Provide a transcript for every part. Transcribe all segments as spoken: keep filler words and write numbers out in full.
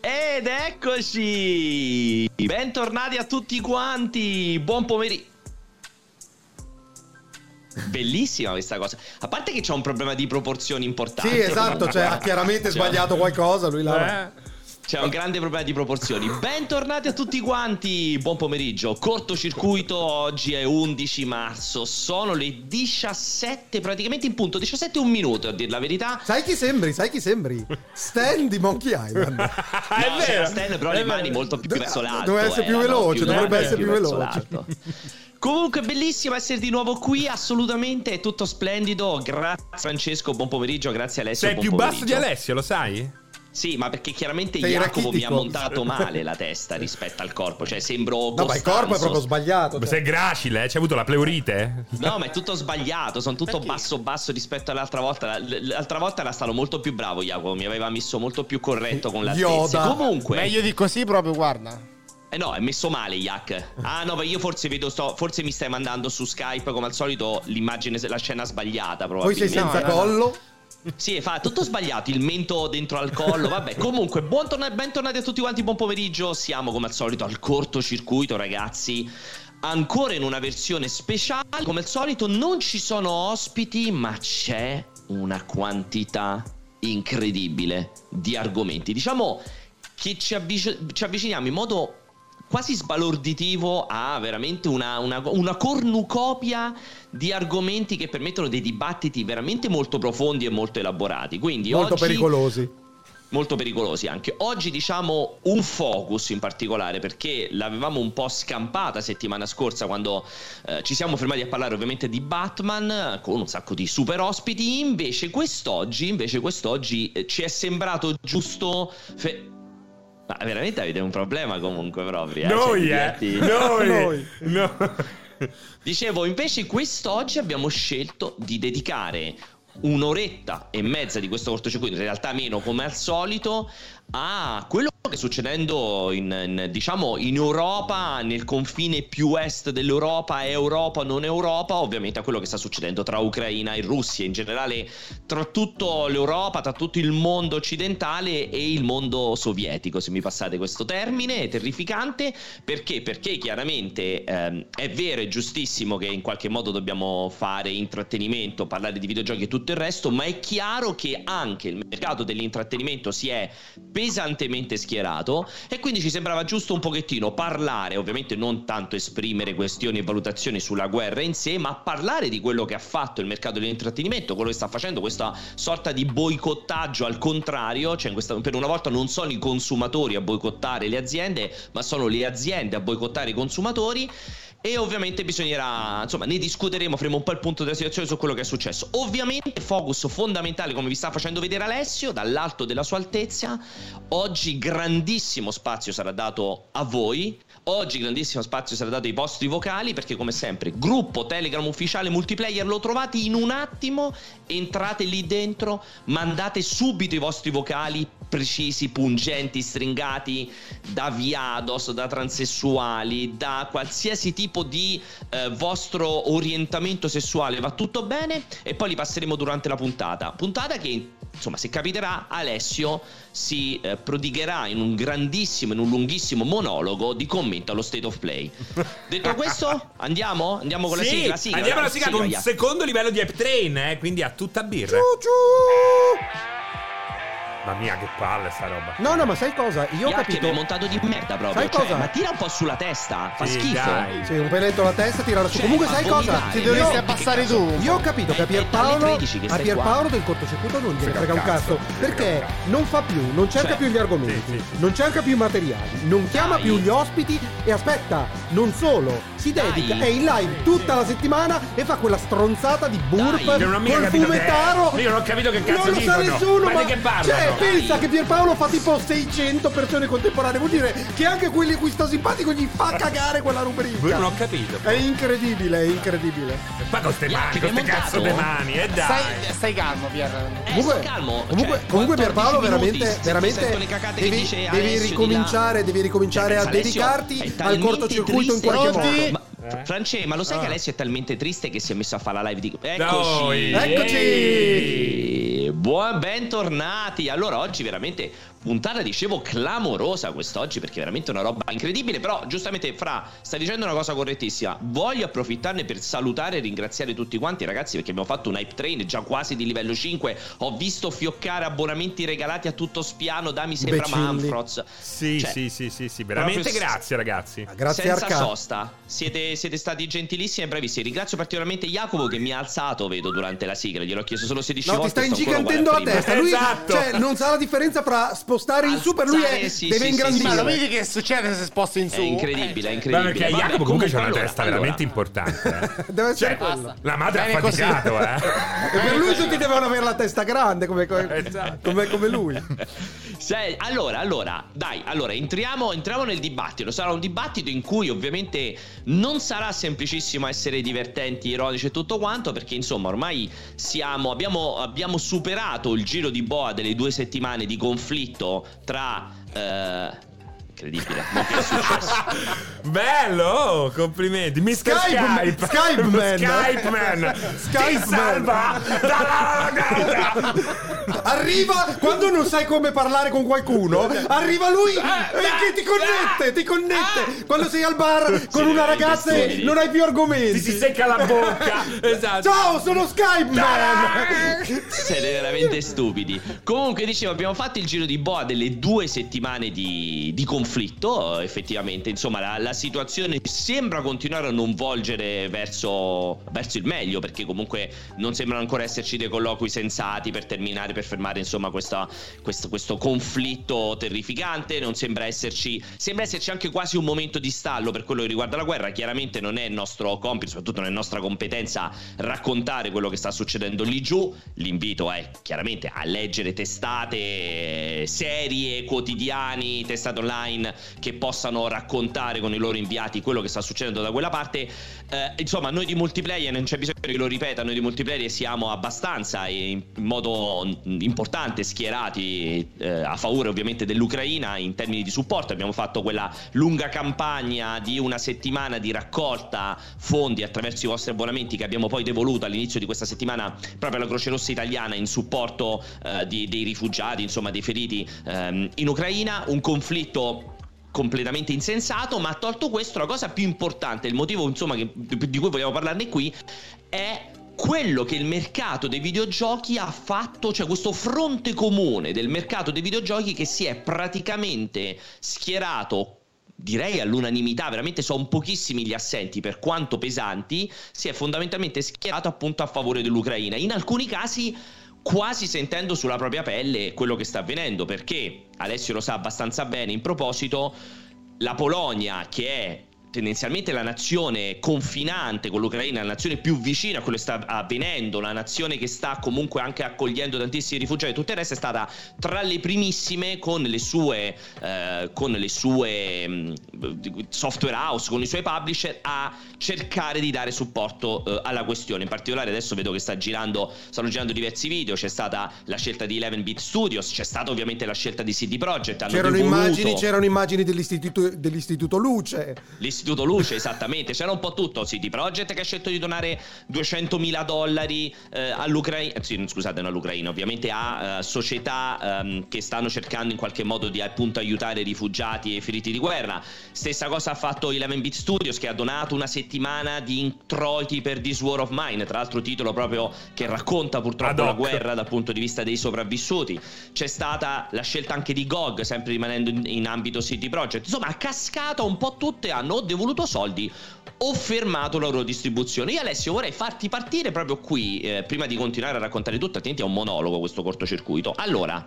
Ed eccoci! Bentornati a tutti quanti! Buon pomeriggio! Bellissima questa cosa. A parte che c'è un problema di proporzioni importante. Sì, esatto, cioè ha chiaramente cioè, sbagliato qualcosa, lui là. Eh. C'è un grande problema di proporzioni. Bentornati a tutti quanti. Buon pomeriggio. Cortocircuito, oggi è undici marzo. Sono le diciassette, praticamente in punto diciassette e un minuto, a dir la verità. Sai chi sembri? Sai chi sembri? Stan di Monkey Island. No, è vero. Stan però le mani molto più verso l'alto. Dovrebbe essere più veloce, dovrebbe essere più veloce. Comunque bellissimo essere di nuovo qui, assolutamente, è tutto splendido. Grazie Francesco, buon pomeriggio, grazie Alessio. Sei più basso di Alessio, lo sai? Sì, ma perché chiaramente Sei Jacopo rachitico. mi ha montato male la testa rispetto al corpo, cioè sembro No, ma il corpo è proprio sbagliato. Ma sei gracile, eh? C'hai avuto la pleurite? No, ma è tutto sbagliato, sono tutto basso basso rispetto all'altra volta. L'altra volta era stato molto più bravo Jacopo, mi aveva messo molto più corretto con l'altezza. Comunque meglio di così proprio, guarda. Eh no, è messo male Yak. Ah no, ma io forse vedo sto, forse mi stai mandando su Skype come al solito l'immagine, la scena sbagliata probabilmente. Poi sei senza no, collo. Sì, fa tutto sbagliato, il mento dentro al collo, vabbè. Comunque, buon torna- bentornati a tutti quanti, buon pomeriggio. Siamo come al solito al cortocircuito, ragazzi. Ancora in una versione speciale. Come al solito non ci sono ospiti, ma c'è una quantità incredibile di argomenti. Diciamo che ci, avvic- ci avviciniamo in modo quasi sbalorditivo a veramente una, una, una cornucopia di argomenti che permettono dei dibattiti veramente molto profondi e molto elaborati. Quindi molto oggi, pericolosi. Molto pericolosi anche. Oggi diciamo un focus in particolare, perché l'avevamo un po' scampata settimana scorsa quando eh, ci siamo fermati a parlare ovviamente di Batman con un sacco di super ospiti. Invece quest'oggi, invece quest'oggi eh, ci è sembrato giusto... Fe- Ma veramente avete un problema comunque proprio, eh? Noi, cioè, eh? Noi, Noi. no. Dicevo, invece quest'oggi abbiamo scelto di dedicare un'oretta e mezza di questo cortocircuito, in realtà meno come al solito, a quello che sta succedendo in, in, diciamo in Europa, nel confine più est dell'Europa, Europa non Europa, ovviamente a quello che sta succedendo tra Ucraina e Russia, in generale tra tutta l'Europa, tra tutto il mondo occidentale e il mondo sovietico, se mi passate questo termine, è terrificante. Perché? Perché chiaramente ehm, è vero e giustissimo che in qualche modo dobbiamo fare intrattenimento, parlare di videogiochi e tutto il resto, ma è chiaro che anche il mercato dell'intrattenimento si è pesantemente schierato e quindi ci sembrava giusto un pochettino parlare, ovviamente non tanto esprimere questioni e valutazioni sulla guerra in sé, ma parlare di quello che ha fatto il mercato dell'intrattenimento, quello che sta facendo questa sorta di boicottaggio al contrario, cioè in questa, per una volta non sono i consumatori a boicottare le aziende, ma sono le aziende a boicottare i consumatori. E ovviamente bisognerà, insomma, ne discuteremo, faremo un po' il punto della situazione su quello che è successo. Ovviamente focus fondamentale, come vi sta facendo vedere Alessio dall'alto della sua altezza. Oggi grandissimo spazio sarà dato a voi. Oggi grandissimo spazio sarà dato ai vostri vocali, perché come sempre gruppo Telegram ufficiale multiplayer lo trovate in un attimo, entrate lì dentro, mandate subito i vostri vocali precisi, pungenti, stringati, da viados, da transessuali, da qualsiasi tipo di eh, vostro orientamento sessuale, va tutto bene, e poi li passeremo durante la puntata puntata che, insomma, se capiterà, Alessio si eh, prodigherà in un grandissimo, in un lunghissimo monologo di commento allo State of Play. Detto questo, andiamo? Andiamo con sì, la sigla, sigla andiamo alla sigla, sigla, con un yeah. secondo livello di Hype Train, eh, quindi a tutta birra. Mamma mia, che palle sta roba. No, no, ma sai cosa? Io ho Yak, capito. mi è montato di merda proprio. Sai Cioè, cosa? ma tira un po' sulla testa, fa Sì, schifo. dai. Sì, un peletto alla testa, tirala su. Cioè, Comunque fa sai cosa? vomitare. Ti dovresti Io- abbassare tu. Io ho capito che a È- è dalle Pierpaolo, tredici che a stai Pierpaolo qua. del cortocircuito non gliene Frega frega un un cazzo, cazzo, perché frega un non fa più, non cerca Cioè, più gli argomenti, sì, sì, sì. non cerca più i materiali, non chiama Dai. più gli ospiti e aspetta, non solo, si Dai. dedica, è in live tutta la settimana e fa quella stronzata di burp Dai. Io non ho mica col capito che è. fumettaro. Io non ho capito che cazzo non lo sa dicono. nessuno, Ma ma, di che parlano? cioè, Dai. pensa che Pierpaolo fa tipo seicento persone contemporanee, vuol dire che anche quelli a cui sta simpatico gli fa cagare quella rubrica. Io non ho capito. È incredibile, è incredibile. E poi con ste Yak, mani, mi con hai ste cazzo montato? di mani, e dai. Stai, stai calmo, Pier. Eh, Comunque, sto calmo. comunque, Cioè, comunque Pierpaolo quattordici veramente, minuti, se veramente sento le cacate che devi, dice devi Alessio di ricominciare, là. devi ricominciare Cioè, a Alessio dedicarti è al talmente cortocircuito in triste, qualche pronti? modo. Ma, Eh? France, ma lo sai Ah. che Alessio è talmente triste che si è messo a fare la live di... Noi. Eccoci! Eccoci! Buon bentornati. Allora oggi veramente puntata, dicevo, clamorosa quest'oggi, perché è veramente una roba incredibile. Però giustamente Fra stai dicendo una cosa correttissima. Voglio approfittarne per salutare e ringraziare tutti quanti, ragazzi, perché abbiamo fatto un hype train già quasi di livello cinque. Ho visto fioccare abbonamenti regalati a tutto spiano da mi sembra Imbecilli. Manfroz. Sì, Cioè, sì, sì, sì, sì, veramente proprio- grazie ragazzi. Grazie senza Arca. sosta. Siete, siete stati gentilissimi e bravissimi. Ringrazio particolarmente Jacopo che mi ha alzato, vedo, durante la sigla. Gliel'ho chiesto solo sedici No, ti volte. sta sto ancora ingigantendo uguale la a prima. testa. Lui, Esatto. cioè, non sa la differenza fra spostare in su, per lui è, Alzare, sì, deve sì, ingrandire. Ma lo vedi che succede se sposto in su? È incredibile, è Eh, incredibile. Beh, perché Vabbè, Jacopo comunque c'ha una allora, testa allora. veramente importante. eh. Deve essere Cioè, quello. la madre Bene ha così. faticato, eh. E per lui tutti devono avere la testa grande come, come, Esatto. come, come lui. Se- allora, allora, dai, allora entriamo, entriamo nel dibattito. Sarà un dibattito in cui ovviamente non sarà semplicissimo essere divertenti, ironici e tutto quanto, perché insomma ormai siamo, abbiamo, abbiamo superato il giro di boa delle due settimane di conflitto tra... eh, incredibile, ma che è successo? Bello, oh, complimenti. mister Skype, Skype. Skype Man. Skype Man. Skype Ti salva dalla ragazza. Arriva quando non sai come parlare con qualcuno. Arriva lui e che ti connette, ti connette. Quando sei al bar con una ragazza e stupidi. non hai più argomenti. Ti si secca la bocca. Esatto. Ciao, sono Skype Man. Siete veramente stupidi. Comunque, dicevo, abbiamo fatto il giro di boa delle due settimane di, di conflitto. Effettivamente, insomma, la, la situazione sembra continuare a non volgere verso, verso il meglio, perché comunque non sembrano ancora esserci dei colloqui sensati per terminare, per fermare, insomma, questa, questo, questo conflitto terrificante. Non sembra esserci, sembra esserci anche quasi un momento di stallo per quello che riguarda la guerra. Chiaramente non è il nostro compito, soprattutto non è nostra competenza, raccontare quello che sta succedendo lì giù. L'invito è chiaramente a leggere testate serie, quotidiani, testate online che possano raccontare con i loro inviati quello che sta succedendo da quella parte. Eh, insomma, noi di Multiplayer, non c'è bisogno che lo ripeta, noi di Multiplayer siamo abbastanza e in modo importante schierati eh, a favore ovviamente dell'Ucraina in termini di supporto. Abbiamo fatto quella lunga campagna di una settimana di raccolta fondi attraverso i vostri abbonamenti, che abbiamo poi devoluto all'inizio di questa settimana proprio alla Croce Rossa italiana in supporto eh, di, dei rifugiati, insomma dei feriti ehm, in Ucraina. Un conflitto completamente insensato, ma tolto questo, la cosa più importante, il motivo insomma che, di cui vogliamo parlarne qui, è quello che il mercato dei videogiochi ha fatto, cioè questo fronte comune del mercato dei videogiochi che si è praticamente schierato, direi all'unanimità, veramente sono pochissimi gli assenti per quanto pesanti, si è fondamentalmente schierato appunto a favore dell'Ucraina, in alcuni casi quasi sentendo sulla propria pelle quello che sta avvenendo, perché Alessio lo sa abbastanza bene in proposito, la Polonia, che è tendenzialmente la nazione confinante con l'Ucraina, la nazione più vicina a quello che sta avvenendo, la nazione che sta comunque anche accogliendo tantissimi rifugiati, tutto il resto, è stata tra le primissime con le sue eh, con le sue mh, software house, con i suoi publisher, a cercare di dare supporto eh, alla questione. In particolare adesso vedo che sta girando stanno girando diversi video, c'è stata la scelta di eleven bit Studios, c'è stata ovviamente la scelta di C D Projekt, hanno C'erano devoluto... immagini, c'erano immagini dell'istituto, dell'istituto Luce. L'istituto Luce, esattamente, c'era un po' tutto. C D Projekt che ha scelto di donare duecentomila dollari eh, all'Ucraina, sì, scusate, non all'Ucraina, ovviamente a uh, società um, che stanno cercando in qualche modo di appunto aiutare rifugiati e feriti di guerra. Stessa cosa ha fatto eleven bit Studios, che ha donato una settimana di introiti per This War of Mine, tra l'altro titolo proprio che racconta purtroppo la guerra dal punto di vista dei sopravvissuti. C'è stata la scelta anche di G O G, sempre rimanendo in, in ambito C D Projekt. Insomma, a cascata un po' tutte hanno devoluto soldi o fermato la loro distribuzione. Io, Alessio, vorrei farti partire proprio qui, eh, prima di continuare a raccontare tutto, altrimenti è un monologo questo cortocircuito. Allora,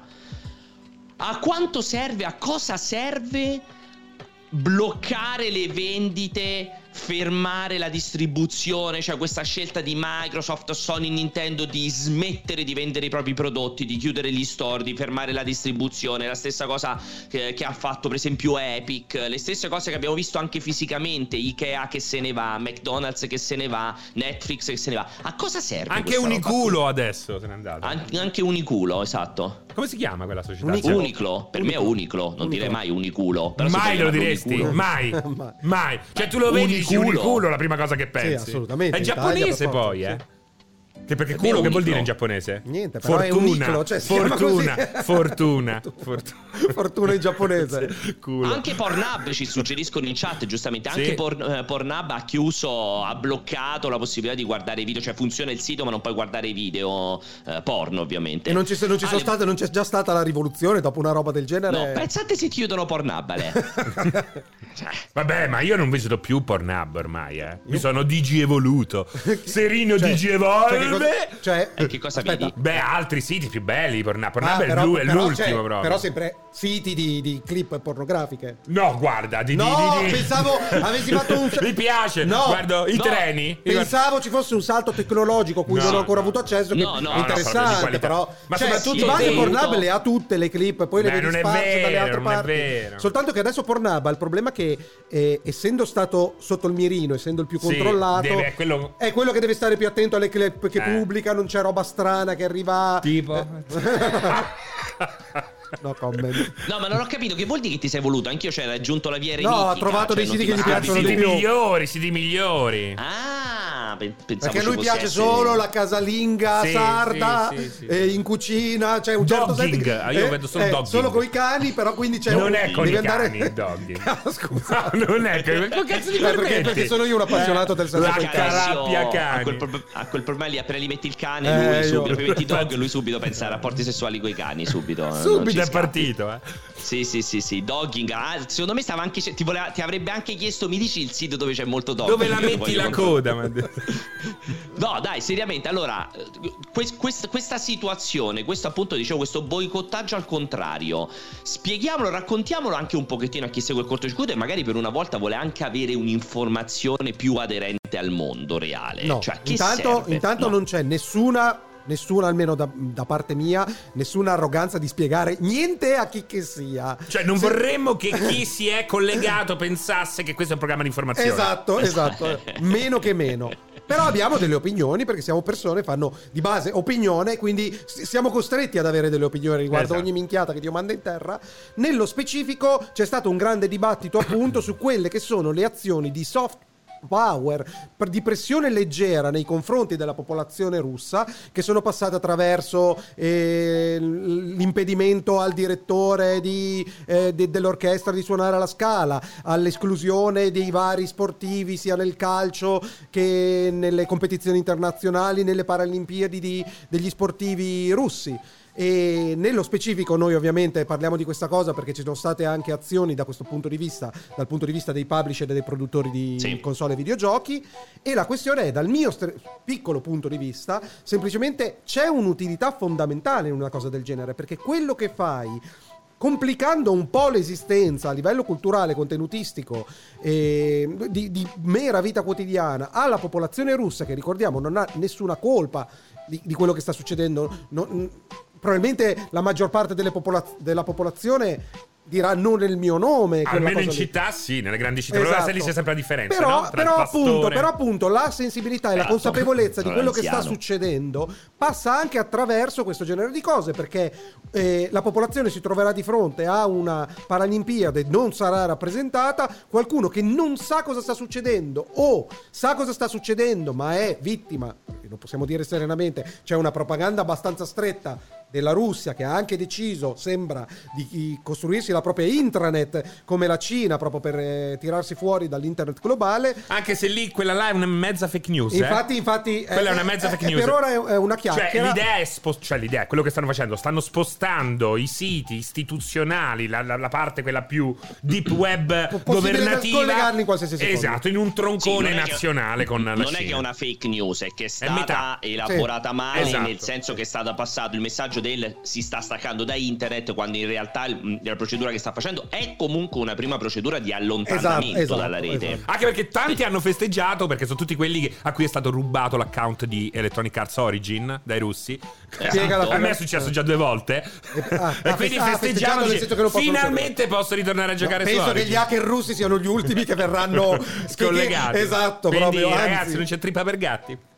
a quanto serve, a cosa serve bloccare le vendite, fermare la distribuzione, cioè questa scelta di Microsoft, Sony, Nintendo di smettere di vendere i propri prodotti, di chiudere gli store, di fermare la distribuzione, la stessa cosa che, che ha fatto per esempio Epic, le stesse cose che abbiamo visto anche fisicamente, Ikea che se ne va, McDonald's che se ne va, Netflix che se ne va. A cosa serve? Anche Uniculo adesso se n'è andato. An- anche Uniculo, esatto. Come si chiama quella società? Uniclo. Uniclo, per me è Uniclo, non Uniclo. direi mai Uniculo. Però si Mai può lo chiamare diresti? Uniculo. Mai. Mai. Mai. Cioè tu lo vedi, dici Uniculo. Uniculo, la prima cosa che pensi. assolutamente, È in Italia, giapponese per forza, poi, sì. eh. Che perché È culo vero, che vuol uniclo. dire in giapponese? Niente, però è un fortuna, niclo, cioè si chiama fortuna, così. fortuna, fortuna, Fortuna in giapponese. culo. Anche Pornhub ci suggeriscono in chat, giustamente. Anche Sì. Porn- eh, Pornhub ha chiuso, ha bloccato la possibilità di guardare i video. Cioè funziona il sito, ma non puoi guardare i video eh, porno, ovviamente. E non ci, non ci sono Ale- state, non c'è già stata la rivoluzione dopo una roba del genere? No, pensate se chiudono Pornhub, Ale. Cioè, Vabbè, ma io non visito più Pornhub ormai, eh. Mi sono digievoluto. Serino Cioè- digievolve. Cioè, E che cosa aspetta. vedi? Beh, altri siti più belli di Pornhub. Pornhub Ah, è, però- l'u- è però l'ultimo c'è- proprio. Però sempre siti di, di clip pornografiche. No, guarda, di, No, di, di, di- pensavo avessi fatto un... Mi piace. No, Guardo i no. treni. Pensavo ci fosse un salto tecnologico cui No, non ho ancora no. avuto accesso. No, che no, è no, interessante, proprio di qualità. però. Ma cioè, soprattutto di base sì, Pornhub venuto- le ha tutte le clip, poi le Beh, vedi non è sparse vero, dalle altre non è parti. vero. Soltanto che adesso Pornhub ha il problema che, eh, essendo stato sotto il mirino, essendo il più Sì, controllato, deve- è quello- è quello che deve stare più attento alle clip che Eh. pubblica. Non c'è roba strana che arriva. Tipo. No comment. no, ma non ho capito che vuol dire che ti sei voluto. Anch'io c'era raggiunto la via eremitica. No, ha trovato cioè, dei non siti ti che gli basta- piacciono siti di più. migliori, siti migliori. Ah, pe- pensavo Perché ci lui fosse piace essere- solo la casalinga Sì, sarda, sì, sì, sì. eh, in cucina, c'è un certo Dogging, set- ah, io vedo solo dogging. solo con i cani, però quindi c'è Non un... è con devi i andare... cani il dogging. Ah, scusa. No, non è che che cazzo di Eh, perché, permetti? perché sono io un appassionato del sesso La con i cani. carappia A cani. quel, pro- a quel problema lì, appena gli metti il cane, Eh, lui io- subito, poi metti dog, lui subito pensa a rapporti sessuali con i cani, subito. non ci Subito è scappi. partito, eh. Sì, sì, sì, sì, dogging. Ah, secondo me stava anche ti, voleva, ti avrebbe anche chiesto, mi dici il sito dove c'è molto dog. Dove la Io lo metti voglio la controllare. coda? mi ha detto. No, dai, seriamente. Allora, que- quest- questa situazione, questo appunto dicevo, questo boicottaggio al contrario, spieghiamolo, raccontiamolo anche un pochettino a chi segue il cortocircuito e magari per una volta vuole anche avere un'informazione più aderente al mondo reale. No, Cioè, che intanto, serve? intanto No. non c'è nessuna... Nessuna, almeno da, da parte mia, nessuna arroganza di spiegare niente a chi che sia. Cioè, non Se- vorremmo che chi si è collegato pensasse che questo è un programma di informazione. Esatto, esatto. Meno che meno. Però abbiamo delle opinioni perché siamo persone, fanno di base opinione, quindi s- siamo costretti ad avere delle opinioni riguardo Esatto. ogni minchiata che Dio manda in terra. Nello specifico c'è stato un grande dibattito appunto su quelle che sono le azioni di soft power, per- di pressione leggera nei confronti della popolazione russa, che sono passate attraverso eh, l- l'impedimento al direttore di, eh, de- dell'orchestra di suonare alla Scala, all'esclusione dei vari sportivi sia nel calcio che nelle competizioni internazionali, nelle Paralimpiadi di- degli sportivi russi. E nello specifico noi ovviamente parliamo di questa cosa perché ci sono state anche azioni da questo punto di vista, dal punto di vista dei publisher e dei produttori di Sì. console e videogiochi, e la questione è, dal mio stre- piccolo punto di vista, semplicemente c'è un'utilità fondamentale in una cosa del genere, perché quello che fai complicando un po' l'esistenza a livello culturale, contenutistico, eh, di, di mera vita quotidiana alla popolazione russa, che ricordiamo non ha nessuna colpa di, di quello che sta succedendo. Non- probabilmente la maggior parte delle popola- della popolazione dirà non nel mio nome, quella Almeno in cosa lì. città sì, nelle grandi città. Esatto. Però lì c'è sempre la differenza, Però, no? Tra però il appunto, pastore- però appunto la sensibilità e la Esatto. consapevolezza di Sono quello che sta anziano. succedendo passa anche attraverso questo genere di cose, perché eh, la popolazione si troverà di fronte a una Paralimpiade, non sarà rappresentata, qualcuno che non sa cosa sta succedendo o sa cosa sta succedendo ma è vittima, perché lo possiamo dire serenamente, c'è una propaganda abbastanza stretta della Russia che ha anche deciso, sembra, di costruirsi la propria intranet come la Cina, proprio per eh, tirarsi fuori dall'internet globale. Anche se lì quella là è una mezza fake news, eh. Infatti, infatti, Quella è una mezza fake eh, news. per ora è, è una Cioè chiacchiera. l'idea è spo- cioè l'idea è quello che stanno facendo, stanno spostando i siti istituzionali, la, la- la parte quella più deep web Po- possibile da governativa, collegarli in qualsiasi secondo. esatto, in un Sì, troncone non è che- nazionale con la non Cina. è che è una fake news, è che è stata metà. elaborata Sì. male, Esatto. nel senso che è stato passato il messaggio del si sta staccando da internet, quando in realtà il- la procedura che sta facendo è comunque una prima procedura di allontanamento Esatto, esatto, dalla rete. esatto. Anche perché tanti hanno festeggiato, perché sono tutti quelli che- a cui è stato rubato l'account di Electronic Arts Origin dai russi. Spiega la- A me è successo già due volte. ah, e ah, quindi ah, festeggiando festeggiamo, nel senso che non possono finalmente posso ritornare a giocare su Penso che Origin. gli hacker russi siano gli ultimi che verranno Scollegati. Esatto, Quindi, proprio. Anzi, ragazzi, non c'è trippa per gatti.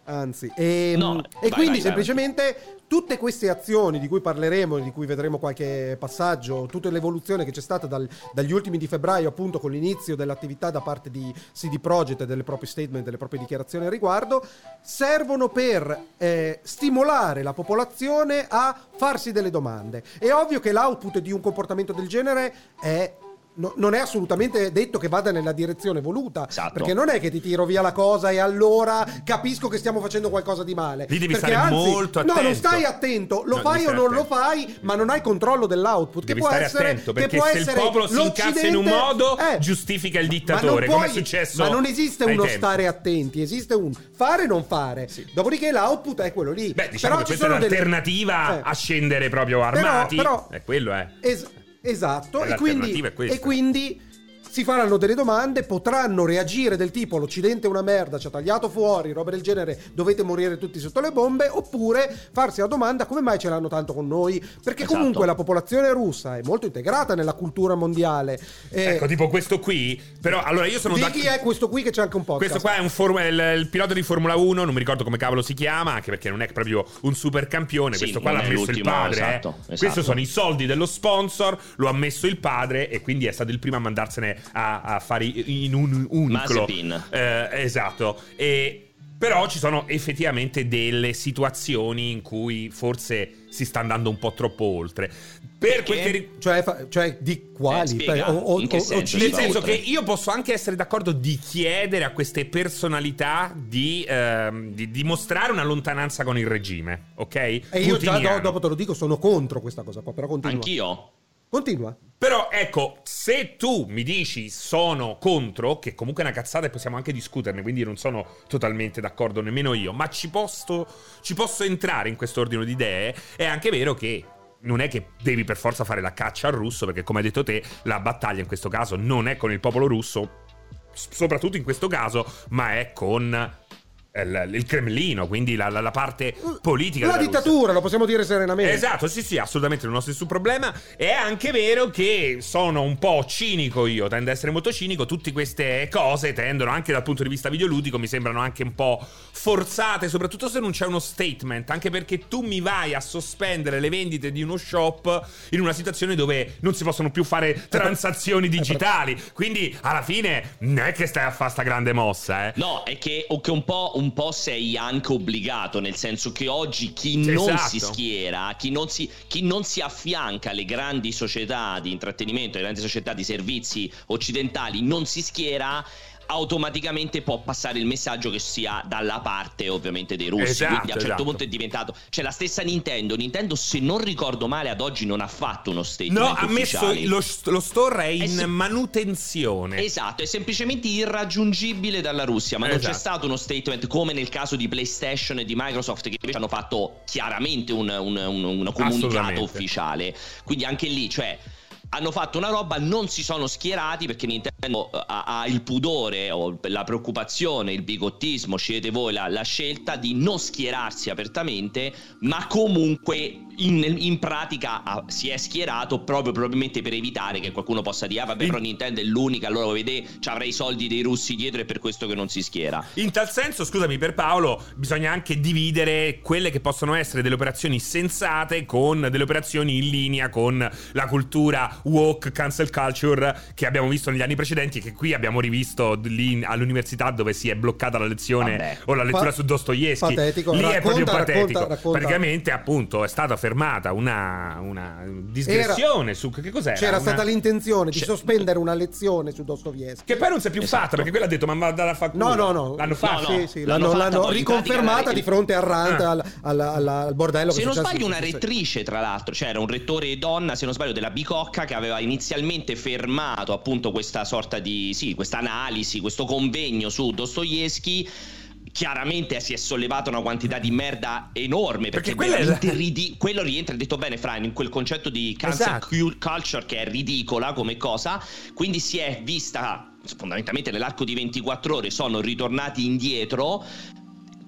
Anzi, e, No, e vai, quindi vai, semplicemente vai. Tutte queste azioni di cui parleremo, di cui vedremo qualche passaggio, tutta l'evoluzione che c'è stata dal, dagli ultimi di febbraio, appunto con l'inizio dell'attività da parte di C D Projekt e delle proprie statement, delle proprie dichiarazioni al riguardo, servono per eh, stimolare la popolazione a farsi delle domande. È ovvio che l'output di un comportamento del genere è No, non è assolutamente detto che vada nella direzione voluta, esatto. Perché non è che ti tiro via la cosa e allora capisco che stiamo facendo qualcosa di male. Lì devi perché stare anzi, molto attento. No, non stai attento, lo No, fai devi o non stare lo fai, ma non hai controllo dell'output. Devi che può stare essere, attento, che perché può se essere il popolo si incazza in un modo, eh, giustifica il ma dittatore, non come puoi- è successo Ma non esiste ai uno tempi. stare attenti, esiste un fare e non fare. Sì. Dopodiché l'output è quello lì. Beh, diciamo Però che ci questa è sono delle- l'alternativa eh. a scendere proprio armati. Però- però- è quello, eh. Es- esatto, E e quindi, l'alternativa è questa. e quindi si faranno delle domande, potranno reagire del tipo l'Occidente è una merda, ci ha tagliato fuori, roba del genere, dovete morire tutti sotto le bombe, oppure farsi la domanda come mai ce l'hanno tanto con noi, perché Esatto. comunque la popolazione russa è molto integrata nella cultura mondiale. Eh, Ecco, tipo questo qui. Però, allora, io sono di d'accordo. chi è questo qui che c'è anche un podcast? Questo qua è un form- il, il pilota di Formula uno, non mi ricordo come cavolo si chiama, anche perché non è proprio un super campione. Sì, questo qua non l'ha è messo il l'ultimo, padre. esatto, eh. esatto. Questi sono i soldi dello sponsor, lo ha messo il padre e quindi è stato il primo a mandarsene a, a fare in un unicolo. Mazepin. Eh, esatto. E però ci sono effettivamente delle situazioni in cui forse si sta andando un po' troppo oltre. Per quel che ri- Cioè, fa- cioè di quali? Eh, spiega, o, o, in che o- senso? o Nel va senso oltre. che io posso anche essere d'accordo di chiedere a queste personalità di, ehm, di dimostrare una lontananza con il regime, ok? E io già Putiniano. do- dopo te lo dico, sono contro questa cosa qua, però continua. Anch'io. Continua. Però ecco, se tu mi dici sono contro, che comunque è una cazzata e possiamo anche discuterne, quindi non sono totalmente d'accordo nemmeno io, ma ci posso, ci posso entrare in questo ordine di idee, è anche vero che non è che devi per forza fare la caccia al russo, perché come hai detto te, la battaglia in questo caso non è con il popolo russo, s- soprattutto in questo caso, ma è con il, il Cremlino, quindi la, la, la parte politica La della Russia. dittatura, lo possiamo dire serenamente. Esatto, sì sì, assolutamente non ho nessun problema. È anche vero che sono un po' cinico io, tendo ad essere molto cinico. Tutte queste cose tendono, anche dal punto di vista videoludico, mi sembrano anche un po' forzate, soprattutto se non c'è uno statement, anche perché tu mi vai a sospendere le vendite di uno shop in una situazione dove non si possono più fare transazioni digitali. Quindi alla fine non è che stai a fare sta grande mossa, eh. No, è che, o che un po', un po' sei anche obbligato, nel senso che oggi chi non Esatto. si schiera, chi non si, chi non si affianca alle grandi società di intrattenimento, alle grandi società di servizi occidentali, non si schiera, automaticamente può passare il messaggio che sia dalla parte ovviamente dei russi. Esatto, Quindi a un certo esatto. punto è diventato, cioè la stessa Nintendo Nintendo se non ricordo male ad oggi non ha fatto uno statement No, ha messo ufficiale. lo, lo store è in Eh sì. manutenzione. Esatto, è semplicemente irraggiungibile dalla Russia, ma non Esatto. c'è stato uno statement come nel caso di PlayStation e di Microsoft, che invece hanno fatto chiaramente un, un, un, un comunicato Assolutamente. ufficiale. Quindi anche lì, cioè, hanno fatto una roba, non si sono schierati perché Nintendo ha, ha il pudore o la preoccupazione, il bigottismo, scegliete voi la, la scelta di non schierarsi apertamente, ma comunque in, in pratica ha, si è schierato proprio probabilmente per evitare che qualcuno possa dire ah vabbè, però Nintendo è l'unica, allora vedete ci avrei i soldi dei russi dietro e per questo che non si schiera. In tal senso, scusami per Paolo, bisogna anche dividere quelle che possono essere delle operazioni sensate con delle operazioni in linea con la cultura woke, cancel culture che abbiamo visto negli anni precedenti e che qui abbiamo rivisto lì all'università dove si è bloccata la lezione Vabbè. o la lettura Pa- su Dostoevsky. patetico. Lì Racconta, è proprio racconta, patetico. racconta. Praticamente appunto è stata fermata una, una disgressione Era- su che cos'era? C'era Una- stata l'intenzione di C'è- sospendere una lezione su Dostoevsky. Che poi non si è più Esatto. fatta perché quella ha detto ma vada a fa culo. No, no, no. L'hanno fatta. No, no. Sì, sì, l'hanno l'hanno, fatta l'hanno poi, in riconfermata pratica, di fronte a Rand, Ah. al, al, al, al bordello. Se che non successe sbaglio in una questo- rettrice tra l'altro, cioè era un rettore donna se non sbaglio della Bicocca che aveva inizialmente fermato appunto questa sorta di sì, questa analisi, questo convegno su Dostoevsky. Chiaramente si è sollevata una quantità di merda enorme perché, Perché quella è veramente la- ridi- quello rientra, hai detto bene Fra, in quel concetto di cancel Esatto. cu- culture che è ridicola come cosa, quindi si è vista fondamentalmente nell'arco di ventiquattro ore sono ritornati indietro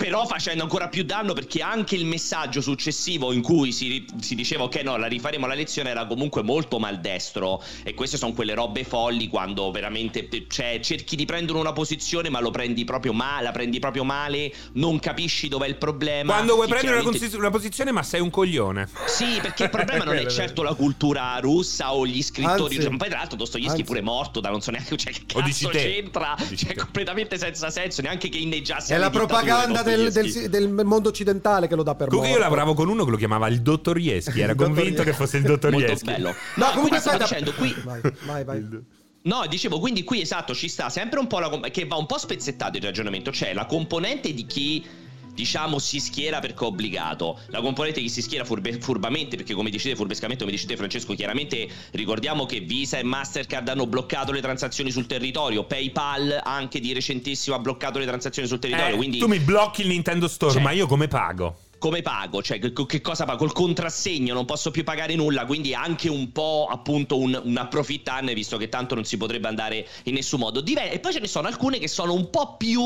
però facendo ancora più danno, perché anche il messaggio successivo in cui si, si diceva ok no, la rifaremo la lezione, era comunque molto maldestro, e queste sono quelle robe folli quando veramente, cioè, cerchi di prendere una posizione ma lo prendi proprio male, la prendi proprio male, non capisci dov'è il problema. Quando vuoi prendere chiaramente... una, cons- una posizione ma sei un coglione. Sì, perché il problema non è certo la cultura russa o gli scrittori. Anzi, poi tra l'altro Dostoevsky pure è morto da non so neanche, cioè, che cazzo c'entra, cioè è completamente senza senso, neanche che inneggiasse. È la propaganda del, del, del mondo occidentale che lo dà per morto. Comunque io lavoravo con uno che lo chiamava il Dostoevsky, era convinto che fosse il Dostoevsky. Molto bello. No, no comunque stavo aspetta. dicendo qui vai, vai, vai. No, dicevo, quindi qui esatto, ci sta sempre un po' la com- che va un po' spezzettato il ragionamento. C'è la componente di chi, diciamo, si schiera perché è obbligato, la componente di chi si schiera furbe- furbamente, perché come dicete furbescamente, come dicete Francesco, chiaramente ricordiamo che Visa e Mastercard hanno bloccato le transazioni sul territorio, PayPal anche di recentissimo ha bloccato le transazioni sul territorio, eh, quindi tu mi blocchi il Nintendo Store, cioè, ma io come pago? Come pago? Cioè che, che cosa pago? Col contrassegno non posso più pagare nulla, quindi è anche un po' appunto un, un approfittarne, visto che tanto non si potrebbe andare in nessun modo. Div- e poi ce ne sono alcune che sono un po' più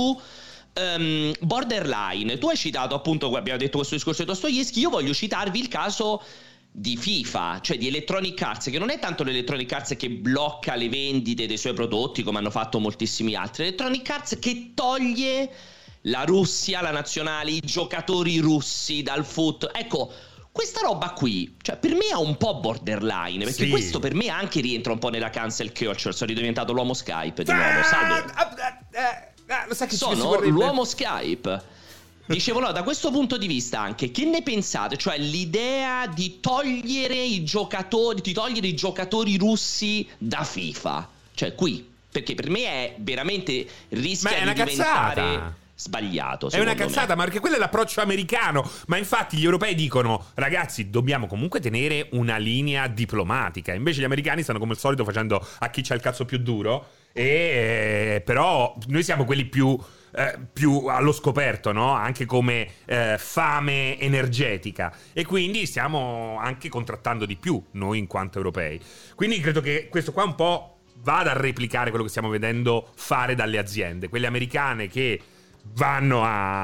um, borderline. Tu hai citato appunto, abbiamo detto questo discorso di Dostoevsky, io voglio citarvi il caso di FIFA, cioè di Electronic Arts, che non è tanto l'Electronic Arts che blocca le vendite dei suoi prodotti come hanno fatto moltissimi altri, Electronic Arts che toglie la Russia, la nazionale, i giocatori russi dal foot. Ecco, questa roba qui, cioè per me è un po' borderline, perché sì. questo per me anche rientra un po' nella cancel culture. Sono ridiventato l'uomo Skype di nuovo. Salve. Lo sai che sono l'uomo Skype. Dicevo, no, da questo punto di vista anche, che ne pensate? Cioè l'idea di togliere i giocatori, di togliere i giocatori russi da FIFA. Cioè qui, perché per me è veramente rischia Ma è di una diventare cazzata. Sbagliato. È una cazzata, me. ma perché quello è l'approccio americano. Ma infatti gli europei dicono: ragazzi, dobbiamo comunque tenere una linea diplomatica. Invece gli americani stanno come al solito facendo a chi c'ha il cazzo più duro. E eh, però noi siamo quelli più eh, più allo scoperto, no? Anche come eh, fame energetica. E quindi stiamo anche contrattando di più noi in quanto europei. Quindi credo che questo qua un po' vada a replicare quello che stiamo vedendo fare dalle aziende, quelle americane che vanno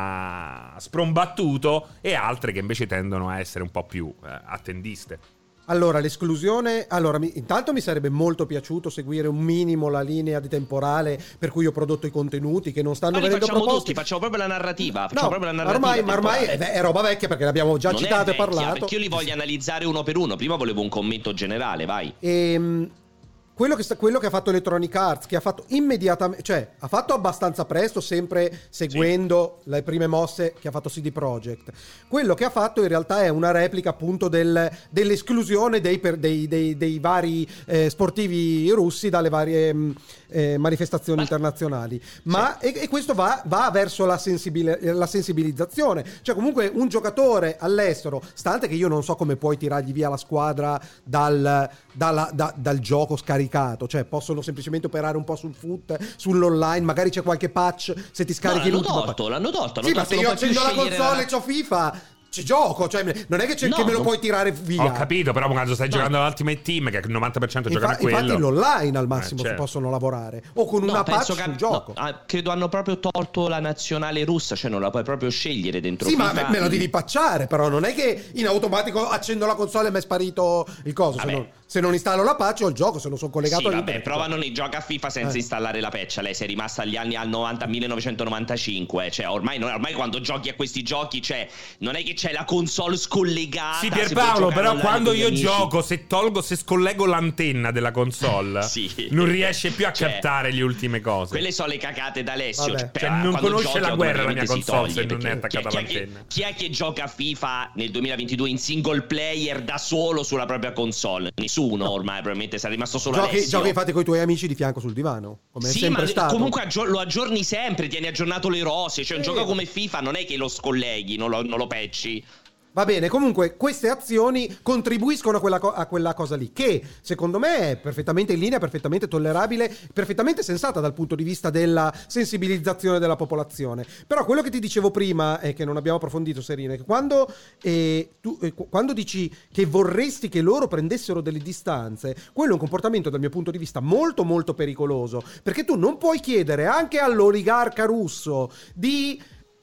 a sprombattuto e altre che invece tendono a essere un po' più eh, attendiste. Allora, l'esclusione... Allora, mi, intanto mi sarebbe molto piaciuto seguire un minimo la linea di temporale per cui ho prodotto i contenuti che non stanno ma venendo facciamo proposti. tutti, facciamo proprio la narrativa. Facciamo No, proprio la narrativa ormai, ma ormai è, è roba vecchia perché l'abbiamo già non citato è e vecchia, parlato. Perché io li voglio analizzare uno per uno. Prima volevo un commento generale, vai. Ehm... Quello che, sta, quello che ha fatto Electronic Arts, che ha fatto immediatamente, cioè ha fatto abbastanza presto, sempre seguendo sì. le prime mosse che ha fatto C D Projekt. Quello che ha fatto in realtà è una replica appunto del, dell'esclusione dei, per, dei, dei, dei vari eh, sportivi russi dalle varie mh, eh, manifestazioni Ma... internazionali. Ma sì. e, e questo va, va verso la, sensibil- la sensibilizzazione. Cioè comunque un giocatore all'estero, stante che io non so come puoi tirargli via la squadra dal, dalla, da, dal gioco scaricato, cioè possono semplicemente operare un po' sul foot, sull'online, magari c'è qualche patch se ti scarichi no, l'ultimo. L'hanno tolto, l'hanno tolto. Sì, ma se io accendo la console e c'ho FIFA, ci gioco, cioè non è che, c'è, no, che me lo non... puoi tirare via. Ho capito, però quando stai no. giocando all'Ultimate Team, che il novanta per cento giocano a quello. Infatti l'online al massimo eh, certo. si possono lavorare, o con no, una patch sul che, gioco. No, credo hanno proprio tolto la nazionale russa, cioè non la puoi proprio scegliere dentro sì, FIFA. Ma me lo devi patchare, però non è che in automatico accendo la console e mi è sparito il coso. Se non, se non installo la patch ho il gioco, se non sono collegato sì, a vabbè, prova non gioca a FIFA senza eh. installare la patch. Lei sei rimasta agli anni al novanta, millenovecentonovantacinque, cioè ormai, ormai quando giochi a questi giochi, cioè non è che c'è la console scollegata. Sì, Pierpaolo, però quando io amici. gioco, se tolgo, se scollego l'antenna della console, sì. non riesce più a cioè, captare le ultime cose. Quelle sono le cacate d'Alessio. Cioè, cioè, non conosce la guerra la mia console se toglie, non è attaccata chi, all'antenna. Chi è, chi è che gioca a FIFA nel duemilaventidue in single player da solo sulla propria console? Nessuno ormai, probabilmente sarà rimasto solo giochi, Alessio. Giochi infatti con i tuoi amici di fianco sul divano, come sì, è sempre ma stato. Comunque aggi- lo aggiorni sempre, tieni aggiornato le rose. Cioè un sì. gioco come FIFA non è che lo scolleghi, non lo, non lo patchi. Va bene, comunque queste azioni contribuiscono a quella, co- a quella cosa lì, che secondo me è perfettamente in linea, perfettamente tollerabile, perfettamente sensata dal punto di vista della sensibilizzazione della popolazione. Però quello che ti dicevo prima, e che non abbiamo approfondito, Serena, è che quando, eh, tu, eh, quando dici che vorresti che loro prendessero delle distanze, quello è un comportamento dal mio punto di vista molto molto pericoloso, perché tu non puoi chiedere anche all'oligarca russo di...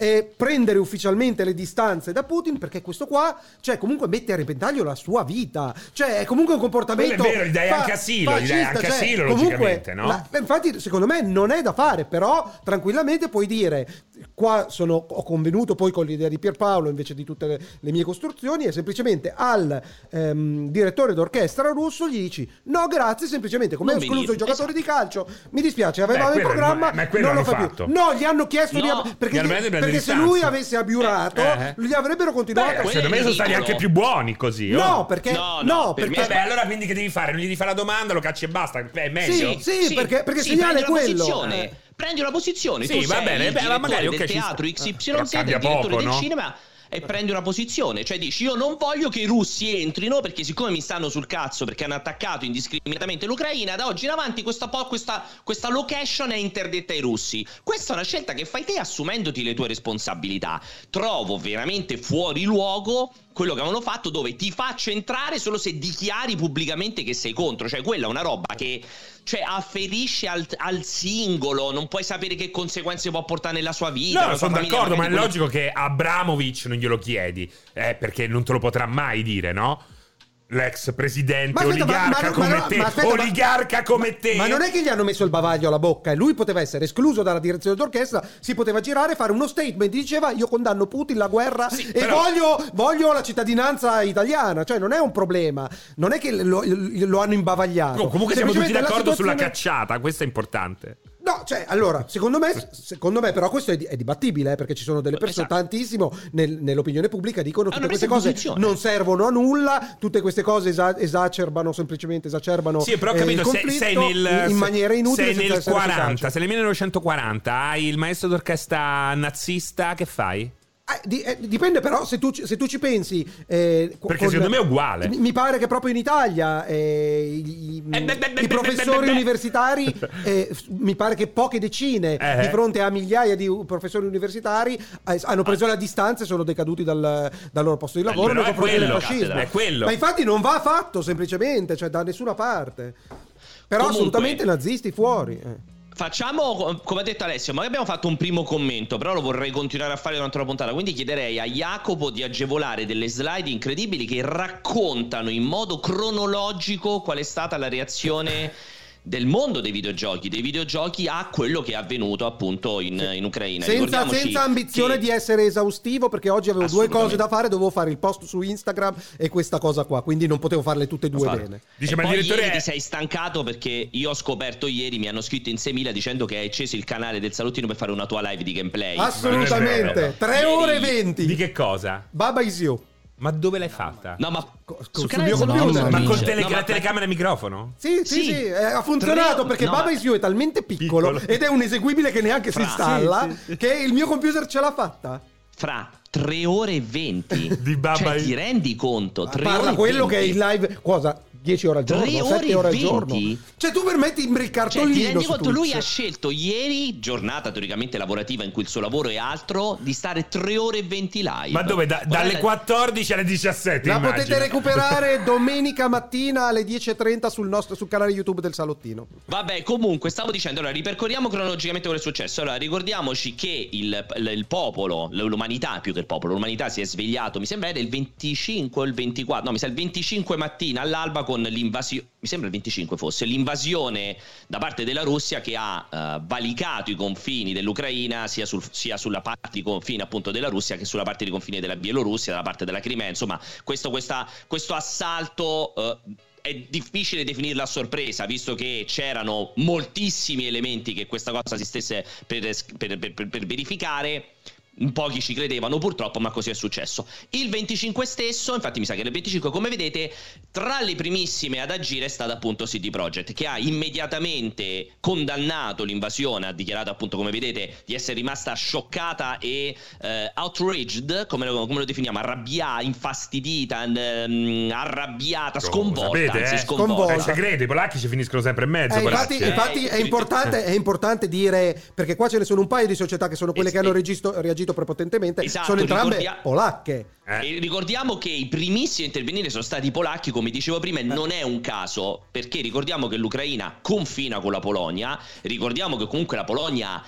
eh, prendere ufficialmente le distanze da Putin, perché questo qua, cioè, comunque mette a repentaglio la sua vita. Cioè, è comunque un comportamento. Quello è vero, gli dai fa- anche asilo, gli dai fascista, anche cioè, asilo, comunque, logicamente, no? la- infatti, secondo me non è da fare, però tranquillamente puoi dire: qua sono, ho convenuto poi con l'idea di Pierpaolo invece di tutte le, le mie costruzioni, e semplicemente al ehm, direttore d'orchestra russo gli dici no grazie, semplicemente come ho Non escluso venire, i giocatori esatto. di calcio, mi dispiace, avevamo Beh, in quello- programma, ma- ma quello non lo hanno fa fatto. più. No, gli hanno chiesto No, di ab- perché, gli avrebbero preso perché le se distanze. lui avesse abiurato Eh. gli avrebbero continuato. Beh, quello secondo è me sono stati ridicolo. anche più buoni così. oh. No, perché No, no, no, per perché me- Vabbè, allora quindi che devi fare? Non gli devi fare la domanda, lo cacci e basta. È meglio. Sì, sì, perché, perché il segnale è prendi una quello. posizione, Eh. prendi una posizione. Sì, tu va sei bene, il beh, ma magari, direttore ok, ci del teatro sta. X Y Però Z, cambia il direttore poco, del no? cinema, e prendi una posizione, cioè dici io non voglio che i russi entrino perché siccome mi stanno sul cazzo perché hanno attaccato indiscriminatamente l'Ucraina, da oggi in avanti questa, po- questa, questa location è interdetta ai russi. Questa è una scelta che fai te assumendoti le tue responsabilità. Trovo veramente fuori luogo quello che avevano fatto, dove ti faccio entrare solo se dichiari pubblicamente che sei contro. Cioè quella è una roba che, cioè, afferisce al, al singolo, non puoi sapere che conseguenze può portare nella sua vita. No, la sua sono famiglia, d'accordo, ma è magari quello- logico che Abramovic non glielo chiedi, eh, perché non te lo potrà mai dire, no? L'ex presidente Ma aspetta, ma- oligarca ma- come ma no, te, ma aspetta, ma- oligarca come te. Ma non è che gli hanno messo il bavaglio alla bocca, e lui poteva essere escluso dalla direzione d'orchestra, si poteva girare, fare uno statement, diceva io condanno Putin, la guerra, Sì, e però- voglio, voglio la cittadinanza italiana. Cioè non è un problema, non è che lo, lo hanno imbavagliato. No, comunque siamo tutti Semplicemente la d'accordo sulla situazione- cacciata, questo è importante. No, cioè, allora, secondo me, secondo me però questo è, di- è dibattibile, eh, perché ci sono delle persone, Esatto. tantissimo nel- nell'opinione pubblica dicono È tutte una queste presa di cose posizione. non servono a nulla, tutte queste cose esa- esacerbano, semplicemente esacerbano Sì, però ho eh, il capito, sei, conflitto sei nel in maniera inutile, sei senza nel essere quaranta, efficaci. sei nel millenovecentoquaranta, hai il maestro d'orchestra nazista, che fai? Eh, di- eh, dipende però se tu, ci- se tu ci pensi, eh, co- Perché con- secondo me è uguale. mi, mi pare che proprio in Italia eh, i, i- Eh, beh, beh, i beh, professori beh, beh. universitari eh, f- mi pare che poche decine Eh. di fronte a migliaia di u- professori universitari eh, hanno preso la distanza e sono decaduti dal, dal loro posto di lavoro Allora, nei è confronti del quello, fascismo. è quello. Ma infatti non va fatto semplicemente, cioè da nessuna parte. Però Comunque- assolutamente nazisti fuori. eh. Facciamo, come ha detto Alessio, magari abbiamo fatto un primo commento, però lo vorrei continuare a fare durante la puntata, quindi chiederei a Jacopo di agevolare delle slide incredibili che raccontano in modo cronologico qual è stata la reazione del mondo dei videogiochi, dei videogiochi a quello che è avvenuto appunto in, in Ucraina. Senza, Ricordiamoci senza ambizione che- di essere esaustivo, perché oggi avevo due Assolutamente. cose da fare, dovevo fare il post su Instagram e questa cosa qua, quindi non potevo farle tutte e due Esatto. bene. Dice, E ma il poi direttore ieri è... ti sei stancato perché io ho scoperto ieri, mi hanno scritto in seimila dicendo che hai acceso il canale del Salottino per fare una tua live di gameplay. Assolutamente, tre ore e Ieri- venti. Di che cosa? Baba is you. Ma dove l'hai fatta? No, ma Co- sul sul canale mio del Salottino computer. non Ma dice. con tele- No, ma- la telecamera e microfono? Sì, sì, sì, Sì. eh, ha funzionato Tre- perché no, Baba ma- is you è talmente piccolo, Piccolo. ed è un eseguibile che neanche si Fra- installa, sì, sì, sì. che il mio computer ce l'ha fatta. Fra tre ore e venti Di Baba cioè, is- ti rendi conto? Tre ore Parla e quello che è venti. in live, cosa? dieci ore al giorno, Tre sette ore ore al e giorno. venti? Cioè tu permetti il Cioè, cartolino ti rendi su conto, lui Twitch. ha scelto ieri, giornata teoricamente lavorativa in cui il suo lavoro è altro, di stare tre ore e venti live. Ma dove? Da- Guarda, dalle quattordici alle diciassette, La immagino. potete recuperare domenica mattina alle dieci e trenta sul nostro sul canale YouTube del Salottino. Vabbè, comunque, stavo dicendo, allora, ripercorriamo cronologicamente quello che è successo. Allora, ricordiamoci che il, il, il popolo, l'umanità più che il popolo, l'umanità si è svegliato, mi sembra era il venticinque o il ventiquattro, no, mi sa il venticinque mattina all'alba con l'invasione, mi sembra il venticinque fosse, l'invasione da parte della Russia che ha uh, valicato i confini dell'Ucraina sia, sul, sia sulla parte di confine appunto della Russia che sulla parte di confine della Bielorussia, dalla parte della Crimea, insomma, questo, questa, questo assalto... Uh, è difficile definirla a sorpresa, visto che c'erano moltissimi elementi che questa cosa si stesse per, per, per, per verificare. In pochi ci credevano purtroppo, ma così è successo. Il venticinque stesso, infatti mi sa che era il venticinque, come vedete, tra le primissime ad agire è stata appunto C D Projekt, che ha immediatamente condannato l'invasione, ha dichiarato appunto, come vedete, di essere rimasta scioccata e eh, outraged, come lo, come lo definiamo, arrabbiata, infastidita, ehm, arrabbiata, sconvolta, Sapete, anzi eh? sconvolta. Sconvolta. È segreto, i polacchi ci finiscono sempre in mezzo. Eh, infatti, polacchi, eh. infatti è, importante, è importante dire, perché qua ce ne sono un paio di società che sono quelle Es- che hanno eh, registo- reagito prepotentemente, Esatto, sono entrambe ricordia- polacche. Eh. E ricordiamo che i primissimi a intervenire sono stati i polacchi, come dicevo prima, e non è un caso, perché ricordiamo che l'Ucraina confina con la Polonia, ricordiamo che comunque la Polonia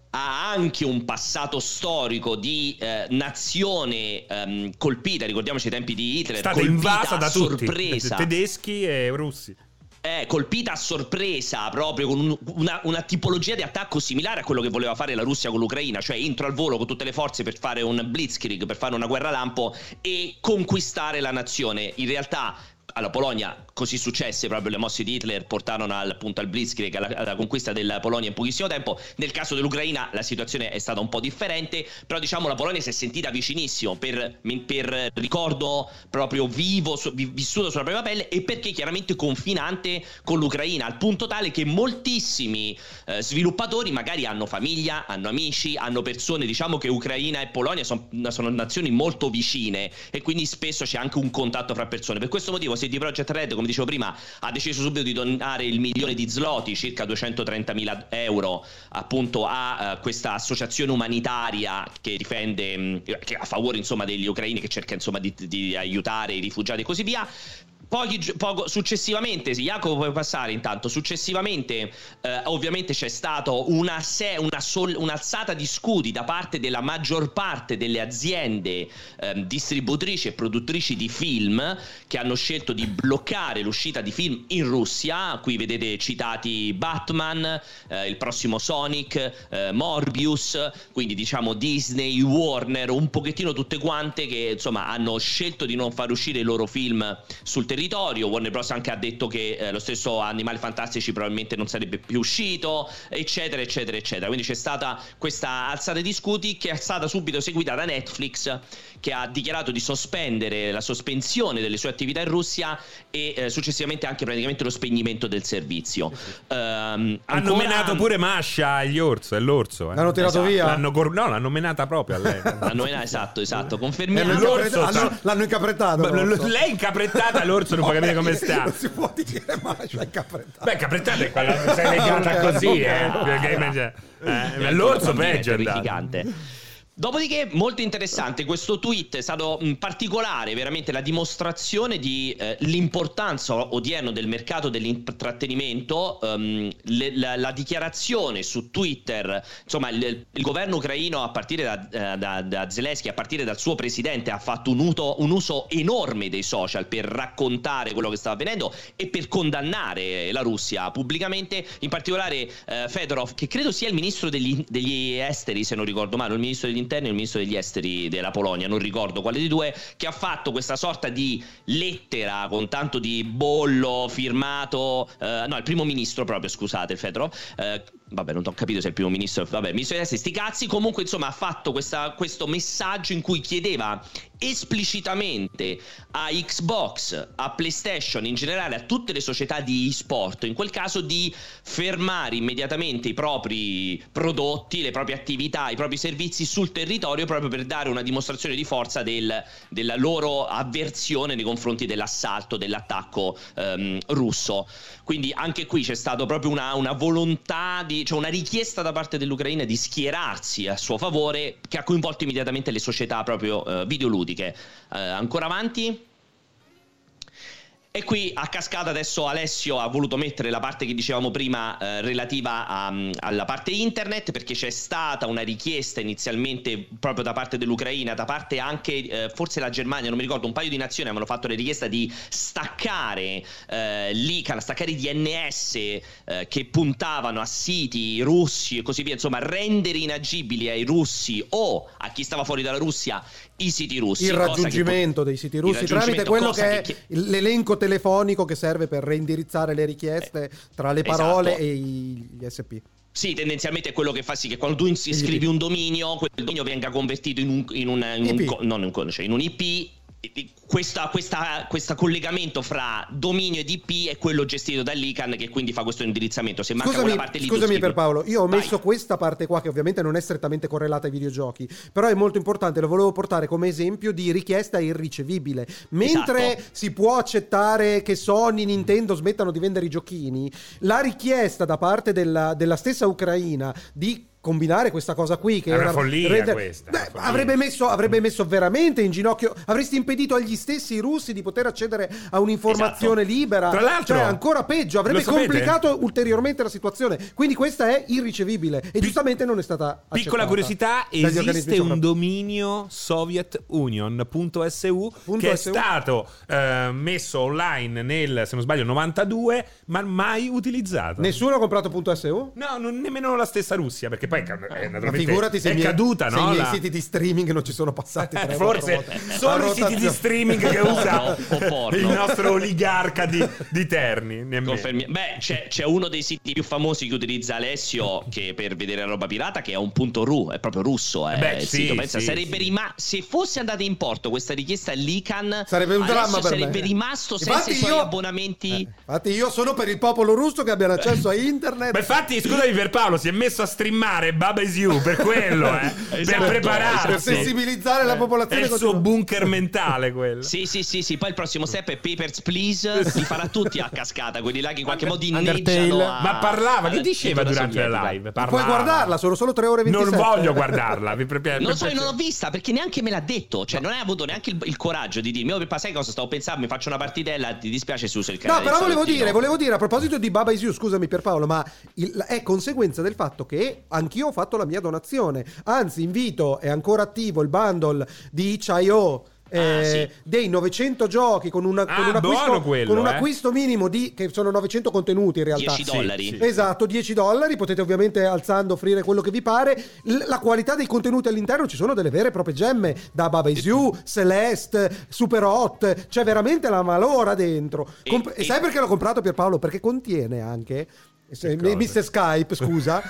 ha anche un passato storico di eh, nazione ehm, colpita, ricordiamoci i tempi di Hitler, è stata colpita invasa da tutti, sorpresa, tedeschi e russi. Eh, colpita a sorpresa proprio con un, una, una tipologia di attacco similare a quello che voleva fare la Russia con l'Ucraina, cioè entro al volo con tutte le forze per fare un blitzkrieg, per fare una guerra lampo e conquistare la nazione. In realtà alla Polonia così successe, proprio le mosse di Hitler portarono al, appunto al blitzkrieg, alla, alla conquista della Polonia in pochissimo tempo. Nel caso dell'Ucraina la situazione è stata un po' differente, però diciamo la Polonia si è sentita vicinissimo per, per ricordo proprio vivo, su, vissuto sulla propria pelle, e perché chiaramente confinante con l'Ucraina, al punto tale che moltissimi eh, sviluppatori magari hanno famiglia, hanno amici, hanno persone, diciamo che Ucraina e Polonia sono, sono nazioni molto vicine e quindi spesso c'è anche un contatto fra persone. Per questo motivo C D Projekt Red, come dicevo prima, ha deciso subito di donare il milione di zloty, circa duecentotrentamila euro, appunto a uh, questa associazione umanitaria che difende, mh, che a favore insomma degli ucraini, che cerca insomma di, di aiutare i rifugiati e così via. Pochi, poco successivamente, sì, Jacopo puoi passare intanto, successivamente eh, ovviamente c'è stato una, se, una sol, un'alzata di scudi da parte della maggior parte delle aziende eh, distributrici e produttrici di film, che hanno scelto di bloccare l'uscita di film in Russia. Qui vedete citati Batman, eh, il prossimo Sonic, eh, Morbius, quindi diciamo Disney, Warner, un pochettino tutte quante che insomma hanno scelto di non far uscire i loro film sul territorio. Warner Bros. Anche ha detto che eh, lo stesso Animali Fantastici probabilmente non sarebbe più uscito, eccetera eccetera eccetera. Quindi c'è stata questa alzata di scudi che è stata subito seguita da Netflix, che ha dichiarato di sospendere la sospensione delle sue attività in Russia e eh, successivamente anche praticamente lo spegnimento del servizio. Um, hanno ancora... menato pure Masha gli orso, è l'orso, eh. L'hanno tirato esatto. via? L'hanno cor- no, l'hanno menata proprio a lei. L'hanno menato, esatto, esatto, confermiamo. L'hanno, l'orso incapre- sta- hanno, l'hanno incaprettato. Ma, l'orso. lei è incaprettata, l'orso non può capire come sta. Non si può dire mai, cioè incaprettata. Beh, caprettata è quella, sei legata Ok, così, ok. eh. Perché, eh, l'orso peggio è andato. Terrificante. Dopodiché, molto interessante questo tweet, è stato in particolare veramente la dimostrazione di eh, l'importanza odierno del mercato dell'intrattenimento. Um, le, la, la dichiarazione su Twitter, insomma il, il governo ucraino a partire da, da, da Zelensky, a partire dal suo presidente, ha fatto un, uto, un uso enorme dei social per raccontare quello che stava avvenendo e per condannare la Russia pubblicamente. In particolare eh, Fedorov, che credo sia il ministro degli, degli esteri, se non ricordo male, il ministro degli interni e il ministro degli esteri della Polonia, non ricordo quale dei due, che ha fatto questa sorta di lettera con tanto di bollo firmato, eh, no, il primo ministro proprio, scusate, il Fedorov, eh, vabbè, non ho capito se è il primo ministro, vabbè, il ministro degli esteri, sti cazzi, comunque insomma ha fatto questa, questo messaggio in cui chiedeva esplicitamente a Xbox, a PlayStation, in generale a tutte le società di e-sport, in quel caso, di fermare immediatamente i propri prodotti, le proprie attività, i propri servizi sul territorio, proprio per dare una dimostrazione di forza del, della loro avversione nei confronti dell'assalto, dell'attacco ehm, russo. Quindi anche qui c'è stato proprio una, una volontà di, cioè una richiesta da parte dell'Ucraina di schierarsi a suo favore, che ha coinvolto immediatamente le società proprio eh, videoludiche. Eh, ancora avanti. E qui a cascata adesso Alessio ha voluto mettere la parte che dicevamo prima eh, relativa a, alla parte internet, perché c'è stata una richiesta inizialmente proprio da parte dell'Ucraina, da parte anche eh, forse la Germania, non mi ricordo, un paio di nazioni avevano fatto la richiesta di staccare eh, l'I C A N, staccare i D N S eh, che puntavano a siti russi e così via, insomma rendere inagibili ai russi o a chi stava fuori dalla Russia i siti russi. Il raggiungimento dei siti russi tramite quello che è che... l'elenco telefonico che serve per reindirizzare le richieste tra le parole, esatto, e gli S P. Sì, tendenzialmente è quello che fa sì che quando tu iscrivi un dominio, quel dominio venga convertito in un, in un, in un, non in un, cioè in un I P. Questa, questa, questo collegamento fra dominio ed I P è quello gestito dall'I C A N, che quindi fa questo indirizzamento. Se manca scusami, quella parte lì, scusami per Paolo, io ho Vai. messo questa parte qua che ovviamente non è strettamente correlata ai videogiochi, però è molto importante, lo volevo portare come esempio di richiesta irricevibile. Mentre esatto. si può accettare che Sony, Nintendo smettano di vendere i giochini, la richiesta da parte della, della stessa Ucraina di combinare questa cosa qui che è una era follia render- questa, Beh, una follia. avrebbe messo avrebbe messo veramente in ginocchio, avresti impedito agli stessi russi di poter accedere a un'informazione Esatto. libera. Tra l'altro, cioè, ancora peggio, avrebbe lo sapete? complicato ulteriormente la situazione. Quindi questa è irricevibile e giustamente non è stata accettata. Piccola curiosità, dagli organismi esiste un sopra- dominio soviet union punto s u Punto che è S U? stato eh, messo online nel, se non sbaglio, novantadue, ma mai utilizzato. Nessuno ha comprato .su? No, non nemmeno la stessa Russia, perché poi è, Ma naturalmente figurati se è i miei, caduta, se no? i miei La- siti di streaming non ci sono passati Eh, tre forse volte. sono A i siti di rotazione. streaming che usa Porno, o porno. il nostro oligarca di, di Terni. nemmeno. Confermi- Beh, c'è, c'è uno dei siti più famosi che utilizza Alessio che per vedere la roba pirata, che è un punto ru, è proprio russo. È Beh, il sì, sito. Pensa, sì, sarebbe sì. rima- se fosse andata in porto questa richiesta all'I C A N, Sarebbe un dramma Alessio per me. sarebbe rimasto senza Infatti i suoi io- abbonamenti. Eh, infatti io sono per il popolo russo che abbiano accesso a internet. Ma infatti, scusami, per Paolo si è messo a streamare Baba Is You per quello, eh, Esatto, per prepararsi. per sensibilizzare la È popolazione il suo continua. bunker mentale quello. Sì, sì, sì, sì. Poi il prossimo step è Papers, Please. Li farà tutti a cascata, quelli là che in qualche modo Undertale. inneggiano a- Ma parlava, che alla diceva cultura durante la sovietica. live? Puoi Parlava. guardarla, sono solo tre ore e Non ventisette. voglio guardarla. Vi pre- Non per so, io piacere. non l'ho vista perché neanche me l'ha detto. Cioè, non hai avuto neanche il, il coraggio di dirmi: oh, per sai cosa stavo pensando? Mi faccio una partitella. Ti dispiace se uso il canale? No, però di volevo Salottino? dire, volevo dire a proposito di Baba Is You, scusami Pierpaolo, ma il- è conseguenza del fatto che anch'io ho fatto la mia donazione. Anzi, invito, è ancora attivo il bundle di itch punto io. Eh, Ah, sì. dei novecento giochi con, una, Ah, con un acquisto, buono quello, con un eh. acquisto minimo di che sono novecento contenuti in realtà. dieci dollari. Sì, sì. Esatto, dieci dollari, potete ovviamente alzando offrire quello che vi pare. L- la qualità dei contenuti all'interno, ci sono delle vere e proprie gemme, da Baba Is You, Celeste, Super Hot, c'è veramente la malora dentro. E- Comp- e, e- sai perché l'ho comprato Pierpaolo? Perché contiene anche se- cosa? mister Skype, scusa.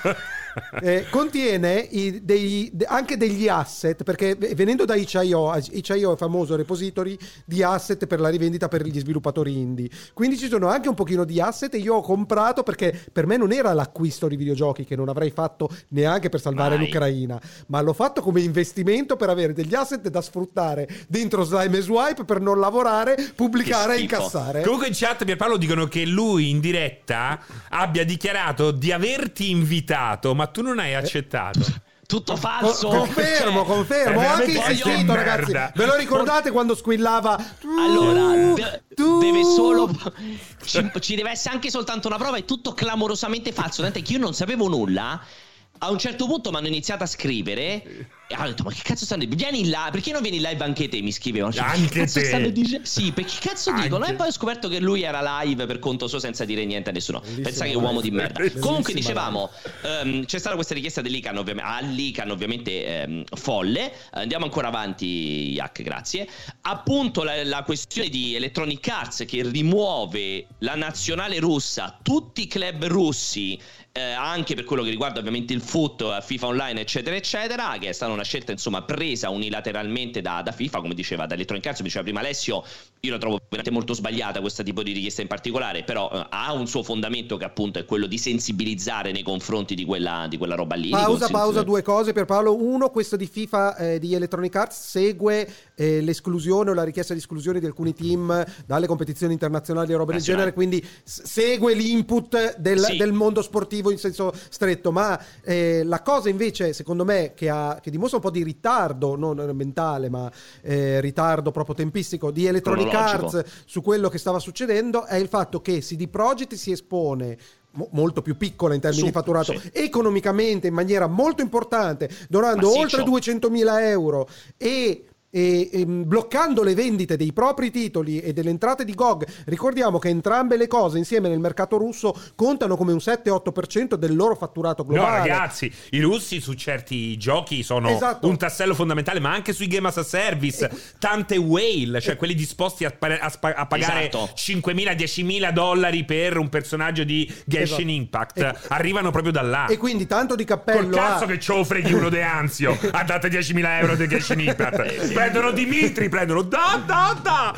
Eh, contiene i- dei- de- anche degli asset, perché v- venendo da itch punto io, itch punto io è famoso repository di asset per la rivendita per gli sviluppatori indie, quindi ci sono anche un pochino di asset e io ho comprato perché per me non era l'acquisto di videogiochi che non avrei fatto neanche per salvare Mai. l'Ucraina, ma l'ho fatto come investimento per avere degli asset da sfruttare dentro Slime e Swipe per non lavorare, pubblicare e Che schifo. incassare. Comunque in chat Pierpaolo dicono che lui in diretta abbia dichiarato di averti invitato, ma tu non hai accettato. Tutto Co- falso. confermo, Cioè, confermo. È Ho anche veramente insistito, che ragazzi. merda. Ve lo ricordate quando squillava? Allora, Tu, de- tu. deve solo. Ci, ci deve essere anche soltanto una prova. È tutto clamorosamente falso. Tant'è che io non sapevo nulla. A un certo punto mi hanno iniziato a scrivere. E ho detto: ma che cazzo stanno dicendo? Vieni là, perché non vieni live anche te? Mi scrivevano. Cioè, Anche che cazzo te? stanno dicendo? Sì, perché cazzo Anche. dicono? E poi ho scoperto che lui era live per conto suo senza dire niente a nessuno. Bellissimo Pensa che live. uomo di merda. Bellissimo Comunque, live. dicevamo, ehm, c'è stata questa richiesta dell'I C A N, ovviamente, all'I C A N, ovviamente ehm, folle. Andiamo ancora avanti, Yak, grazie. Appunto, la, la questione di Electronic Arts che rimuove la nazionale russa, tutti i club russi. Eh, anche per quello che riguarda ovviamente il foot, FIFA Online eccetera eccetera, che è stata una scelta insomma presa unilateralmente da, da FIFA, come diceva da Electronic Arts, come diceva prima Alessio. Io la trovo veramente molto sbagliata questo tipo di richiesta in particolare, però eh, ha un suo fondamento che appunto è quello di sensibilizzare nei confronti di quella, di quella roba lì. di Pausa, consen- pausa, due cose per Paolo. Uno, questo di FIFA eh, di Electronic Arts segue eh, l'esclusione o la richiesta di esclusione di alcuni team dalle competizioni internazionali e roba del Nazionali. genere, quindi s- segue l'input del, Sì. del mondo sportivo in senso stretto, ma eh, la cosa invece secondo me che, ha, che dimostra un po' di ritardo, non mentale ma eh, ritardo proprio tempistico di Electronic Cronologico. Arts su quello che stava succedendo è il fatto che C D Projekt si espone mo- molto più piccola in termini Su- di fatturato sì. economicamente in maniera molto importante, donando Massiccio. oltre duecentomila euro e E, e, bloccando le vendite dei propri titoli e delle entrate di G O G. Ricordiamo che entrambe le cose insieme nel mercato russo contano come un sette otto per cento del loro fatturato No, globale. ragazzi, i russi su certi giochi sono Esatto. un tassello fondamentale, ma anche sui game as a service, E- tante whale, cioè quelli disposti a, pa- a spa- a pagare Esatto. cinquemila diecimila dollari per un personaggio di Genshin Esatto. Impact, E- arrivano proprio da là. E quindi tanto di Col cappello cazzo a... che ce lo freghi uno de Anzio a date diecimila euro di Genshin Impact. Prendono Dimitri, prendono da da da.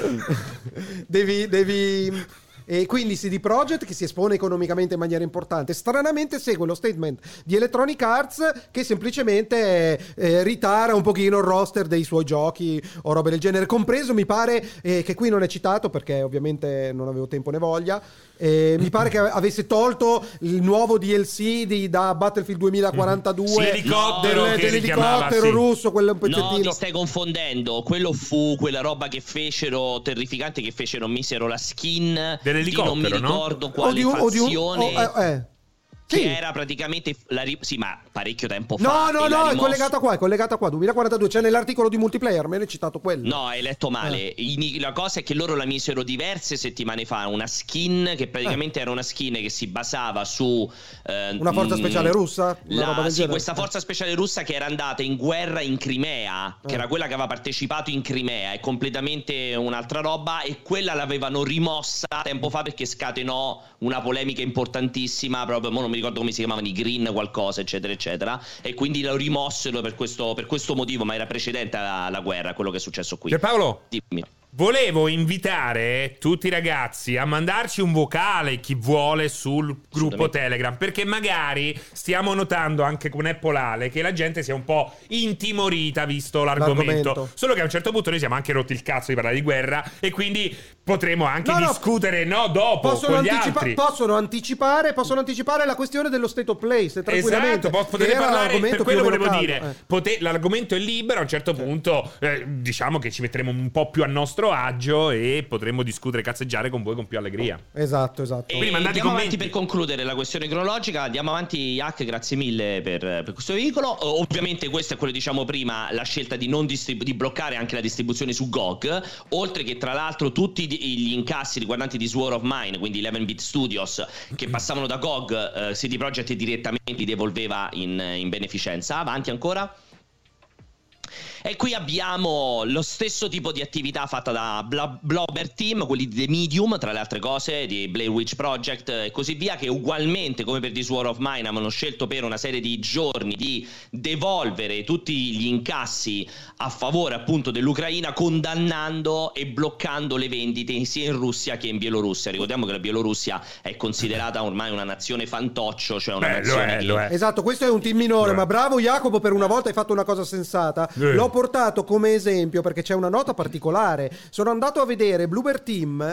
devi, devi... E quindi C D Projekt che si espone economicamente in maniera importante stranamente segue lo statement di Electronic Arts che semplicemente eh, ritara un pochino il roster dei suoi giochi o robe del genere, compreso mi pare eh, che qui non è citato perché ovviamente non avevo tempo né voglia, eh, mi pare che avesse tolto il nuovo D L C di, da Battlefield duemilaquarantadue, sì, l'elicottero, del, che dell'elicottero sì. russo, quello un No, pezzettino. ti stai confondendo. Quello fu quella roba che fecero, terrificante, che fecero, misero la skin dell'elicottero, di non mi ricordo no? quale O di un- o di un- fazione, o- eh, eh. che Sì. era praticamente la ri- sì, ma parecchio tempo No, fa. no, e l'ha no, è rimosso- collegata qua, è collegata qua, duemilaquarantadue, c'è nell'articolo di multiplayer, me ne hai citato quello. No, hai letto male. Eh. I- La cosa è che loro la misero diverse settimane fa. Una skin che praticamente era una skin che si basava su eh, Una forza mh, speciale russa? Una la- roba del sì, genere? questa forza speciale russa che era andata in guerra in Crimea, che Eh. era quella che aveva partecipato in Crimea, è completamente un'altra roba. E quella l'avevano rimossa tempo fa perché scatenò una polemica importantissima. Proprio, mo non mi ricordo come si chiamavano, i Green qualcosa, eccetera, eccetera. E quindi lo rimossero per questo, per questo motivo, ma era precedente alla, alla guerra, quello che è successo qui. Pierpaolo, Dimmi. volevo invitare tutti i ragazzi a mandarci un vocale, chi vuole, sul gruppo Assolutamente. Telegram, perché magari stiamo notando anche con Apple Ale che la gente sia un po' intimorita visto l'argomento. L'argomento. Solo che a un certo punto noi siamo anche rotti il cazzo di parlare di guerra e quindi potremo anche No, no, discutere no dopo Possono, con gli anticipa- altri. possono anticipare possono anticipare la questione dello state of play, se tranquillamente. Esatto, po- potete che era parlare, l'argomento per quello più o meno volevo caldo, dire, eh. pote- l'argomento è libero, a un certo punto eh, diciamo che ci metteremo un po' più a nostro agio e potremo discutere e cazzeggiare con voi con più allegria. Esatto, esatto. E Quindi mandate andiamo commenti. avanti per concludere la questione cronologica. Andiamo avanti, Hack, grazie mille per, per questo veicolo. Eh, Ovviamente questo è quello, diciamo prima, la scelta di non distrib- di bloccare anche la distribuzione su G O G, oltre che tra l'altro tutti gli incassi riguardanti di Sword of Mine, quindi eleven bit Studios, che passavano da G O G, eh, C D Projekt direttamente li devolveva in, in beneficenza. Avanti ancora. E qui abbiamo lo stesso tipo di attività fatta da Blo- Blobber Team, quelli di The Medium, tra le altre cose, di Blair Witch Project e così via, che ugualmente, come per This War of Mine, avevano scelto per una serie di giorni di devolvere tutti gli incassi a favore appunto dell'Ucraina, condannando e bloccando le vendite sia in Russia che in Bielorussia. Ricordiamo che la Bielorussia è considerata ormai una nazione fantoccio, cioè una Beh, lo nazione è, che... lo è. Esatto, questo è un team minore, Eh. ma bravo Jacopo, per una volta hai fatto una cosa sensata. Eh. L'ho portato come esempio perché c'è una nota particolare. Sono andato a vedere Bloober Team,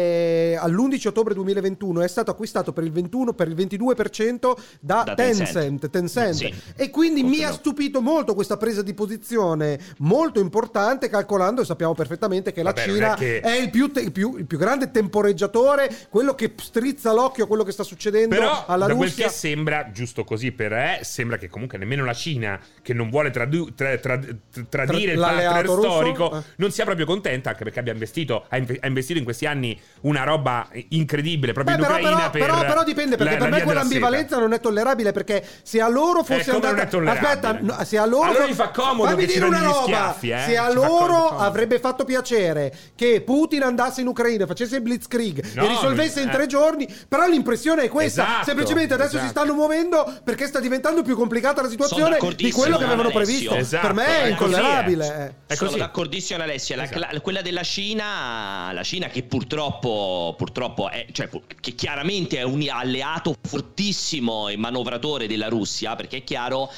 eh, all'undici ottobre duemilaventuno è stato acquistato per il ventuno per il ventidue per cento da, Da Tencent, Tencent. Tencent. Sì. E quindi mi Confermo. ha stupito molto questa presa di posizione molto importante, calcolando, e sappiamo perfettamente che Vabbè, la non Cina è che- è il più, te- il più- il più grande temporeggiatore, quello che strizza l'occhio a quello che sta succedendo Però alla da quel Russia. che sembra, giusto così per eh, sembra che comunque nemmeno la Cina, che non vuole tradu- tra- tra- tradire il l'alleato partner russo, storico, eh. non sia proprio contenta, anche perché abbia investito, ha, inve- ha investito in questi anni una roba incredibile proprio Beh, in però, Ucraina. però, per però, però dipende, perché la- per la me via della quell'ambivalenza seta. non è tollerabile, perché se a loro fosse Eh, come non andata è tollerabile? aspetta, no, se a loro Allora gli fa comodo fammi che ci dire una danno gli roba, schiaffi, eh. se a Ci fa loro comodo. avrebbe fatto piacere che Putin andasse in Ucraina, facesse il blitzkrieg No, e risolvesse in eh. tre giorni, però l'impressione è questa, Esatto, semplicemente adesso esatto. si stanno muovendo perché sta diventando più complicata la situazione di d'accordissimo, quello che avevano Alessio. previsto. Esatto, Per me è è così, intollerabile. eh. eh. È Sono così. d'accordissimo, Alessia. La- Esatto. la- quella della Cina, la Cina che purtroppo, purtroppo è, cioè, pu- che chiaramente è un alleato fortissimo e manovratore della Russia, perché è chiaro,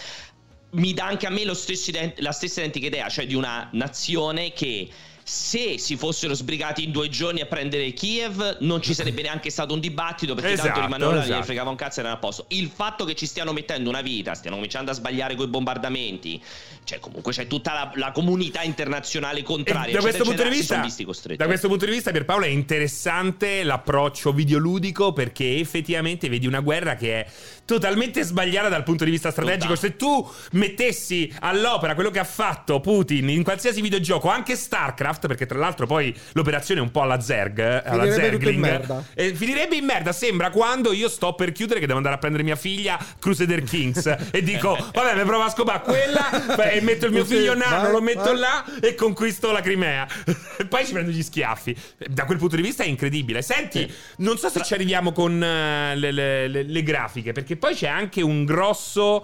mi dà anche a me lo stesso ident- la stessa identica idea, cioè di una nazione che, se si fossero sbrigati in due giorni a prendere Kiev, non ci sarebbe neanche stato un dibattito, perché Esatto, tanto rimanevano là, esatto. gli fregava un cazzo, erano a posto. Il fatto che ci stiano mettendo una vita, stiano cominciando a sbagliare coi bombardamenti, cioè comunque c'è tutta la, la comunità internazionale contraria, E da questo eccetera, punto di eccetera, si sono vista, visti costretti. da questo punto di vista, Pierpaolo, è interessante l'approccio videoludico, perché effettivamente vedi una guerra che è totalmente sbagliata dal punto di vista strategico. Tutta. Se tu mettessi all'opera quello che ha fatto Putin in qualsiasi videogioco, anche StarCraft, perché tra l'altro poi l'operazione è un po' alla Zerg, eh, alla Finirebbe tutto in Zergling, merda. e finirebbe in merda. Sembra quando io sto per chiudere che devo andare a prendere mia figlia Crusader Kings e dico vabbè, mi provo a scopare quella e metto il mio Sì, figlio nano, vai, lo metto vai. là e conquisto la Crimea. E poi ci prendo gli schiaffi. Da quel punto di vista è incredibile. Senti, non so se ci arriviamo con eh, le, le- le- le grafiche, perché poi c'è anche un grosso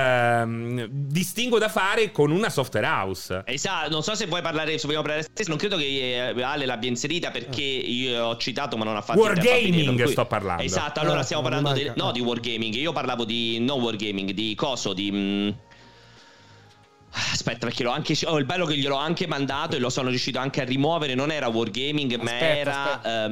ehm, distinguo da fare con una software house. Esatto, non so se vuoi parlare, se vogliamo parlare stesso, non credo che eh, Ale l'abbia inserita, perché io ho citato ma non ha fatto in tempo a Wargaming vederlo, per cui- sto parlando. Esatto, allora Ah, stiamo non mi parlando di, manca. no, Ah. di Wargaming. Io parlavo di no Wargaming, di coso, di mh, aspetta, perché l'ho anche oh, il bello che gliel'ho anche mandato e lo sono riuscito anche a rimuovere, non era Wargaming, ma Aspetta, era aspetta. ehm,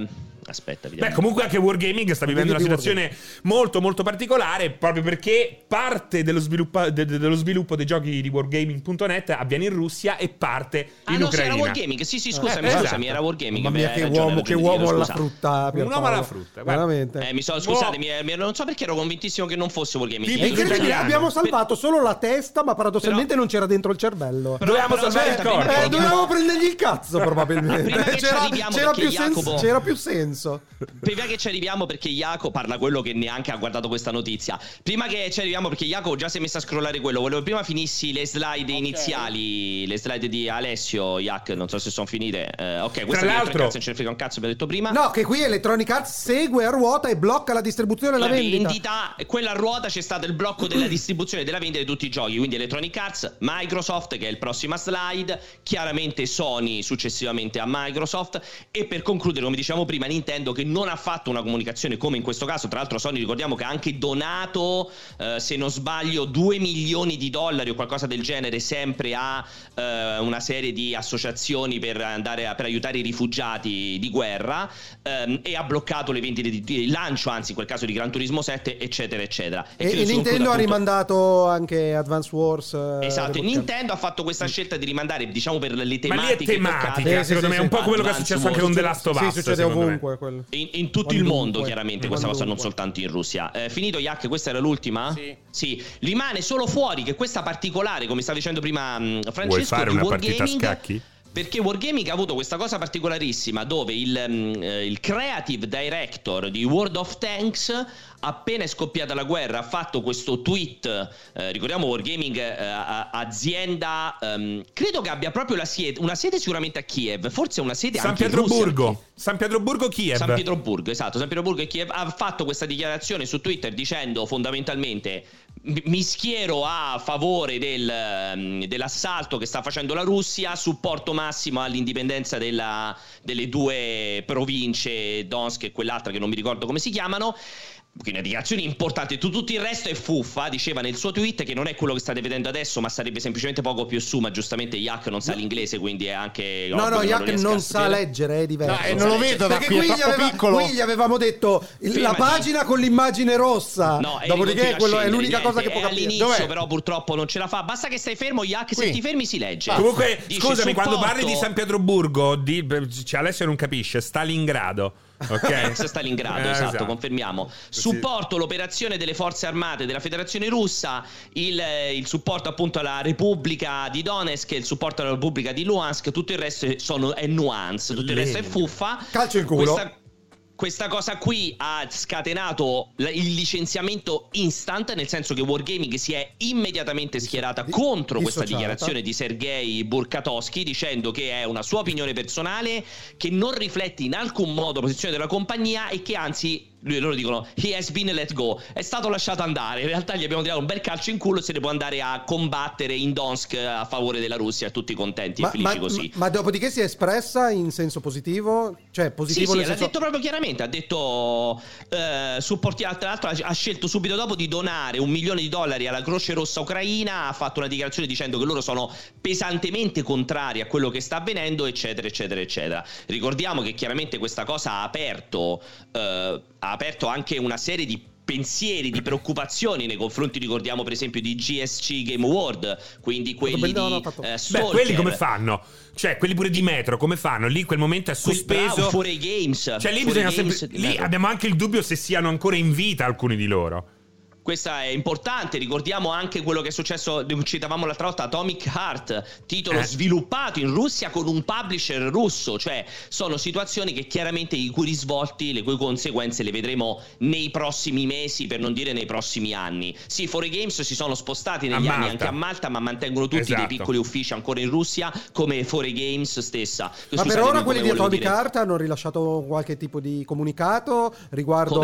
Aspetta, vediamo. Beh, comunque anche Wargaming sta vivendo una situazione molto molto particolare, proprio perché parte dello, sviluppa- de- dello sviluppo dei giochi di wargaming punto net avviene in Russia e parte ah, in no, Ucraina. Sì, era Wargaming. Sì, sì, scusami, Eh, scusami, esatto. era Wargaming. Mamma mia, che ragione, uomo, che uomo alla scusa. frutta. Un uomo alla frutta, guarda. Veramente. Eh, mi so, scusate, mi, mi, non so perché ero convintissimo che non fosse Wargaming. Tipico E credo che italiano. abbiamo salvato solo la testa, ma paradossalmente Però- non c'era dentro il cervello. Però- Dovevamo però salvare aspetta, il corpo. prima Eh, che dovevamo arriviamo- prendergli il cazzo, probabilmente. Prima che ci C'era, arriviamo, c'era perché più senso, Jacopo- c'era più senso. Prima che ci arriviamo, perché Jacopo parla quello che neanche ha guardato questa notizia. Prima che ci arriviamo, perché Jacopo già si è messo a scrollare quello. Volevo prima finissi le slide iniziali, le slide di Alessio. Jac, non so se sono finite. Eh, ok, questa Tra l'altro- non ce ne frega un cazzo, abbiamo detto prima. No, che qui Electronic Arts segue a ruota e blocca la distribuzione e la, La vendita. vendita, quella a ruota c'è stato il blocco della distribuzione e della vendita di tutti i giochi. Quindi Electronic Arts, Microsoft, che è il prossima slide, chiaramente Sony successivamente a Microsoft, e per concludere, come diciamo prima, Nintendo, che non ha fatto una comunicazione come in questo caso. Tra l'altro Sony, ricordiamo che ha anche donato, eh, se non sbaglio, due milioni di dollari o qualcosa del genere sempre a eh, una serie di associazioni per andare a, per aiutare i rifugiati di guerra, ehm, e ha bloccato le vendite di, di lancio, anzi in quel caso di Gran Turismo sette, eccetera eccetera. E, credo e si Nintendo concluda, ha appunto- rimandato anche Advance Wars. eh, Esatto, Rebel Nintendo ha fatto questa scelta di rimandare, diciamo, per le Ma lì è tematiche tematica, toccate. Sì, secondo sì, me, sì, è un po' sì. quello che è Advance successo anche con Wars. The Last of Sì, Us. succede secondo me. ovunque quello. In, in tutto il Ovunque. mondo, chiaramente, questa cosa, non Ovunque. soltanto in Russia. Eh, finito, Jack, questa era l'ultima? Sì. Sì. Rimane solo fuori che questa particolare, come stava dicendo prima mh, Francesco, Vuoi fare di una partita a Wargaming, scacchi? perché Wargaming ha avuto questa cosa particolarissima dove il, mh, eh, il creative director di World of Tanks, appena è scoppiata la guerra, ha fatto questo tweet. Eh, ricordiamo Wargaming, eh, a- azienda, ehm, credo che abbia proprio la sede, una sede sicuramente a Kiev, forse una sede San anche in Russia. Pietroburgo. San Pietroburgo, Kiev. San Pietroburgo, esatto, San Pietroburgo e Kiev. Ha fatto questa dichiarazione su Twitter dicendo fondamentalmente: mi schiero a favore del, um, dell'assalto che sta facendo la Russia, supporto massimo all'indipendenza della, delle due province, Donetsk e quell'altra che non mi ricordo come si chiamano. Quindi una dichiarazione importante. Tutto il resto è fuffa, diceva nel suo tweet, che non è quello che state vedendo adesso, ma sarebbe semplicemente poco più su. Ma giustamente Jack non sa l'inglese, quindi è anche No, ovvio no, che Jack riesca non a sa sapere. leggere, è diverso. No, e non lo vedo da Perché qui, è qui gli, troppo aveva- piccolo. qui gli avevamo detto il- la Fermati. pagina con l'immagine rossa. No, e Dopodiché continua a quello è scendere, l'unica niente, cosa che può è capire. all'inizio, Dov'è? però purtroppo non ce la fa. Basta che stai fermo, Jack, se Qui. ti fermi si legge. Comunque, Dice scusami, quando supporto- parli di San Pietroburgo, di, cioè Alessio non capisce, Stalingrado. Ok? Ex Stalingrado, Eh, esatto, confermiamo. Sì. Supporto l'operazione delle forze armate della Federazione Russa, il, eh, il supporto appunto alla Repubblica di Donetsk, il supporto alla Repubblica di Luhansk, tutto il resto sono, è nuance, tutto il resto è fuffa. Calcio in culo. Questa, questa cosa qui ha scatenato l- il licenziamento instant, nel senso che Wargaming si è immediatamente schierata di- contro questa dissociata. dichiarazione di Sergei Burkatowski, dicendo che è una sua opinione personale, che non riflette in alcun modo la posizione della compagnia e che anzi, lui, loro dicono, he has been let go, è stato lasciato andare. In realtà gli abbiamo tirato un bel calcio in culo e se ne può andare a combattere in Donetsk a favore della Russia, tutti contenti e Ma, felici ma- così. ma dopodiché si è espressa in senso positivo? Cioè Sì, positivo sì, nel l'ha senso... detto proprio chiaramente, ha detto eh, supportiamo, tra l'altro ha, ha scelto subito dopo di donare un milione di dollari alla Croce Rossa Ucraina, ha fatto una dichiarazione dicendo che loro sono pesantemente contrari a quello che sta avvenendo, eccetera eccetera eccetera. Ricordiamo che chiaramente questa cosa ha aperto eh, ha aperto anche una serie di pensieri, di preoccupazioni nei confronti, ricordiamo per esempio di G S C Game World, quindi quelli No, no, di fatto- eh, Beh, Stalker. quelli come fanno? Cioè, quelli pure di Metro, come fanno? Lì in quel momento è sospeso. Bravo, Fuori Games. Cioè, lì Fuori bisogna Games sempre. di Lì Metro. abbiamo anche il dubbio se siano ancora in vita alcuni di loro. Questa è importante, ricordiamo anche quello che è successo, citavamo l'altra volta, Atomic Heart, titolo Eh. sviluppato in Russia con un publisher russo, cioè sono situazioni che chiaramente i cui risvolti, le cui conseguenze le vedremo nei prossimi mesi, per non dire nei prossimi anni. Sì, Fuori Games si sono spostati negli A anni Malta. anche a Malta, ma mantengono tutti Esatto. dei piccoli uffici ancora in Russia, come Fuori Games stessa. Ma per Scusatemi, ora come quelli di volevo Atomic dire. Heart hanno rilasciato qualche tipo di comunicato riguardo Come? a...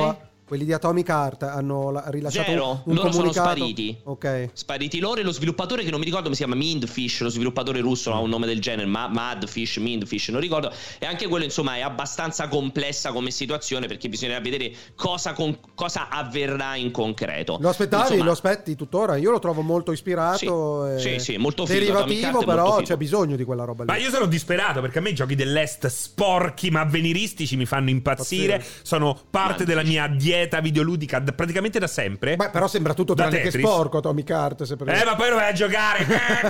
Quelli di Atomic Heart hanno la- rilasciato Zero, un loro sono comunicato. spariti. Ok. Spariti loro e lo sviluppatore che non mi ricordo come si chiama, Mindfish, lo sviluppatore russo ha un nome del genere, ma Madfish, Mindfish, non ricordo. E anche quello insomma è abbastanza complessa come situazione, perché bisognerà vedere cosa, con, cosa avverrà in concreto. Lo aspettavi? Insomma, Lo aspetti tuttora? Io lo trovo molto ispirato. Sì, e sì, sì, molto figo, derivativo, Atomic Heart è però molto figo. c'è bisogno di quella roba lì. Ma io sono disperato perché a me i giochi dell'Est sporchi ma avveniristici mi fanno impazzire. Pazzire. Sono parte Ma- della mia dieta videoludica d- praticamente da sempre. Beh, però sembra tutto Da tranne che Tetris. sporco Atomic Heart. Se per... Eh, ma poi lo vai a giocare.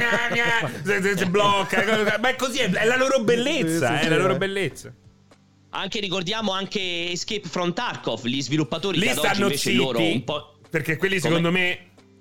se, se, se blocca. Ma è così, è, è la loro bellezza. Sì, sì, è sì, la loro eh. bellezza. Anche ricordiamo anche Escape from Tarkov, gli sviluppatori Lì che ad oggi stanno invece zitti. loro un po'... Perché quelli Come- secondo me.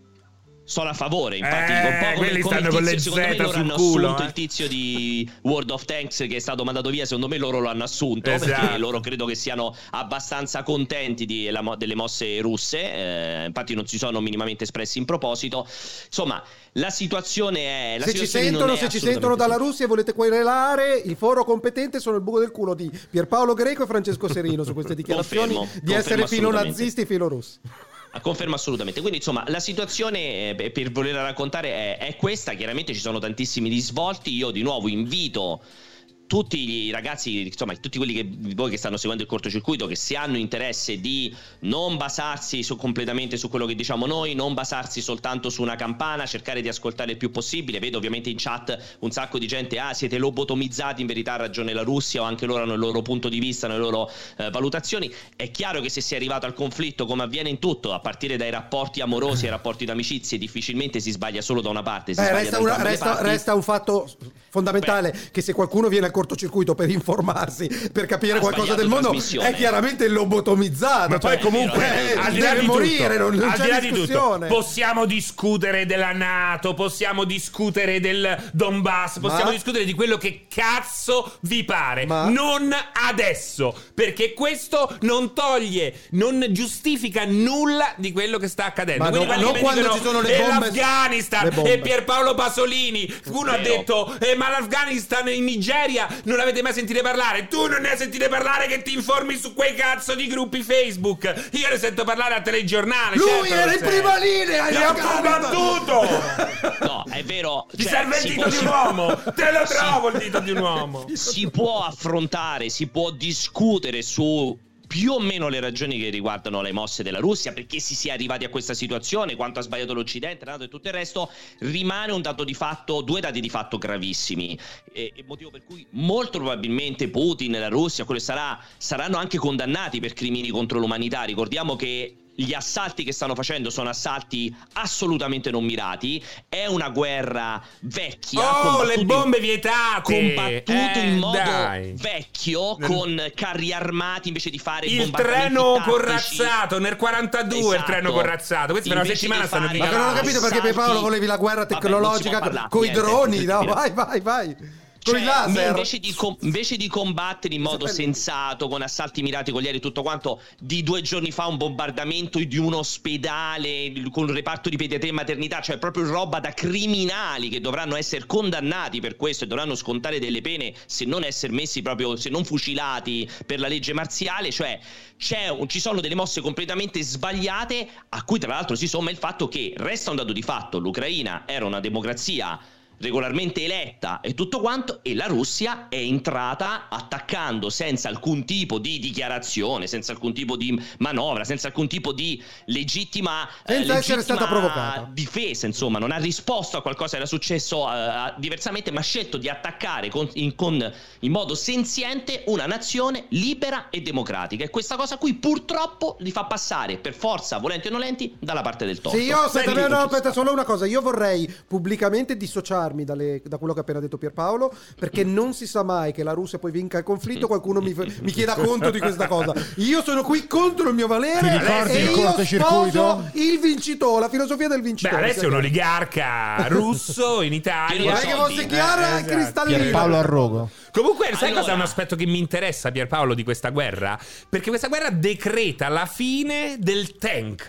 Sono a favore, infatti, Eh, un po' come, quelli come il stanno con tizio, le secondo me Z loro sul hanno culo, assunto eh. il tizio di World of Tanks che è stato mandato via, secondo me loro lo hanno assunto, Esatto. perché loro credo che siano abbastanza contenti di, la mo- delle mosse russe, eh, infatti non si sono minimamente espressi in proposito. Insomma, la situazione è... La Se ci situazione sentono, non è se ci assolutamente sentono dalla semplice. Russia e volete querelare, il foro competente sono il buco del culo di Pierpaolo Greco e Francesco Serino su queste dichiarazioni Confermo, di confermo essere filo assolutamente. nazisti e filo russi. Ah, confermo assolutamente. Quindi insomma la situazione eh, per voler raccontare è, è questa. Chiaramente ci sono tantissimi risvolti. Io di nuovo invito tutti i ragazzi, insomma tutti quelli che voi che stanno seguendo il cortocircuito, che se hanno interesse di non basarsi su, completamente su quello che diciamo noi, non basarsi soltanto su una campana, cercare di ascoltare il più possibile. Vedo ovviamente in chat un sacco di gente: ah, siete lobotomizzati, in verità ha ragione la Russia, o anche loro hanno il loro punto di vista, le loro eh, valutazioni. È chiaro che se si è arrivato al conflitto, come avviene in tutto, a partire dai rapporti amorosi ai rapporti d'amicizie, difficilmente si sbaglia solo da una parte, si Beh, sbaglia resta, da una- entrambe le resta- parti. resta un fatto fondamentale, che se qualcuno viene al cortocircuito per informarsi, per capire Ha qualcosa sbagliato del mondo, trasmissione. è chiaramente lobotomizzato. Ma cioè, poi comunque, eh, al di là deve di morire, tutto, non, non al c'è di là di tutto, discussione. possiamo discutere della NATO, possiamo discutere del Donbass, possiamo Ma- discutere di quello che cazzo vi pare, Ma- non adesso, perché questo non toglie, non giustifica nulla di quello che sta accadendo. Ma Quindi non- quelli non che quando dicono, ci sono le "E bombe- l'Afghanistan le bombe." e Pierpaolo Pasolini, uno ha Vero. detto "Eh, ma l'Afghanistan in Nigeria non l'avete mai sentito parlare, tu non ne hai sentito parlare che ti informi su quei cazzo di gruppi Facebook, io ne sento parlare al telegiornale." Lui certo era lo in sei. prima linea, Ti in ho Afghanistan. combattuto. No, è vero. Ti cioè, serve il si dito può- di si- un uomo, te lo si- trovo il dito di un uomo. Si può affrontare, si può discutere su più o meno le ragioni che riguardano le mosse della Russia, perché si sia arrivati a questa situazione, quanto ha sbagliato l'Occidente, la NATO e tutto il resto. Rimane un dato di fatto, due dati di fatto gravissimi, e, e motivo per cui molto probabilmente Putin e la Russia, quello sarà, saranno anche condannati per crimini contro l'umanità. Ricordiamo che gli assalti che stanno facendo sono assalti assolutamente non mirati. È una guerra vecchia. Oh, combattuta le in- bombe vietate. combattuto Eh, in modo dai. vecchio, Nel- con carri armati invece di fare Il bombardamenti treno tattici. corazzato nel quarantadue, il Esatto. treno corazzato. Questa per una Invece settimana di stanno fare- Ma che non ho capito perché Assalti- Paolo volevi la guerra Vabbè, non si tecnologica può parlare, con i niente, droni, si no? respira. Vai, vai, vai. Con Cioè, i laser. invece di, com- invece di combattere in modo Sapete- sensato, con assalti mirati con gli aerei e tutto quanto, di due giorni fa un bombardamento di un ospedale con un reparto di pediatria e maternità, cioè proprio roba da criminali che dovranno essere condannati per questo e dovranno scontare delle pene se non essere messi proprio, se non fucilati per la legge marziale. Cioè c'è un- ci sono delle mosse completamente sbagliate, a cui tra l'altro si somma il fatto che resta un dato di fatto: l'Ucraina era una democrazia regolarmente eletta e tutto quanto, e la Russia è entrata attaccando senza alcun tipo di dichiarazione, senza alcun tipo di manovra, senza alcun tipo di legittima eh, Senza essere legittima stata provocata. difesa, insomma non ha risposto a qualcosa che era successo eh, diversamente, ma ha scelto di attaccare con, in, con, in modo senziente una nazione libera e democratica, e questa cosa qui purtroppo li fa passare per forza, volenti o nolenti, dalla parte del torto. Sì, io aspetta, Quindi no, no, ci aspetta, sta. solo una cosa. Io vorrei pubblicamente dissociarmi dalle- da quello che ha appena detto Pierpaolo, perché non si sa mai che la Russia poi vinca il conflitto, qualcuno mi, mi chieda conto di questa cosa. Io sono qui contro il mio valere Ti ricordi e il io cortocircuito? sposo il vincitore, la filosofia del Beh, vincitore. adesso è un oligarca russo in Italia. Vorrei che fosse chiara Eh, e esatto. cristallina. Pierpaolo Arrogo. Comunque, sai Allora- cosa è un aspetto che mi interessa, Pierpaolo, di questa guerra? Perché questa guerra decreta la fine del tank.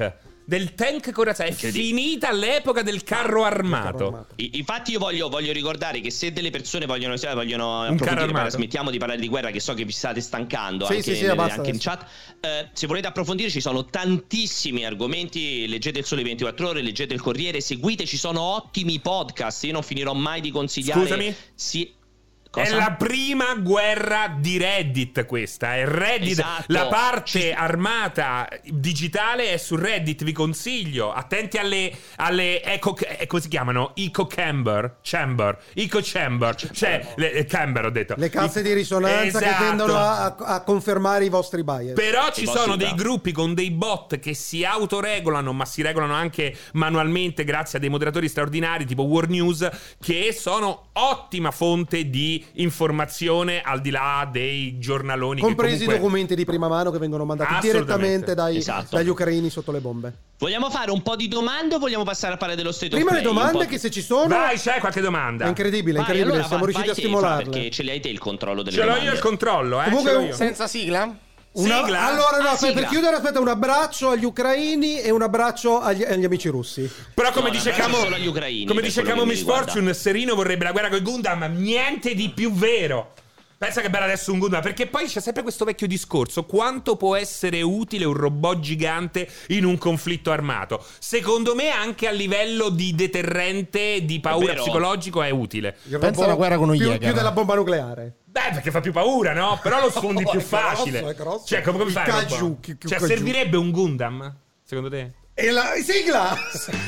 Del tank corazzato. È finita l'epoca del carro armato. Carro armato. I- Infatti io voglio, voglio ricordare che se delle persone vogliono, se vogliono carro approfondire, armato. smettiamo di parlare di guerra, che so che vi state stancando Sì, anche, sì, sì, nelle- basta anche in adesso. chat. Eh, se volete approfondire ci sono tantissimi argomenti, leggete il Sole ventiquattro Ore, leggete il Corriere, seguite, ci sono ottimi podcast, io non finirò mai di consigliare. Scusami? Sì. È Cosa? la prima guerra di Reddit questa, è Reddit, Esatto. la parte Ci- armata digitale è su Reddit, vi consiglio, attenti alle, alle eco, eh, come si chiamano? Eco Chamber, Chamber, Eco Chamber, cioè, le, eh, Chamber ho detto. Le casse di risonanza Esatto. che tendono a, a confermare i vostri bias. Però ci I sono vostri dei dati. gruppi con dei bot che si autoregolano, ma si regolano anche manualmente grazie a dei moderatori straordinari tipo War News, che sono ottima fonte di informazione al di là dei giornaloni, Compresi che i comunque... documenti di prima mano che vengono mandati Assolutamente. direttamente dai, Esatto. dagli ucraini sotto le bombe. Vogliamo fare un po' di domande o vogliamo passare a parlare dello State Prima of le Play? Un domande po' che se ci sono Vai, c'è qualche domanda? è incredibile, Vai, incredibile, allora siamo vai- riusciti a vai te, Fra, stimolarle. perché ce l'hai te il controllo delle Ce l'ho domande. io il controllo, eh? Comunque ce l'ho un- io. Senza sigla? Una- Sigla? allora no, Ah, aspetta, per sigla. chiudere aspetta un abbraccio agli ucraini e un abbraccio agli, agli amici russi. Però come No, dice un abbraccio Camo, solo agli ucraini, come per dice quello Camo che mi Miss Fortune, Serino vorrebbe la guerra con i Gundam, niente di più vero. Pensa che bello adesso un Gundam, perché poi c'è sempre questo vecchio discorso: quanto può essere utile un robot gigante in un conflitto armato? Secondo me anche a livello di deterrente, di paura vero. psicologico è utile. Il Pensa robot alla guerra con un più, Jäger. più della bomba nucleare. Beh, perché fa più paura, no? Però lo sfondi No, più è grosso, facile. è grosso. Cioè, come, come Il fai? a Kaiju, robot? chi- chi- Cioè, Kaiju. servirebbe un Gundam, secondo te? E la sigla!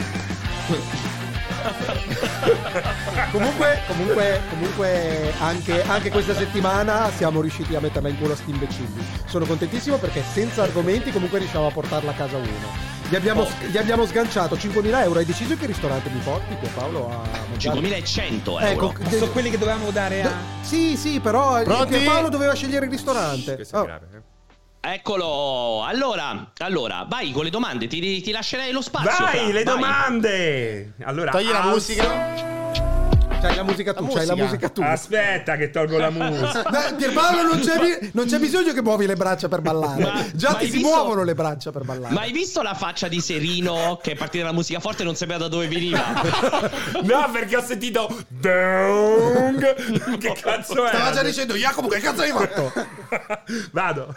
comunque, comunque, comunque anche, anche questa settimana siamo riusciti a metterla in culo a sti imbecilli. Sono contentissimo perché senza argomenti comunque riusciamo a portarla a casa uno. Gli abbiamo, Oh. gli abbiamo sganciato cinquemila euro. Hai deciso che ristorante mi porti, Pierpaolo, a mangiare? cinquemilacento Ecco, euro. de- Sono quelli che dovevamo dare a... sì, sì, però Pronti? Pierpaolo doveva scegliere il ristorante. Questo è Oh. grave, eh. Eccolo. Allora, allora, vai con le domande. Ti, ti lascerei lo spazio. Vai, Fra, le vai. domande! Allora, Togli la alza- musica. C'hai la musica tu, La c'hai la musica. musica tu. Aspetta che tolgo la musica. Dai, Pierpaolo, non c'è, bi- non c'è bisogno che muovi le braccia per ballare. Ma- Già ma ti hai si visto- muovono le braccia per ballare. Ma hai visto la faccia di Serino che è partita la musica forte e non sapeva da dove veniva? No, perché ho sentito Dong. Che cazzo è? Stava già dicendo, Jacopo, che cazzo hai fatto? Vado.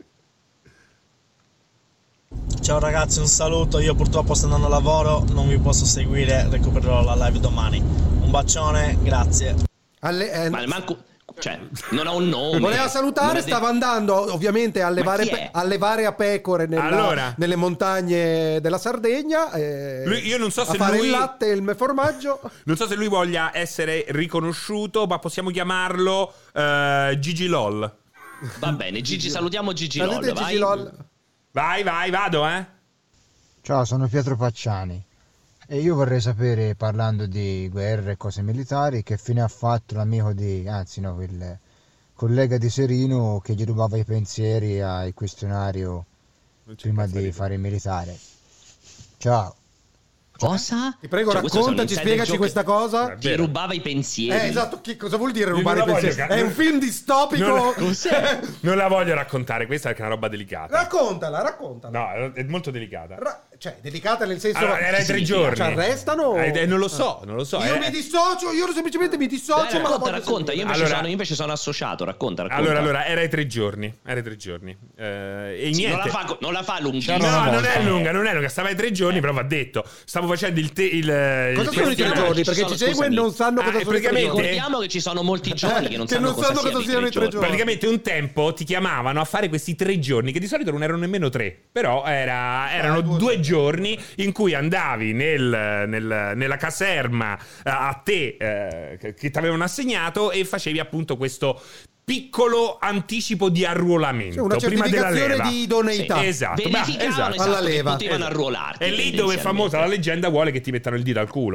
Ciao ragazzi, un saluto. Io purtroppo sto andando a lavoro, non vi posso seguire, recupererò la live domani. Un bacione, grazie. Alle- eh, Ma manco, cioè, non ha un nome. voleva Non salutare, ha stava detto- andando ovviamente a levare, chi pe- è? a levare a pecore nella- Allora. nelle montagne della Sardegna. eh, Lui- io non so a se fare lui- il latte e il formaggio. Non so se lui voglia essere riconosciuto, ma possiamo chiamarlo eh, Gigi Lol. Va bene, Gigi, salutiamo Gigi Salute, Lol. Gigi Vai. Lol. Vai, vai, vado, eh. Ciao, sono Pietro Pacciani e io vorrei sapere, parlando di guerre e cose militari, che fine ha fatto l'amico di, anzi no, il collega di Serino che gli rubava i pensieri al questionario prima di fare il militare. Ciao. Cosa? Ti prego, Cioè, questo sono raccontaci, insider spiegaci joke- questa cosa. Ti rubava i pensieri. Eh, esatto, che cosa vuol dire Io rubare non i la pensieri? voglio, È un film distopico. Non- Cos'è? Non la voglio raccontare, questa perché è una roba delicata. Raccontala, raccontala. No, è molto delicata. Ra- cioè, delicata nel senso... Allora, era ai tre giorni. Ci arrestano? Eh, eh, non lo so, non lo so. Io eh. mi dissocio, io semplicemente mi dissocio. Dai, ma la racconta, voglio racconta. Io sentire. invece, Allora- sono, io invece sono associato. Racconta, racconta. Allora, allora, era ai tre giorni. Era ai tre giorni. Eh, e Sì, non, niente. la fa, non la fa lunghissima. No, una non volta. è lunga, non è lunga. Stava ai tre giorni, però va detto. Stavo facendo il. Te, il Cosa il sono i tre no, giorni? ci Perché sono- ci segue e scusami. non sanno Ah, cosa e sono i tre praticamente- giorni. Ricordiamo che ci sono molti giorni che non Che sanno non cosa, sanno siano cosa i siano i tre giorni. Praticamente un tempo ti chiamavano a fare questi tre giorni, che di solito non erano nemmeno tre, però era- erano Ah, due due giorni in cui andavi nel- nel- nella caserma eh, a te eh, che che ti avevano assegnato e facevi appunto questo piccolo anticipo di arruolamento Cioè, una prima della certificazione leva. di idoneità. Sì, Esatto, verificavano beh, esatto. esatto Alla che leva. potevano Esatto. arruolarti. E lì dove è famosa la leggenda vuole che ti mettano il dito al culo.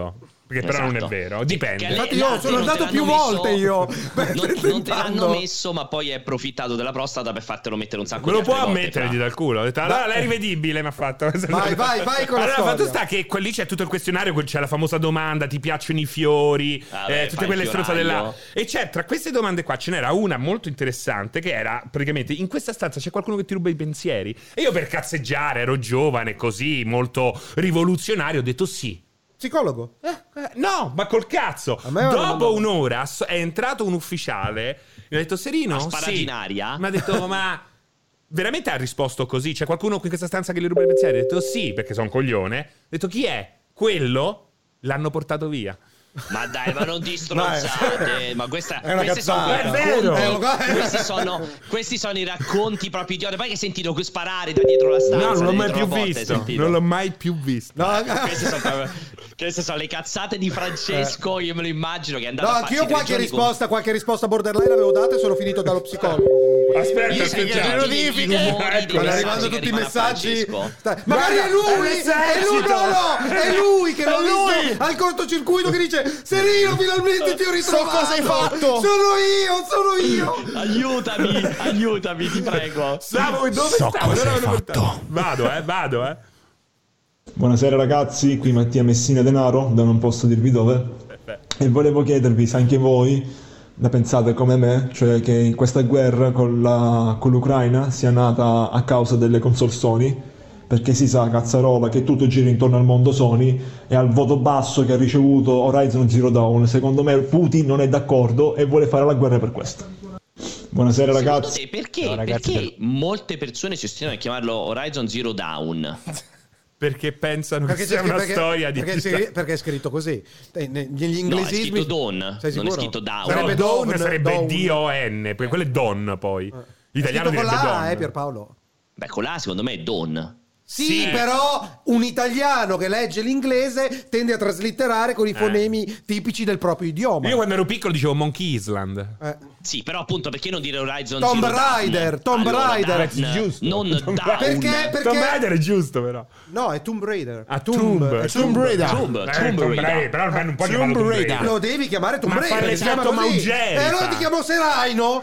Perché Esatto. però non è vero, dipende. Che- che Infatti le- io là, sono non te andato l'hanno più messo- volte io. Non, non te l'hanno messo, ma poi hai approfittato della prostata per fartelo mettere un sacco Me di lo può altre volte, ammettere fra. di dal culo. Ho detto, allora lei è rivedibile, mi ha fatto. Vai, vai, vai con la allora, storia. fatto sta che lì c'è tutto il questionario, c'è la famosa domanda: ti piacciono i fiori? Ah, eh, beh, tutte fai quelle il stronzate là. fioraio. E c'è tra queste domande qua ce n'era una molto interessante che era praticamente: in questa stanza c'è qualcuno che ti ruba i pensieri? E io per cazzeggiare, ero giovane, così, molto rivoluzionario, ho detto sì. Psicologo? Eh, eh, no, ma col cazzo. A me ora non- Dopo un'ora s- è entrato un ufficiale. Mi ha detto: Serino, Ha sparato sì. in aria? Mi ha detto: ma veramente ha risposto così? C'è qualcuno qui in questa stanza che le ruba i pensieri? Ho detto: sì, perché sono un coglione. Ho detto: chi è? Quello? L'hanno portato via. Ma dai, ma non di stronzate. Ma questa È una questi sono cazzata. quei È vero. racconti- questi, sono, questi sono i racconti proprio idioti. Poi che hai sentito sparare da dietro la stanza. No, non l'ho da mai dietro più la porta, hai visto. sentito? Non l'ho mai più visto. No, Queste sono, proprio- queste sono le cazzate di Francesco. Io me lo immagino che è andato no a anch'io farsi tre qualche giorni con- risposta, qualche risposta borderline avevo dato e sono finito dallo psicologo comunque. Aspetta, Io aspetta. sento aspetta. i rumori dei Stanno messaggi arrivando che tutti i arrivano a messaggi. Francesco. Sta- Magari è Guarda, lui! è È lui! l'esercito! No, no! È lui che l'ho È lui! visto al cortocircuito che dice: Serino, finalmente ti ho ritrovato! So cosa hai fatto! Sono io, sono io! Aiutami, aiutami, ti prego. Stavo dove So stavo? cosa Dove hai l'avevo fatto. portato? Vado, eh, vado, eh. Buonasera ragazzi, qui Mattia Messina Denaro, da non posso dirvi dove, e volevo chiedervi se anche voi la pensate come me, cioè che questa guerra con, la, con l'Ucraina sia nata a causa delle console Sony, perché si sa, cazzarola, che tutto gira intorno al mondo Sony e al voto basso che ha ricevuto Horizon Zero Dawn. Secondo me Putin non è d'accordo e vuole fare la guerra per questo. Buonasera Secondo ragazzi. te perché, Ciao, ragazzi perché molte persone si ostinano a chiamarlo Horizon Zero Dawn? Perché pensano Perché, che sia c'è- una perché- storia di perché, c'è- perché è scritto così. Eh, ne- Negli No, è inglesismi. scritto Dawn, Sei non è sicuro? scritto Dawn. Sarebbe No, Dawn Dawn, sarebbe Dawn. D O N, perché quello è Don poi. L'italiano È scritto con direbbe la A, Don. eh, Pierpaolo. Beh, con la secondo me è Dawn. Sì, Sì. però un italiano che legge l'inglese tende a traslitterare con i fonemi tipici del proprio idioma. Io quando ero piccolo dicevo Monkey Island. Eh. Sì, però appunto perché non dire Horizon Tomb Zero Dawn? Raider, Tomb Allora, Raider. Dawn, Giusto. non Tomb Dawn. Perché? Perché? Tomb Raider è giusto però. No, è Tomb Raider. Ah, Tomb. è Tomb Raider. Tomb, Eh, Tomb Tomb Raider. Raider, però ormai non puoi Tomb chiamarlo Tomb Raider. Raider. Lo devi chiamare Tomb Ma Raider. fa si chiama l'effetto così. Maugeri, E allora fa. ti chiamo Seraino.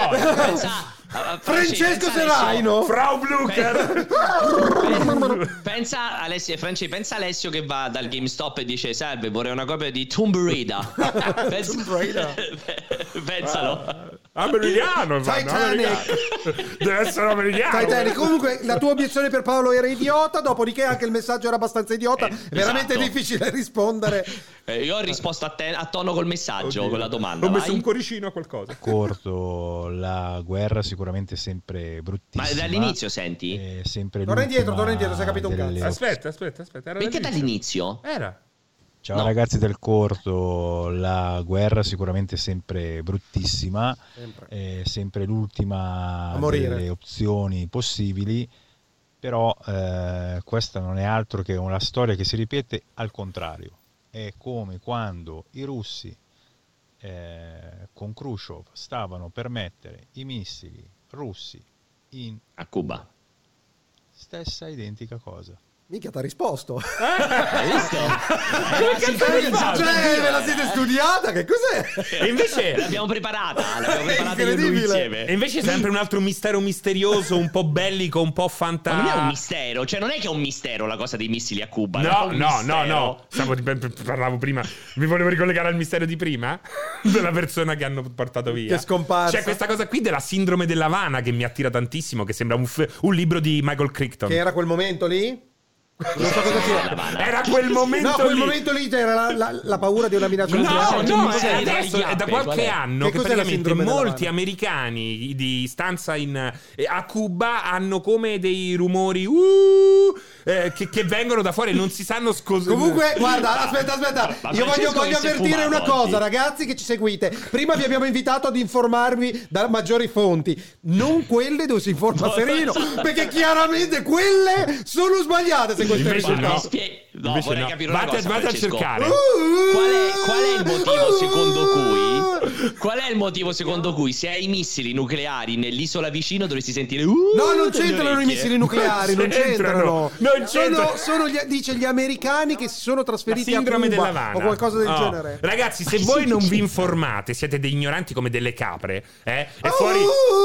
Pensa- a- Francesco pensa Seraino. Frau Blucher. Alessio- Pensa Alessio, Franci, pensa Alessio che va dal GameStop e dice: salve, vorrei una copia di Tomb Raider. Pensa- Tomb Raider. Pensalo. Americano, fanno, Titanic. americano. Deve essere americano. Titanic. Comunque la tua obiezione per Paolo era idiota, dopodiché anche il messaggio era abbastanza idiota. Eh, È veramente esatto. difficile rispondere. Eh, io ho risposto a, te, a tono col messaggio, Oddio. con la domanda. Ho messo vai. un cuoricino a qualcosa. Corto, la guerra sicuramente sempre Ma bruttissima. dall'inizio senti? È sempre Torna indietro, l'ultima torna indietro, se hai capito un delle cazzo. Aspetta, aspetta, aspetta. Era Perché dall'inizio? Era. Ciao No. ragazzi del corto, la guerra sicuramente sempre bruttissima, Sempre. è sempre l'ultima A morire. delle opzioni possibili, però eh, questa non è altro che una storia che si ripete al contrario. È come quando i russi eh, con Khrushchev stavano per mettere i missili russi in A Cuba. stessa identica cosa. Minchia, ti ha risposto. Hai visto? Cioè, ve la siete studiata? Che cos'è? E invece L'abbiamo preparata, l'abbiamo È preparata io e lui incredibile. insieme. E invece sempre un altro mistero misterioso, un po' bellico, un po' Ma fantastico. non è un mistero, cioè non è che è un mistero la cosa dei missili a Cuba. non è No, un no, no, mistero. no. Stavo, parlavo prima. Mi volevo ricollegare al mistero di prima della persona che hanno portato via. Che è scomparsa. C'è questa cosa qui della sindrome dell'Havana che mi attira tantissimo. Che sembra un, f- un libro di Michael Crichton. Che era quel momento lì? Non so cosa sia. Era quel momento No, quel lì. momento lì c'era la, la- la paura di una minaccia No, nucleare. c'è no, un è, mistero delle adesso, è da chiappe, qualche qual è? anno Che che, cos'è la praticamente sindrome della molti Havana? americani di stanza in, eh, a Cuba hanno come dei rumori uh, eh, che, che vengono da fuori e non si sanno scosare. Comunque, guarda, aspetta, aspetta. Ma Io voglio, Francesco voglio che si è avvertire una fumato cosa, oggi. ragazzi, che ci seguite. Prima vi abbiamo invitato ad informarvi da maggiori fonti, non quelle dove si informa Serino, perché chiaramente quelle sono sbagliate. Se queste Invece risultati. no. Spie- No, Invece vorrei no. capire una Vate, cosa, vate a Francesco. cercare. Qual è, qual è il motivo secondo cui Qual è il motivo secondo cui se hai i missili nucleari nell'isola vicino dovresti sentire uh, No, non delle c'entrano i orecchie? missili nucleari, non c'entrano. Non Sono, c'entrano. sono gli, dice gli americani che si sono La trasferiti a sindrome Cuba dell'Havana o qualcosa del Oh. genere. Ragazzi, se Ma voi sì, non sì. vi informate, siete dei ignoranti come delle capre, eh? E Oh! fuori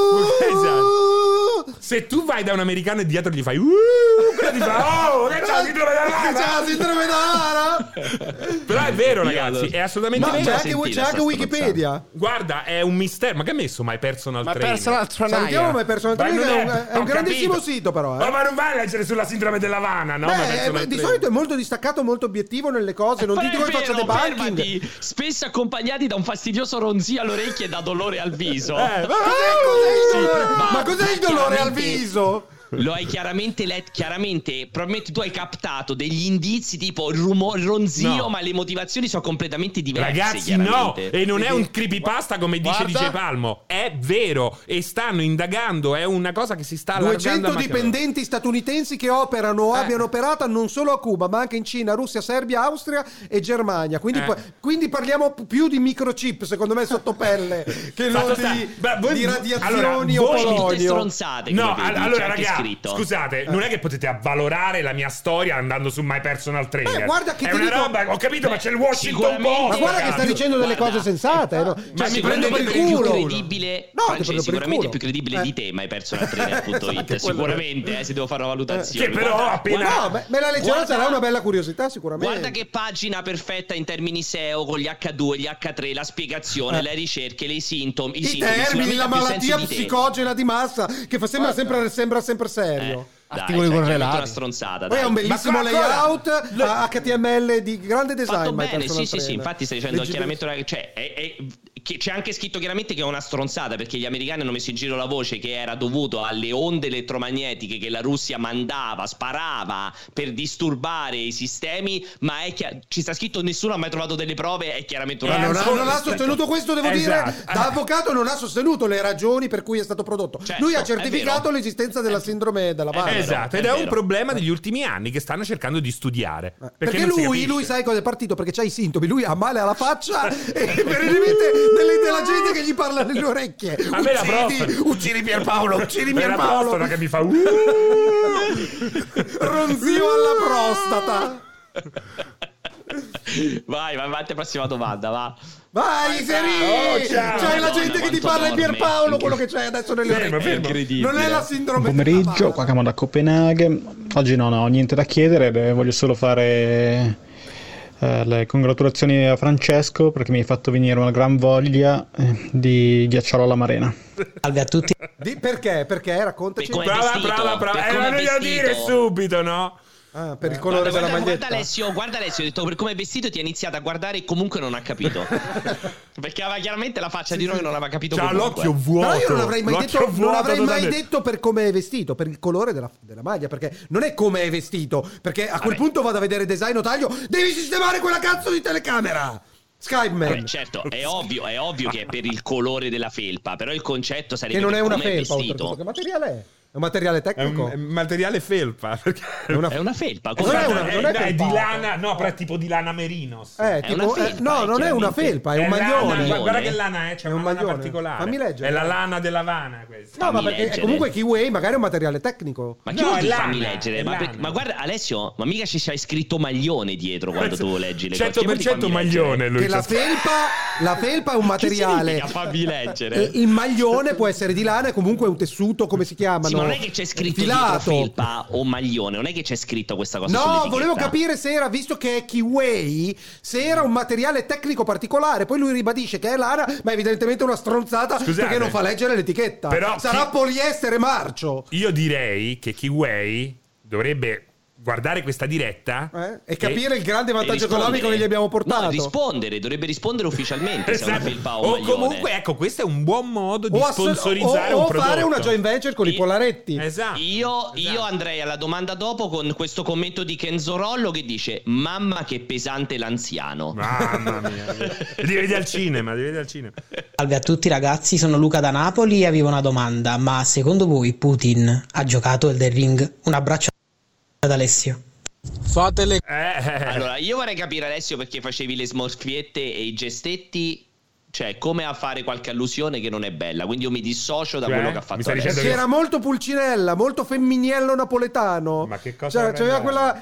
esatto. Se tu vai da un americano e dietro gli fai uh, quello ti fa oh, che c'è la sindrome Che c'è la dell'Havana? sindrome d'Havana? Però è vero, Io ragazzi, adoro. è assolutamente Ma vero. c'è la anche, sentita c'è anche sta Wikipedia. Guarda, è un mistero. Ma che ha messo My Personal Ma Trainer? personal Salutiamo trainer. My Personal Ma Trainer, non è un, è un ho grandissimo capito. sito però. Ma, Eh. ma non vai a leggere sulla sindrome dell'Havana, no? My Beh, Personal di Trainer. solito è molto distaccato, molto obiettivo nelle cose. Non Però dite è come faccia vero, debunking. fermati. Spesso accompagnati da un fastidioso ronzio all'orecchie e da dolore al viso. Eh, ma- Cos'è il dolore? Ma- Ma cos'è il dolore al chiaramente- viso? Lo hai chiaramente letto, chiaramente, probabilmente tu hai captato degli indizi tipo il rumore, il ronzio, No. ma le motivazioni sono completamente diverse. Ragazzi, no, chiaramente. e non è un creepypasta come dice Guarda. D J Palmo, è vero, e stanno indagando, è una cosa che si sta allargando. duecento a macchia. dipendenti statunitensi che operano o Eh. abbiano operato non solo a Cuba, ma anche in Cina, Russia, Serbia, Austria e Germania. Quindi, Eh. pa- quindi parliamo p- più di microchip, secondo me, sotto pelle che non Fatto sta- di, Beh, voi- di radiazioni allora, o voi- Tutte polonio. stronzate. No, come vedi, all- allora c'è anche raga, scritto. scusate, non è che potete avvalorare la mia storia andando su My Personal Trainer. Beh, guarda che è ti una dico- roba, ho capito, ma c'è il Washington sicuramente- Post. Ma guarda che sta cazzo. dicendo delle Guarda. cose sensate, eh, no? Ma Cioè, mi sicuramente prende per il è più culo. credibile, No, ti Francesco, prendo per il sicuramente culo. è più credibile Eh. di te, my personal trainer punto it. Anche quello. Sicuramente, eh, se devo fare una valutazione. Che però Guarda- appena- guarda- No, beh, me la leggerò, guarda- sarà una bella curiosità sicuramente. Guarda che pagina perfetta in termini S E O con gli acca due, gli acca tre, la spiegazione, Eh. le ricerche, i sintomi, i, I sintomi, termini, sicuramente la ha più malattia senso di te. psicogena di massa che fa sembra sempre, sembra sempre serio. Eh, dai, Articoli cioè, correlati. chiaramente una stronzata. Poi dai. è un bellissimo Ma qua- layout lo- a H T M L di grande design. Fatto My bene, Personal sì, sì, sì, Trainer. infatti stai dicendo Leggi- chiaramente una, cioè, è- è- che c'è anche scritto chiaramente che è una stronzata perché gli americani hanno messo in giro la voce che era dovuto alle onde elettromagnetiche che la Russia mandava, sparava per disturbare i sistemi, ma è chi- ci sta scritto nessuno ha mai trovato delle prove, è chiaramente una Ma non, ha, solo- non ha sostenuto questo, devo Esatto. dire, da avvocato non ha sostenuto le ragioni per cui è stato prodotto. Certo, Lui ha è certificato vero. l'esistenza della sindrome della È Havana. vero. Esatto, ed è è un vero. problema degli ultimi anni che stanno cercando di studiare. Perché, Perché, non si lui, capisce. lui sai cosa è partito? Perché c'ha i sintomi, lui ha male alla faccia e praticamente delle, della gente che gli parla nelle orecchie. A me la Uccidi, prostata. uccidi Pierpaolo, uccidi È la Pierpaolo. prostata che mi fa uh. Ronzio alla prostata. Vai, vai avanti, prossima domanda, va. Vai, Seri! Oh, ciao. C'è la Madonna, gente che ti quanto parla di dorme. Pierpaolo, quello che c'è adesso nelle Fermo, orecchie. fermo. Incredibile. Non è la sindrome Buon della pomeriggio, Havana. qua Camo da Copenaghen. Oggi non ho niente da chiedere, beh, voglio solo fare eh, le congratulazioni a Francesco perché mi hai fatto venire una gran voglia eh, di ghiacciolo alla Marena. Salve a tutti. Di- perché? Perché? Raccontaci. Per come- Brava, vestito, brava, brava. per Eh, come ma è devo vestito. dire subito, no? Ah, per il colore Guarda, della guarda, maglietta. guarda Alessio, guarda Alessio, ho detto per come è vestito ti ha iniziato a guardare e comunque non ha capito. Perché aveva chiaramente la faccia di uno che non aveva capito C'ha comunque. l'occhio vuoto. Però io non avrei mai, L'occhio detto, non vuoto avrei mai totalmente. detto per come è vestito, per il colore della, della maglia, perché non è come è vestito, perché a quel Vabbè. punto vado a vedere design o taglio, devi sistemare quella cazzo di telecamera. Skypeman. Vabbè, certo, è ovvio, è ovvio che è per il colore della felpa, però il concetto sarebbe Che non è per una come felpa, è oltretutto. vestito. Che materiale è? È un materiale È un, tecnico? è un materiale felpa. Perché... È una- È una felpa, Non come è Guarda, una- è, non è no, è di felpato. lana, no, però è tipo di lana merinos. Eh, È tipo, una eh, felpa, no, eh, non è una chiaramente. felpa, è un lana, maglione. guarda, guarda che lana è, c'è È un una lana maglione. particolare. Fammi leggere. È la lana dell'Havana questa. No, ma Fammi perché è leggere. comunque Kiwi magari è un materiale tecnico. Ma che No, vuol è dire lana, fammi leggere? è Ma, per- lana. ma guarda Alessio, ma mica ci c'hai scritto maglione dietro quando tu leggi le cose. cento per cento Fammi maglione leggere. lui. Che la c'ha- felpa, la felpa è un materiale. significa fammi leggere? Eh, Il maglione può essere di lana e comunque è un tessuto, come si chiamano? Sì, ma non è che c'è scritto filato. dietro felpa o maglione, non è che c'è scritto questa cosa No, sull'etichetta. volevo capire se era, visto che è Kiwi, se era un materiale tecnico particolare. Poi lui ribadisce che è lana, ma evidentemente è una stronzata. Scusate. Perché non fa leggere l'etichetta. Però Sarà chi- poliestere marcio. Io direi che Kiwi dovrebbe guardare questa diretta eh? E capire il grande E vantaggio rispondere. economico che gli abbiamo portato. No, rispondere, dovrebbe rispondere ufficialmente se è una Esatto. felpa o o maglione. comunque ecco, questo è un buon modo di o, asso- sponsorizzare o- un o prodotto. fare una joint venture con i Io- Polaretti. Esatto. Io, esatto. io andrei alla domanda dopo con questo commento di Kenzo Rollo che dice: mamma che pesante l'anziano. Mamma mia. Li vedi al cinema, li vedi al cinema. Salve a tutti ragazzi, sono Luca da Napoli e avevo una domanda, ma secondo voi Putin ha giocato Elden Ring? Un abbraccio ad Alessio. Fatele. Eh. Allora, io vorrei capire, Alessio, perché facevi le smorfiette e i gestetti. Cioè, come a fare qualche allusione che non è bella. Quindi io mi dissocio da Cioè? quello che ha fatto Mi stai Alessio. dicendo Che era molto pulcinella, molto femminiello napoletano. Ma che cosa Cioè, avrebbe- c'aveva quella.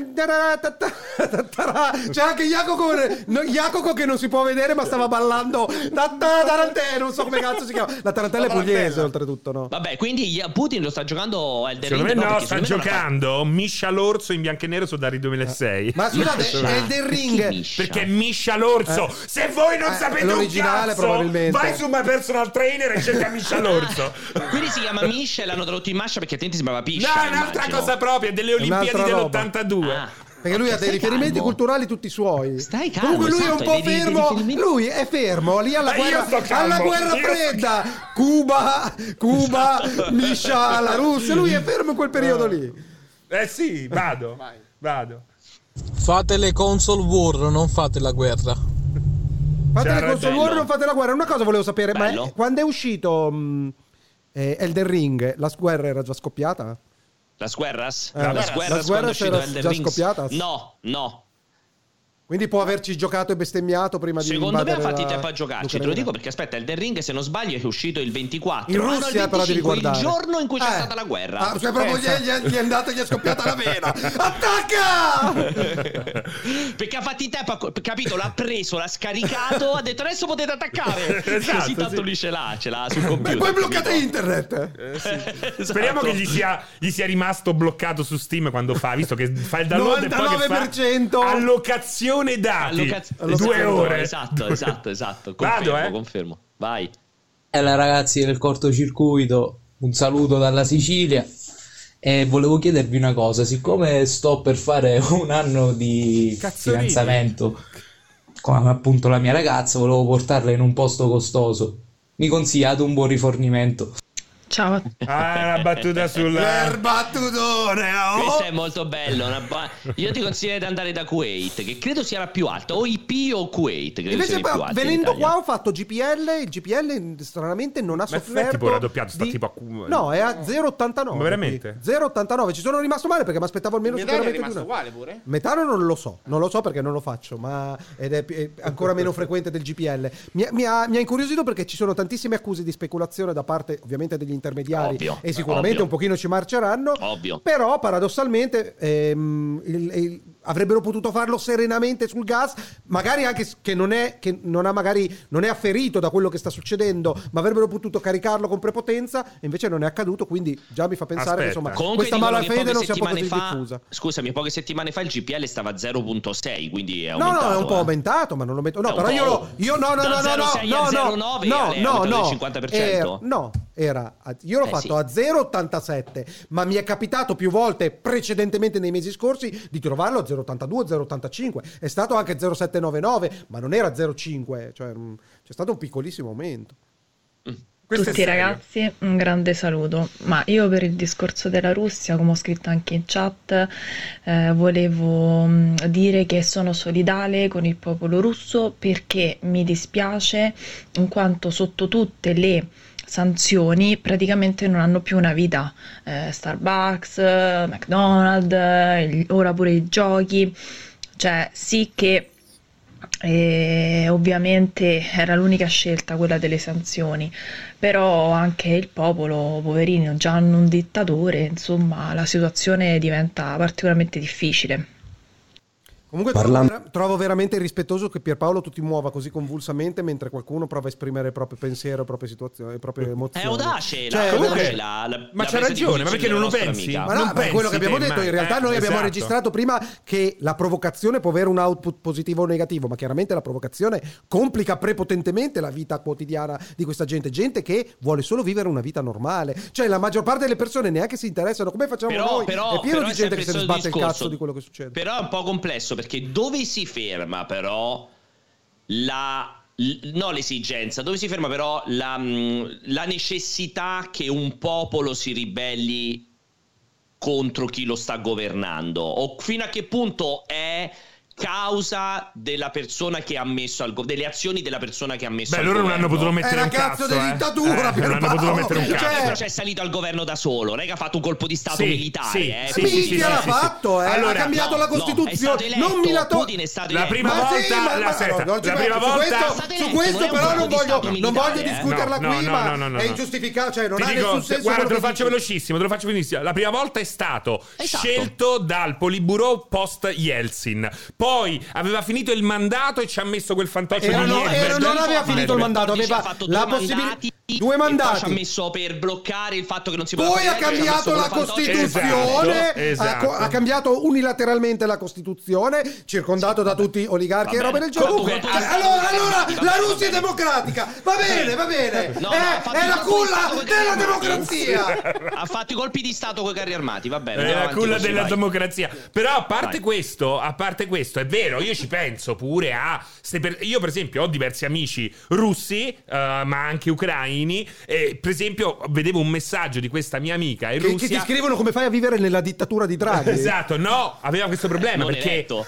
C'è anche Jacopo, no, Jacopo che non si può vedere, ma stava ballando. Non so come cazzo si chiama. La tarantella è pugliese, oltretutto, no? Vabbè, quindi Putin lo sta giocando Elden Secondo me Ring, no, perché sta secondo me non ha giocando Miscia l'orso in bianco e nero su Dari duemilasei. Ma scusate, Miscia. Elden Ring. Miscia? Perché Miscia l'orso. Eh. Se voi non Eh, sapete un l'originale, cazzo, probabilmente. vai su My Personal Trainer e cerca Miscia l'orso. Quindi si chiama Miscia e l'hanno tradotto in Mascia perché altrimenti sembrava No, Piscia. è un'altra immagino. cosa propria, delle Olimpiadi un'altra roba. dell'ottantadue. Ah. Perché lui ha dei Stai riferimenti calmo. culturali tutti suoi. Stai calmo, Comunque lui è un esatto, po' hai dei- dei fermo. riferimenti- Lui è fermo lì alla Ma io guerra, sto calmo, alla guerra io fredda. Cuba, Cuba, Miscia, la Russia. Lui è fermo in quel periodo lì. Eh sì, vado. Vado. Fate le console war, non fate la guerra. Fate C'era le console bello. war, non fate la guerra. Una cosa volevo sapere, ma Bello. è- quando è uscito mh, eh, Elden Ring, la guerra era già scoppiata? Las Guerras? Eh, Las Las Guerras Guerras quando è uscito era Elden già Ring? scoppiata? No, no. Quindi può averci giocato e bestemmiato prima di Secondo me ha invadere fatti la- tempo a giocarci. Te lo l'Ucraina. dico perché aspetta, Elden Ring, se non sbaglio, è uscito il ventiquattro. In Ah, no, il Russia però devi venticinque, guardare. il giorno in cui c'è Eh. stata la guerra. Ah, cioè proprio gli, gli, gli è andata, gli è scoppiata la vena. Attacca! Perché ha fatto in tempo, ha capito? L'ha preso, l'ha scaricato, ha detto adesso potete attaccare. Esatto, Così tanto sì. lui ce l'ha, ce l'ha sul E computer. poi bloccate capito? internet. Esatto. Speriamo che gli sia, gli sia rimasto bloccato su Steam quando fa, visto che fa il download e poi novantanove per che cento. fa allocazione dati. Allocaz- Due esatto, ore. Esatto, esatto, esatto. Vado, Confermo, eh. confermo. Vai. Bella ragazzi del cortocircuito, un saluto dalla Sicilia e volevo chiedervi una cosa, siccome sto per fare un anno di Cazzo fidanzamento con appunto la mia ragazza, volevo portarla in un posto costoso, mi consigliate un buon rifornimento? Ciao. Ah, una battuta sulla... Per battutone, oh! Questo è molto bello. Una ba- Io ti consiglio di andare da Kuwait, che credo sia la più alta, o I P o Kuwait. Credo Invece siano i più poi, alti in venendo Italia. qua ho fatto G P L, il G P L stranamente non ha Ma non è sofferto tipo raddoppiato, sta di- tipo a cu- No, è a zero virgola ottantanove. Ma veramente? qui. zero virgola ottantanove. Ci sono rimasto male perché mi aspettavo almeno Il metallo è sicuramente di rimasto una. uguale pure? Metano non lo so, non lo so perché non lo faccio, ma ed è, è ancora meno frequente del G P L. Mi, mi ha, mi ha incuriosito perché ci sono tantissime accuse di speculazione da parte ovviamente degli intermediari Ovvio, e sicuramente ovvio. un pochino ci marceranno. Ovvio. Però paradossalmente ehm, il- il- avrebbero potuto farlo serenamente sul gas, magari anche s- che non è che non ha magari non è afferito da quello che sta succedendo, ma avrebbero potuto caricarlo con prepotenza e invece non è accaduto, quindi già mi fa pensare Aspetta. che insomma Comunque questa dicono che malafede poche non sia poi settimane così fa, diffusa. scusami, poche settimane fa il G P L stava a zero virgola sei, quindi è No, aumentato. no, è un po' eh. aumentato, ma non lo metto. No, È un però po'. io lo io no, no, Da no, no, zero virgola no, sei no, a no, zero virgola nove, no, Ale, è no, aumentato del no. cinquanta per cento. Era- no, era a- io l'ho Eh, fatto sì. a zero virgola ottantasette, ma mi è capitato più volte precedentemente nei mesi scorsi di trovarlo a zero virgola ottantadue, zero virgola ottantacinque. È stato anche zero virgola settecentonovantanove, ma non era zero virgola cinque, cioè mh, c'è stato un piccolissimo aumento. Questo è Tutti serio. ragazzi, un grande saluto. Ma io per il discorso della Russia, come ho scritto anche in chat, eh, volevo mh, dire che sono solidale con il popolo russo perché mi dispiace in quanto sotto tutte le sanzioni praticamente non hanno più una vita. Eh, Starbucks, McDonald's, il- ora pure i giochi. Cioè sì che e ovviamente era l'unica scelta quella delle sanzioni, però anche il popolo, poverino, già hanno un dittatore, insomma la situazione diventa particolarmente difficile. Comunque trovo, vera- trovo veramente irrispettoso che Pierpaolo tu ti muova così convulsamente mentre qualcuno prova a esprimere il proprio pensiero, le proprie situazioni, le proprie emozioni. È audace, Cioè, la, comunque- audace la, la, ma la c'ha presa di ragione, ma posizione perché non lo della nostra pensi? amica. Ma no, Non per quello che pensi abbiamo te, detto, ma- in realtà eh, noi abbiamo esatto. registrato prima che la provocazione può avere un output positivo o negativo, ma chiaramente la provocazione complica prepotentemente la vita quotidiana di questa gente, gente che vuole solo vivere una vita normale. Cioè la maggior parte delle persone neanche si interessano come facciamo Però, noi, però, è pieno però di è gente sempre che se ne il solito sbatte il discorso. cazzo di quello che succede. Però è un po' complesso perché dove si ferma però la l- no l'esigenza, dove si ferma però la, mh, la necessità che un popolo si ribelli contro chi lo sta governando, o fino a che punto è causa della persona che ha messo al go- delle azioni della persona che ha messo Beh, al loro non governo. hanno potuto mettere È un una cazzo cazzo di eh. dittatura, eh, non hanno potuto mettere un cazzo. Cioè, cioè è salito al governo da solo, non è che ha fatto un colpo di stato Sì, militare, sì, eh. sì, Quindi- sì, Minchia sì, l'ha sì, fatto, sì. eh. Allora, ha cambiato no, la no, è Costituzione. stato eletto, non mi la to- Putin è stato La eletto. prima ma volta sì, ma, la, ma, aspetta, no, non ci la penso. prima Su volta questo, su non questo è un però colpo non di voglio, stato non militare, voglio eh. discuterla No, qui, no, ma no, no, no, è no. ingiustificato, cioè non Ti ha dico, nessun se- senso. guarda, quello te lo che faccio dici. velocissimo, te lo faccio benissimo. La prima volta è stato Esatto. scelto dal Politburo post Yeltsin. Poi aveva finito il mandato e ci ha messo quel fantoccio Era- di no, Medvedev. era- non aveva finito il mandato, quattordici aveva ha fatto la due possibilità mandati, due e poi ci ha mandati. messo per bloccare il fatto che non si poteva Poi ha fare legge, ci cambiato messo la quel fantoccio. Costituzione, Esatto, esatto. Ha, co- ha cambiato unilateralmente la Costituzione, circondato da tutti oligarchi Va e robe bene. del genere. Comunque, Eh, ha- allora, allora va la bene, Russia è va bene. democratica, va bene, va bene, No, no, Eh, ha fatto è i la colpi di culla stato coi della carri armati. democrazia. Ha fatto i colpi di stato con i carri armati, va bene. È andiamo la avanti culla così, della vai. democrazia. Però a parte Vai. questo, a parte questo, è vero, io ci penso pure a ste per- io per esempio ho diversi amici russi, eh, ma anche ucraini, e per esempio vedevo un messaggio di questa mia amica in Che, che Russia. ti scrivono come fai a vivere nella dittatura di Draghi. Esatto, no, aveva questo problema Non perché eletto.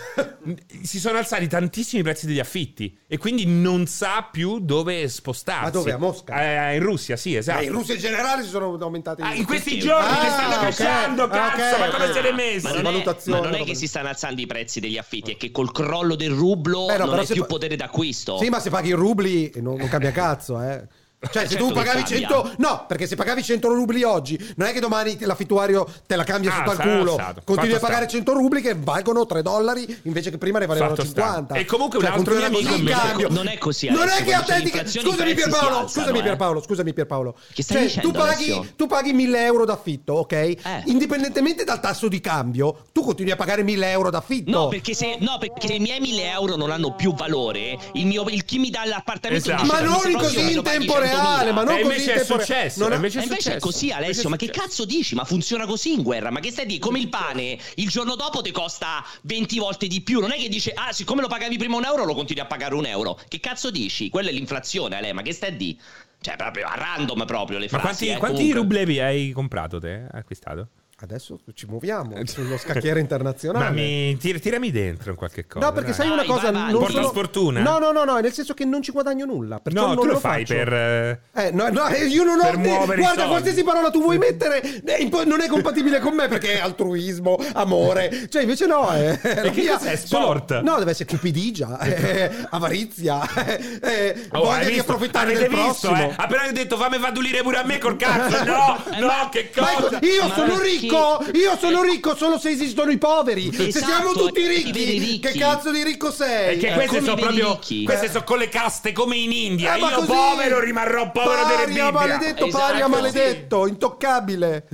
si sono alzati tantissimi i prezzi degli affitti e quindi non sa più dove spostarsi. Ma dove? A Mosca? Eh, in Russia, sì, esatto. Ma in Russia in generale si sono aumentati. Ah, in questi Perché? giorni che Ah, stanno ok. crescendo, Ah, cazzo, ok, ma come ok. se ne messi? Ma non, è, Valutazione, ma non è roba che del- si stanno alzando i prezzi degli affitti, è che col crollo del rublo Beh, no, non però è se più pa- potere d'acquisto. Sì, ma se paghi in rubli non, non cambia cazzo, eh. Cioè, se Certo tu che pagavi cambia. cento, no, perché se pagavi cento rubli oggi, non è che domani l'affittuario te la cambia Ah, sotto al sarà culo. stato. Continui Fatto a pagare sta. cento rubli che valgono tre dollari invece che prima ne valevano Fatto sta. cinquanta. E comunque un Cioè, altro funziona mio così amico il invece- cambio. Non è così, Non Alessio, è che quando a te c'è ti- l'inflazione, i scusami prezzi si Pierpaolo, alzano, scusami eh. Pierpaolo, scusami Pierpaolo. Che stai Cioè, dicendo, tu paghi Alessio? tu paghi mille euro d'affitto, ok? Eh. Indipendentemente dal tasso di cambio, tu continui a pagare mille euro d'affitto. No, perché se, no, perché se i miei mille euro non hanno più valore, il, mio, il chi mi dà l'appartamento Esatto. dice Ma che il non mese in prossimo così me lo in paghi tempo centomila. reale, ma non E così invece in è tempo reale. successo, Non ha- invece Ma è invece è successo. così, Alessio, ma che cazzo dici? Ma funziona così in guerra? Ma che stai a dire? Come il pane, il giorno dopo ti costa venti volte di più. Non è che dice, ah, siccome lo pagavi prima un euro, lo continui a pagare un euro. Che cazzo dici? Quella è l'inflazione, Ale, ma che stai a dire? Cioè, proprio a random proprio le Ma frasi. quanti, eh, quanti comunque. rublevi hai comprato te? Hai acquistato? Adesso ci muoviamo sullo scacchiere internazionale. Ma mi, tir- tirami dentro in qualche cosa. No, perché dai. sai una Vai, cosa, vai, vai. non Porta sono... sfortuna? No, no, no, no, nel senso che non ci guadagno nulla. Perciò No, non tu lo lo fai faccio. per... eh, Eh, no, no, eh, io non ho. Per muovere i Guarda, soldi. qualsiasi parola tu vuoi mettere è impo- non è compatibile con me perché è altruismo, amore. Cioè, invece no. È, E che cos'è? Sport? No, deve essere cupidigia, eh, avarizia, eh, eh, Oh, voglia hai di visto? approfittare Avete del visto, prossimo. eh? Appena ho detto fammi fadulire pure a me col cazzo. No, no, che Ma cosa? io Ma sono perché- ricco, io sono ricco solo se esistono i poveri. Se Esatto, siamo tutti i veri ricchi, ricchi. che cazzo di ricco sei? Perché Eh, queste come sono i veri proprio ricchi. queste Eh. sono con le caste come in India. Eh, ma Io così- povero rimarrò povero delle Paria, Bibbia. maledetto, Esatto. paria, maledetto, intoccabile.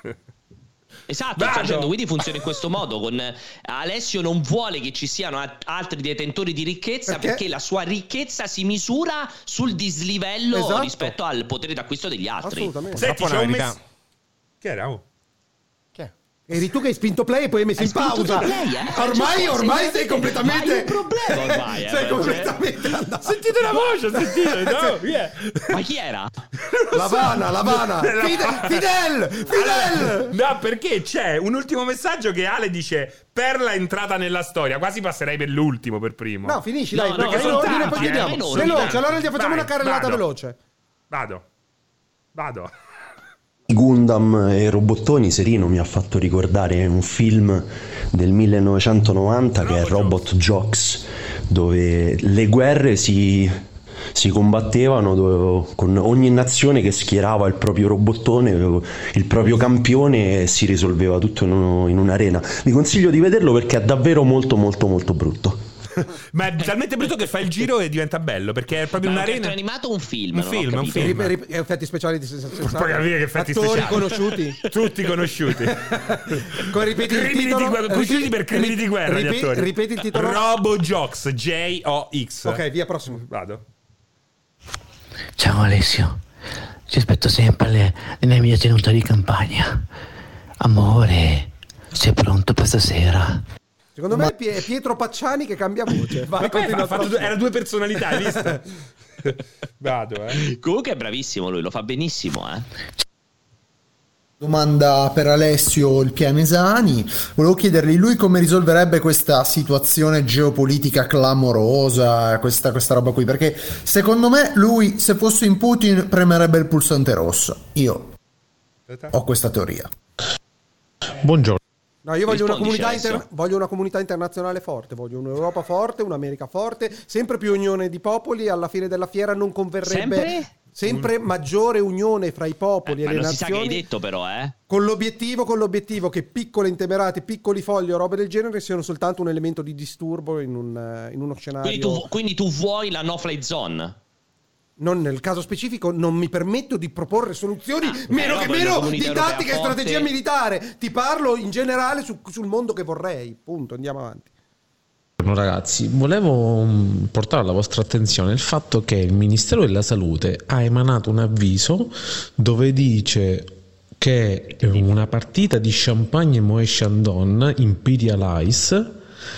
Esatto, Vado. sto dicendo, quindi funziona in questo modo. Con Alessio non vuole che ci siano a- altri detentori di ricchezza Perché? perché? la sua ricchezza si misura sul dislivello Esatto. rispetto al potere d'acquisto degli altri. Assolutamente. Senti, Purtroppo c'è è un una messaggio. Che era? Oh. Eri tu che hai spinto play e poi hai messo Hai in spinto pausa. tu play, eh? Ormai, Cioè, ormai sei- sei completamente. Ma hai un problema ormai, eh, sei cioè- completamente andato. Sentite la voce, sentite, no? Via. Ma chi era? Lavana, Lavana. La- Fidel, Fidel, Fidel. Allora, no, perché c'è un ultimo messaggio che Ale dice per la entrata nella storia. Quasi passerei per l'ultimo per primo. No, finisci, No, dai. no, No, perché in sono ordine, tanti, poi eh, chiudiamo. sono Veloce, tanti. allora gli facciamo Vai, una carrellata vado. veloce. Vado. Vado. I Gundam e i robottoni, Serino mi ha fatto ricordare un film del millenovecentonovanta che è Robot Jox, dove le guerre si, si combattevano dove, con ogni nazione che schierava il proprio robottone, il proprio campione, e si risolveva tutto in, uno, in un'arena. Vi consiglio di vederlo perché è davvero molto molto molto brutto. Ma è talmente brutto che fa il giro e diventa bello perché è proprio Ma è un un'arena. cartone animato o un film? Un Non ho film, un capito. film. Rip- rip- effetti speciali di sensazione. Puoi capire che effetti Attori speciali. conosciuti. Tutti conosciuti. Con- ripeti il Crimini titolo. di guerra, conosciuti per crimini di guerra gli Ripe- attori. Ripeti il titolo. Robo Jox, J O X. Ok, via, prossimo. Vado. Ciao Alessio, ti aspetto sempre alle- nella mia tenuta di campagna. Amore, sei pronto per stasera? Secondo me è Pie- è Pietro Pacciani che cambia voce. Vai, Ma poi continua ha fatto il due- prossimo. era due personalità, hai visto? Vado, eh. Comunque è bravissimo lui, lo fa benissimo, eh. Domanda per Alessio il Pianesani. Volevo chiedergli lui come risolverebbe questa situazione geopolitica clamorosa, questa, questa roba qui, perché secondo me lui, se fosse in Putin, premerebbe il pulsante rosso. Io ho questa teoria. Buongiorno. No, io voglio una, Rispondi, comunità Alessio. inter- voglio una comunità internazionale forte, voglio un'Europa forte, un'America forte, sempre più unione di popoli. Alla fine della fiera non converrebbe Sempre? sempre maggiore unione fra i popoli Eh, e ma le non si sa che hai nazioni, detto però, eh. con l'obiettivo, con l'obiettivo che piccole intemerate, piccoli fogli o robe del genere siano soltanto un elemento di disturbo in, un, eh, in uno scenario. Quindi tu, quindi tu vuoi la no-fly zone? Non nel caso specifico, non mi permetto di proporre soluzioni Ah, meno eh, che no, meno la comunità di europea tattica e forte. strategia militare. Ti parlo in generale su- sul mondo che vorrei. Punto, andiamo avanti. Buongiorno ragazzi, volevo mm, portare alla vostra attenzione il fatto che il Ministero della Salute ha emanato un avviso dove dice che una partita di champagne e Moët Chandon Imperial Ice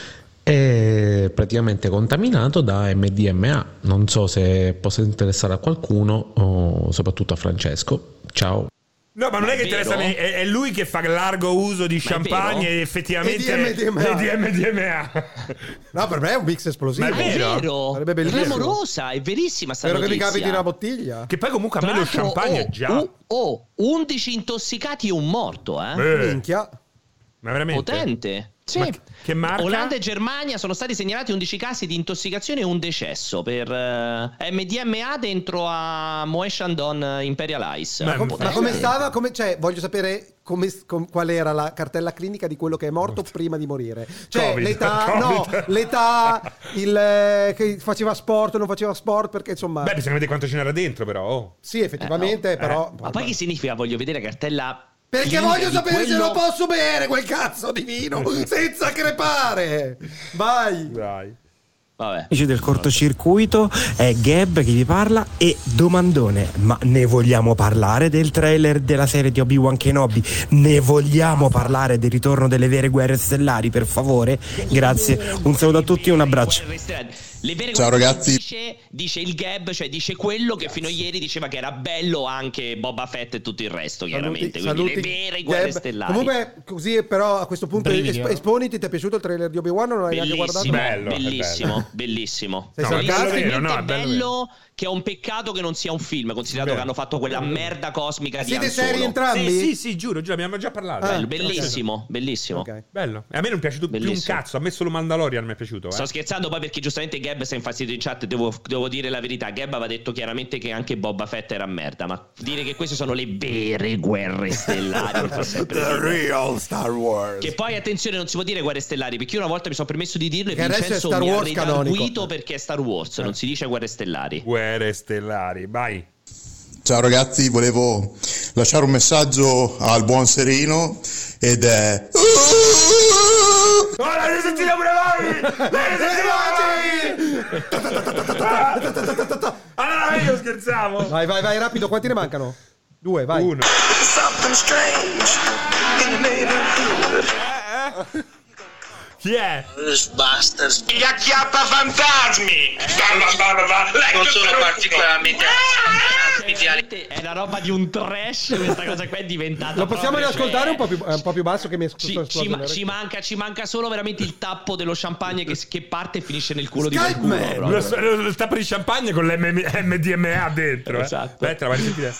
è praticamente contaminato da M D M A. Non so se possa interessare a qualcuno o soprattutto a Francesco. Ciao. No, ma non è che Vero? interessa a me, è, è lui che fa largo uso di Ma è champagne vero? e effettivamente E di M D M A. e di M D M A. No, per me è un mix esplosivo. Ma È vero? vero, Sarebbe bellissimo. clamorosa, è verissima sta Spero che mi notizia. capiti una bottiglia. Che poi comunque a Tra me lo l'altro, champagne oh, già. oh, oh, undici intossicati e un morto, eh? Eh, Minchia. ma veramente? Potente. Sì. Ma che marca? Olanda e Germania sono stati segnalati undici casi di intossicazione e un decesso per eh, M D M A dentro a Moët Chandon Imperial Ice. Ma- Potente. Ma come stava? Come, cioè, voglio sapere come, com- qual era la cartella clinica di quello che è morto prima di morire. Cioè, Covid, l'età, Covid. no, l'età, il eh, che faceva sport, non faceva sport, perché insomma. Beh, bisogna vedere quanto ce n'era dentro, però. Oh. Sì, effettivamente, Eh, però. Ma poi che significa? Voglio vedere la cartella. Perché clinica voglio di sapere se quello- lo posso bere quel cazzo di vino senza crepare. Vai. Dai. Vabbè. Amici del cortocircuito, è Gab che vi parla e domandone, ma ne vogliamo parlare del trailer della serie di Obi-Wan Kenobi? Ne vogliamo parlare del ritorno delle vere guerre stellari, per favore? Grazie, un saluto a tutti e un abbraccio. Le vere Ciao, guerre ragazzi. Dice, dice il Gab, cioè dice quello che fino a ieri diceva che era bello anche Boba Fett e tutto il resto, chiaramente. Quindi le vere guerre Gab. stellari. Comunque, così però a questo punto Brividi, esp- eh. esponiti. Ti è piaciuto il trailer di Obi-Wan o non l'hai neanche guardato? Bellissimo, bellissimo, bellissimo. Sei No, sarcastico? è talmente No, è bello bello che è un peccato che non sia un film, considerato Vero. che hanno fatto quella merda cosmica di Siete Han seri Solo. entrambi? Sì, sì, sì, giuro, giuro, abbiamo già parlato. Bello, Eh, bellissimo, bellissimo. Ok. Bello. E a me non è piaciuto più un Bellissimo. cazzo, a me solo Mandalorian mi è piaciuto. Eh. Sto scherzando poi perché giustamente Gab si è infastidito in chat, devo, devo dire la verità. Gab aveva detto chiaramente che anche Boba Fett era merda, ma dire che queste sono le vere guerre stellari mi fa sempre The ridere. real Star Wars. Che poi attenzione, non si può dire guerre stellari, perché io una volta mi sono permesso di dirlo e Che adesso è Vincenzo Star mi ha Wars canonico. redarguito perché è Star Wars, non si dice guerre stellari. Guerre stellari, vai. Ciao ragazzi, volevo lasciare un messaggio al buon Serino ed è... Oh, la risentiamo pure voi! La risentiamo pure voi! Allora io scherzavo. Vai, vai, vai, rapido. Quanti ne mancano? Due, vai. Uno. Chi è? Ghostbusters. Gli acchiappa fantasmi. Non sono particolarmente Veramente è una roba di un trash, questa cosa qua è diventata. Lo possiamo proprio, riascoltare cioè, un po' più, un po' più basso che mi è Ci, scuso- ci ma- ci manca, ci manca solo veramente il tappo dello champagne che, che parte e finisce nel culo Skype di qualcuno. Man. proprio. Lo, lo, lo tappo di champagne con l'M D M A dentro. Eh. Esatto. Aspetta, vai a sentire.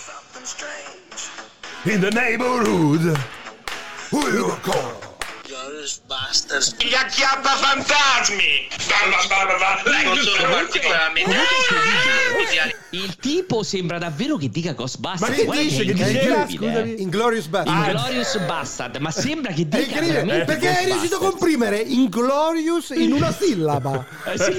In the neighborhood. Who you call? Ghostbusters. Gli acchiappa fantasmi. Non sono particolarmente Il tipo sembra davvero che dica Ghostbusters. Ma che Guarda dice? è Che diceva? incredibile. Scusami. Inglorious Bastard. Inglorious Bastard, ma sembra che È dica incredibile, veramente perché hai riuscito a Ghostbusters. comprimere Inglorious in una sillaba. Eh sì,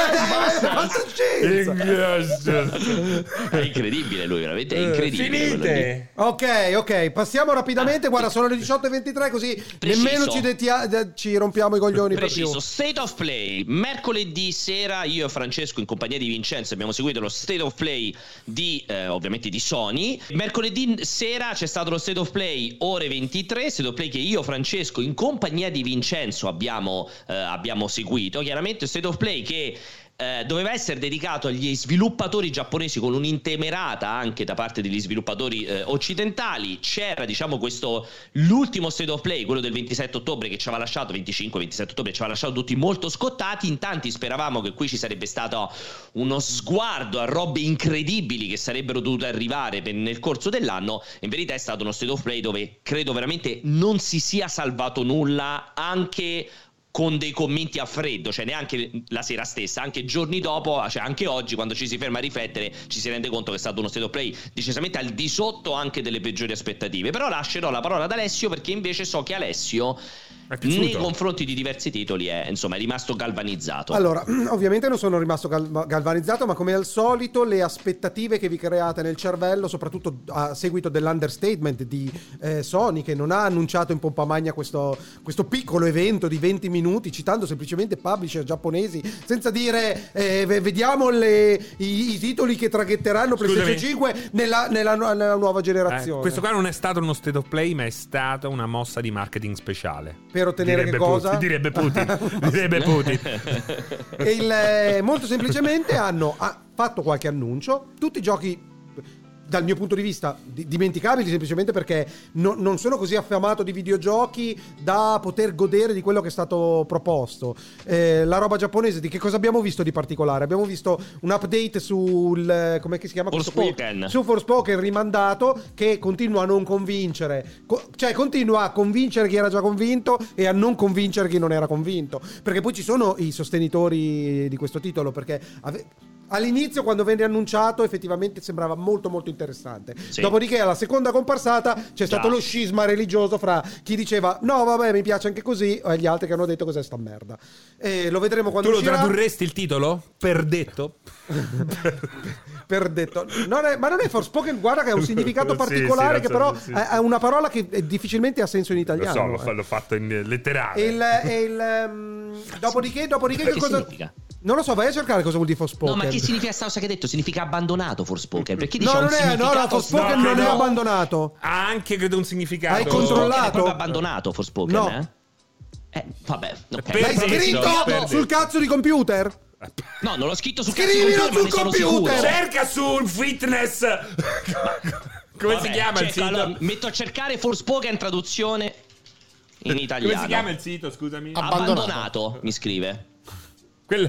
Fantascienza. È incredibile lui, veramente è incredibile. quello lì. Finite. Ok, ok, passiamo rapidamente. Guarda, sono le diciotto e ventitré, così Preciso. nemmeno ci, detia- de- ci rompiamo i coglioni per Preciso, più. State of Play. Mercoledì sera io e Francesco in compagnia di Vincenzo abbiamo seguito lo State of Play di eh, ovviamente di Sony. Mercoledì sera c'è stato lo State of Play ore ventitré, State of Play che io Francesco in compagnia di Vincenzo abbiamo, eh, abbiamo seguito. Chiaramente State of Play che eh, doveva essere dedicato agli sviluppatori giapponesi, con un'intemerata anche da parte degli sviluppatori eh, occidentali. C'era, diciamo, questo l'ultimo State of Play, quello del ventisette ottobre, che ci aveva lasciato venticinque ventisette ottobre, ci aveva lasciato tutti molto scottati. In tanti speravamo che qui ci sarebbe stato uno sguardo a robe incredibili che sarebbero dovute arrivare per, nel corso dell'anno. In verità è stato uno State of Play dove credo veramente non si sia salvato nulla, anche con dei commenti a freddo, cioè neanche la sera stessa, anche giorni dopo, cioè anche oggi, quando ci si ferma a riflettere, ci si rende conto che è stato uno State of Play decisamente al di sotto anche delle peggiori aspettative. Però lascerò la parola ad Alessio, perché invece so che Alessio nei confronti di diversi titoli è, insomma, è rimasto galvanizzato. Allora, ovviamente non sono rimasto gal- galvanizzato, ma come al solito le aspettative che vi create nel cervello, soprattutto a seguito dell'understatement di eh, Sony, che non ha annunciato in pompa magna questo, questo piccolo evento di venti minuti, citando semplicemente publisher giapponesi, senza dire eh, vediamo le, i, i titoli che traghetteranno PlayStation cinque nella, nella, nella nuova generazione. Eh, questo qua non è stato uno State of Play, ma è stata una mossa di marketing speciale. Per ottenere direbbe che cosa? Putin, direbbe Putin. direbbe Putin. E il, eh, molto semplicemente hanno ha fatto qualche annuncio. Tutti i giochi, dal mio punto di vista, di- dimenticabili, semplicemente perché no- non sono così affamato di videogiochi da poter godere di quello che è stato proposto. Eh, la roba giapponese, di che cosa abbiamo visto di particolare? Abbiamo visto un update sul, come si chiama questo qui? Forspoken. Su Forspoken rimandato, che continua a non convincere, co- cioè continua a convincere chi era già convinto e a non convincere chi non era convinto, perché poi ci sono i sostenitori di questo titolo, perché ave- all'inizio, quando venne annunciato, effettivamente sembrava molto molto interessante. Sì. Dopodiché, alla seconda comparsata c'è stato Già. lo scisma religioso fra chi diceva no vabbè mi piace anche così, e gli altri che hanno detto cos'è sta merda. E lo vedremo quando Tu lo uscirà. tradurresti il titolo? Per detto? Per detto, non è, ma non è Forspoken, guarda che ha un significato Sì, particolare, sì, che lo però so, sì. è è una parola che è- difficilmente ha senso in Lo italiano. so, l'ho, eh. fa- l'ho fatto in letterale. E il, e il, um, dopodiché, dopodiché che Che cosa significa? Non lo so, vai a cercare cosa vuol dire Forspoken. No, ma che significa sta cosa che hai detto? Significa abbandonato Forspoken? Perché No, dice un non è, no, no, significato Forspoken no, non è no. abbandonato. Ha anche, credo, un significato. Hai Forspoken controllato? è proprio abbandonato Forspoken, No. eh? Eh, vabbè, ok. Per L'hai detto, scritto per sul detto. cazzo di computer? No, non l'ho scritto su Scrivilo cazzo di sul computer, ma ne sono computer! sicuro. Cerca sul fitness. Come Vabbè, si chiama il cerco, sito? allora, metto a cercare Forspoken traduzione in italiano. Come si chiama il sito, scusami? Abbandonato, Abbandonato. mi scrive. Quel...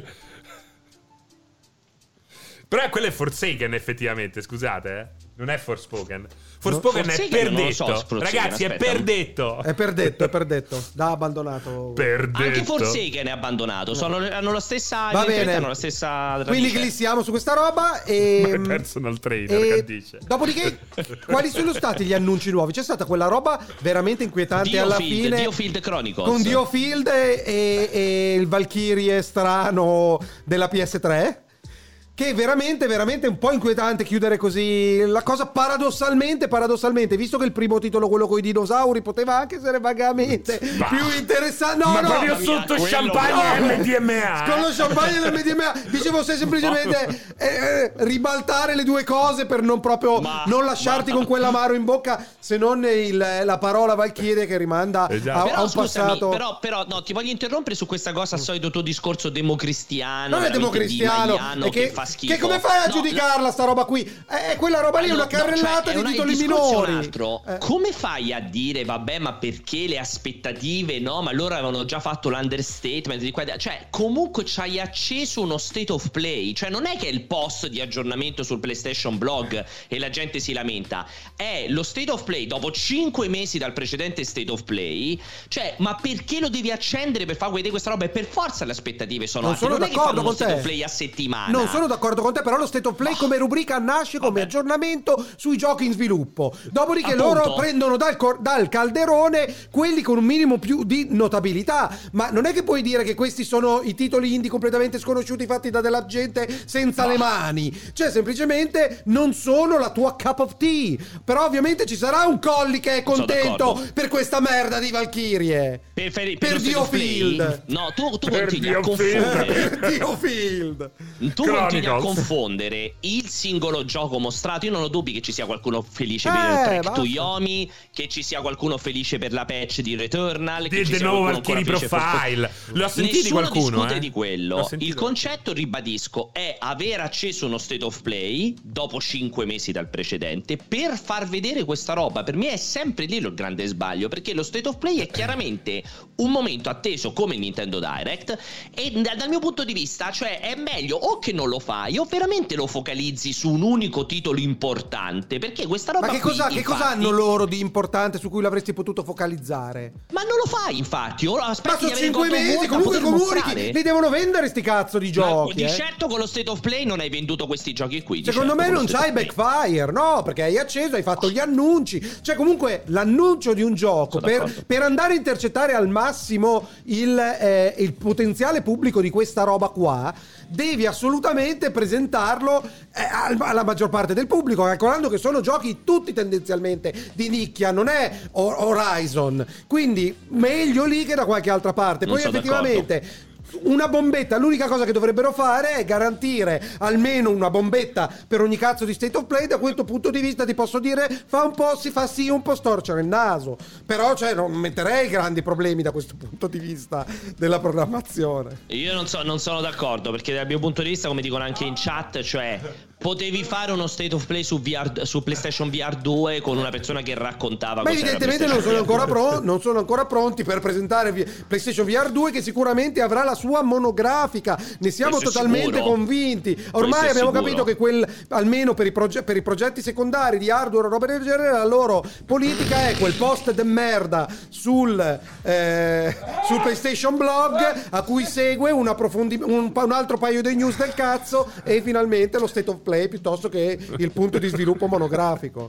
Però quello è Forsaken, effettivamente, scusate, eh. Non è Forspoken. Forspoken è Forsaken per non lo so, detto. Forspoken, Ragazzi, è aspetta. per detto. È per detto, è per detto. Da abbandonato. Per detto. Anche Forsaken è abbandonato. Sono, hanno la stessa. Va evidentemente bene. Hanno la stessa radice. Quindi glissiamo su questa roba e... Ma è personal trainer, e che dice. dopodiché, quali sono stati gli annunci nuovi? C'è stata quella roba veramente inquietante alla Diofield, fine Diofield Chronicles. con Diofield e, e, e il Valkyrie strano della P S tre, che è veramente, veramente un po' inquietante chiudere così la cosa. Paradossalmente, paradossalmente, visto che il primo titolo, quello con i dinosauri, poteva anche essere vagamente Bah. più interessante. No, Ma no, proprio no, sotto quello champagne no. e M D M A. con lo champagne del M D M A dicevo, se semplicemente eh, eh, ribaltare le due cose per non proprio Ma- non lasciarti ma- con quell'amaro in bocca, se non il- la parola Valkyrie che rimanda Esatto. a, a Però, un scusami, passato. però, però no, ti voglio interrompere su questa cosa, al solito tuo discorso democristiano. Non è veramente democristiano, di Magliano, è che, che fa schifo. che come fai a No, giudicarla sta roba qui? È quella roba lì, è No, una no, carrellata cioè, è di una- titoli il discorso è minori. un altro. Eh. Come fai a dire vabbè, ma perché le aspettative, no? Ma loro avevano già fatto l'understatement di qua e di là. Cioè, comunque ci hai acceso uno state of play. Cioè, non è che è il post di aggiornamento sul PlayStation Blog e la gente si lamenta. È lo state of play dopo cinque mesi dal precedente state of play. Cioè, ma perché lo devi accendere per far vedere questa roba? E per forza le aspettative sono Non alte. sono non è che d'accordo fanno uno con state te. of play a settimana. Non sono d'accordo con te, però lo state of play come rubrica nasce come aggiornamento sui giochi in sviluppo. Dopodiché Appunto. loro prendono dal, cor- dal calderone quelli con un minimo più di notabilità. Ma non è che puoi dire che questi sono i titoli indie completamente sconosciuti fatti da della gente senza le mani. Cioè, semplicemente non sono la tua cup of tea. Però ovviamente ci sarà un Colli che è Sono contento d'accordo. per questa merda di Valkyrie. Per, per, Per lo state of play- Diofield. No, tu, tu Per continui a Diofield. confondere. Per Diofield. Tu continui a bisogna confondere il singolo gioco mostrato. Io non ho dubbi che ci sia qualcuno felice Eh, per il track basta. to Yomi, che ci sia qualcuno felice per la patch di Returnal, che Del- ci del sia nuovo qualcuno ancora Valkyrie felice per- Profile. L'ho sentito di Nessuno qualcuno, discute eh. di L'ho quello. sentito. Il concetto, ribadisco, è aver acceso uno state of play dopo cinque mesi dal precedente per far vedere questa roba. Per me è sempre lì il grande sbaglio, perché lo state of play è chiaramente un momento atteso come il Nintendo Direct, e da- dal mio punto di vista, cioè, è meglio o che non lo fai o veramente lo focalizzi su un unico titolo importante, perché questa roba Ma che qui, cosa, che cosa infatti- hanno loro di importante su cui l'avresti potuto focalizzare? Ma non lo fai, infatti. Ora Ma aspetti sono di avere cinque God of mesi, War da comunque i poter comunichi mostrare. li devono vendere sti cazzo di giochi. Di eh. certo con lo State of Play non hai venduto questi giochi qui. di Secondo certo, me con lo non State c'hai of Play. backfire, no? Perché hai acceso, hai fatto gli annunci. Cioè, comunque, l'annuncio di un gioco per, per andare a intercettare al massimo il, eh, il potenziale pubblico di questa roba qua, devi assolutamente presentarlo eh, al- alla maggior parte del pubblico, calcolando che sono giochi tutti tendenzialmente di nicchia, non è Ho- Horizon. Quindi, meglio lì che da qualche altra parte. Non Poi, sono effettivamente. Una bombetta, l'unica cosa che dovrebbero fare è garantire almeno una bombetta per ogni cazzo di state of play. Da questo punto di vista ti posso dire, fa un po', si fa sì un po' storcere il naso, però cioè non metterei grandi problemi da questo punto di vista della programmazione. Io non, so, non sono d'accordo, perché dal mio punto di vista, come dicono anche in chat, cioè potevi fare uno state of play su, V R, su PlayStation V R due con una persona che raccontava Ma cos'era evidentemente non sono, PlayStation ancora V R due. pro- non sono ancora pronti per presentare vi- PlayStation V R due, che sicuramente avrà la sua monografica. Ne siamo Questo è totalmente sicuro. convinti. Ormai Questo è abbiamo sicuro. capito che quel, almeno per i, proge- per i progetti secondari di hardware o roba del genere, la loro politica è quel post de merda sul, eh, sul PlayStation Blog, a cui segue un, approfondi- un, pa- un altro paio di news del cazzo, e finalmente lo state of play piuttosto che il punto di sviluppo monografico.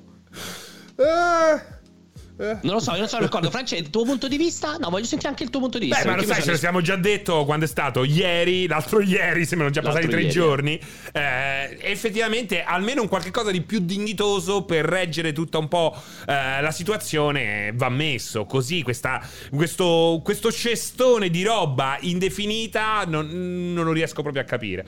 Eh. Non lo so, io non sono d'accordo. Francesco, il tuo punto di vista? No, voglio sentire anche il tuo punto di vista. Beh, ma lo perché sai, mi ce lo sono- siamo già detto quando è stato ieri, l'altro ieri, sembrano già passati L'altro tre ieri. giorni. Eh, effettivamente, almeno un qualche cosa di più dignitoso per reggere tutta un po' eh, la situazione va messo. Così questa, questo, questo cestone di roba indefinita non, non lo riesco proprio a capire.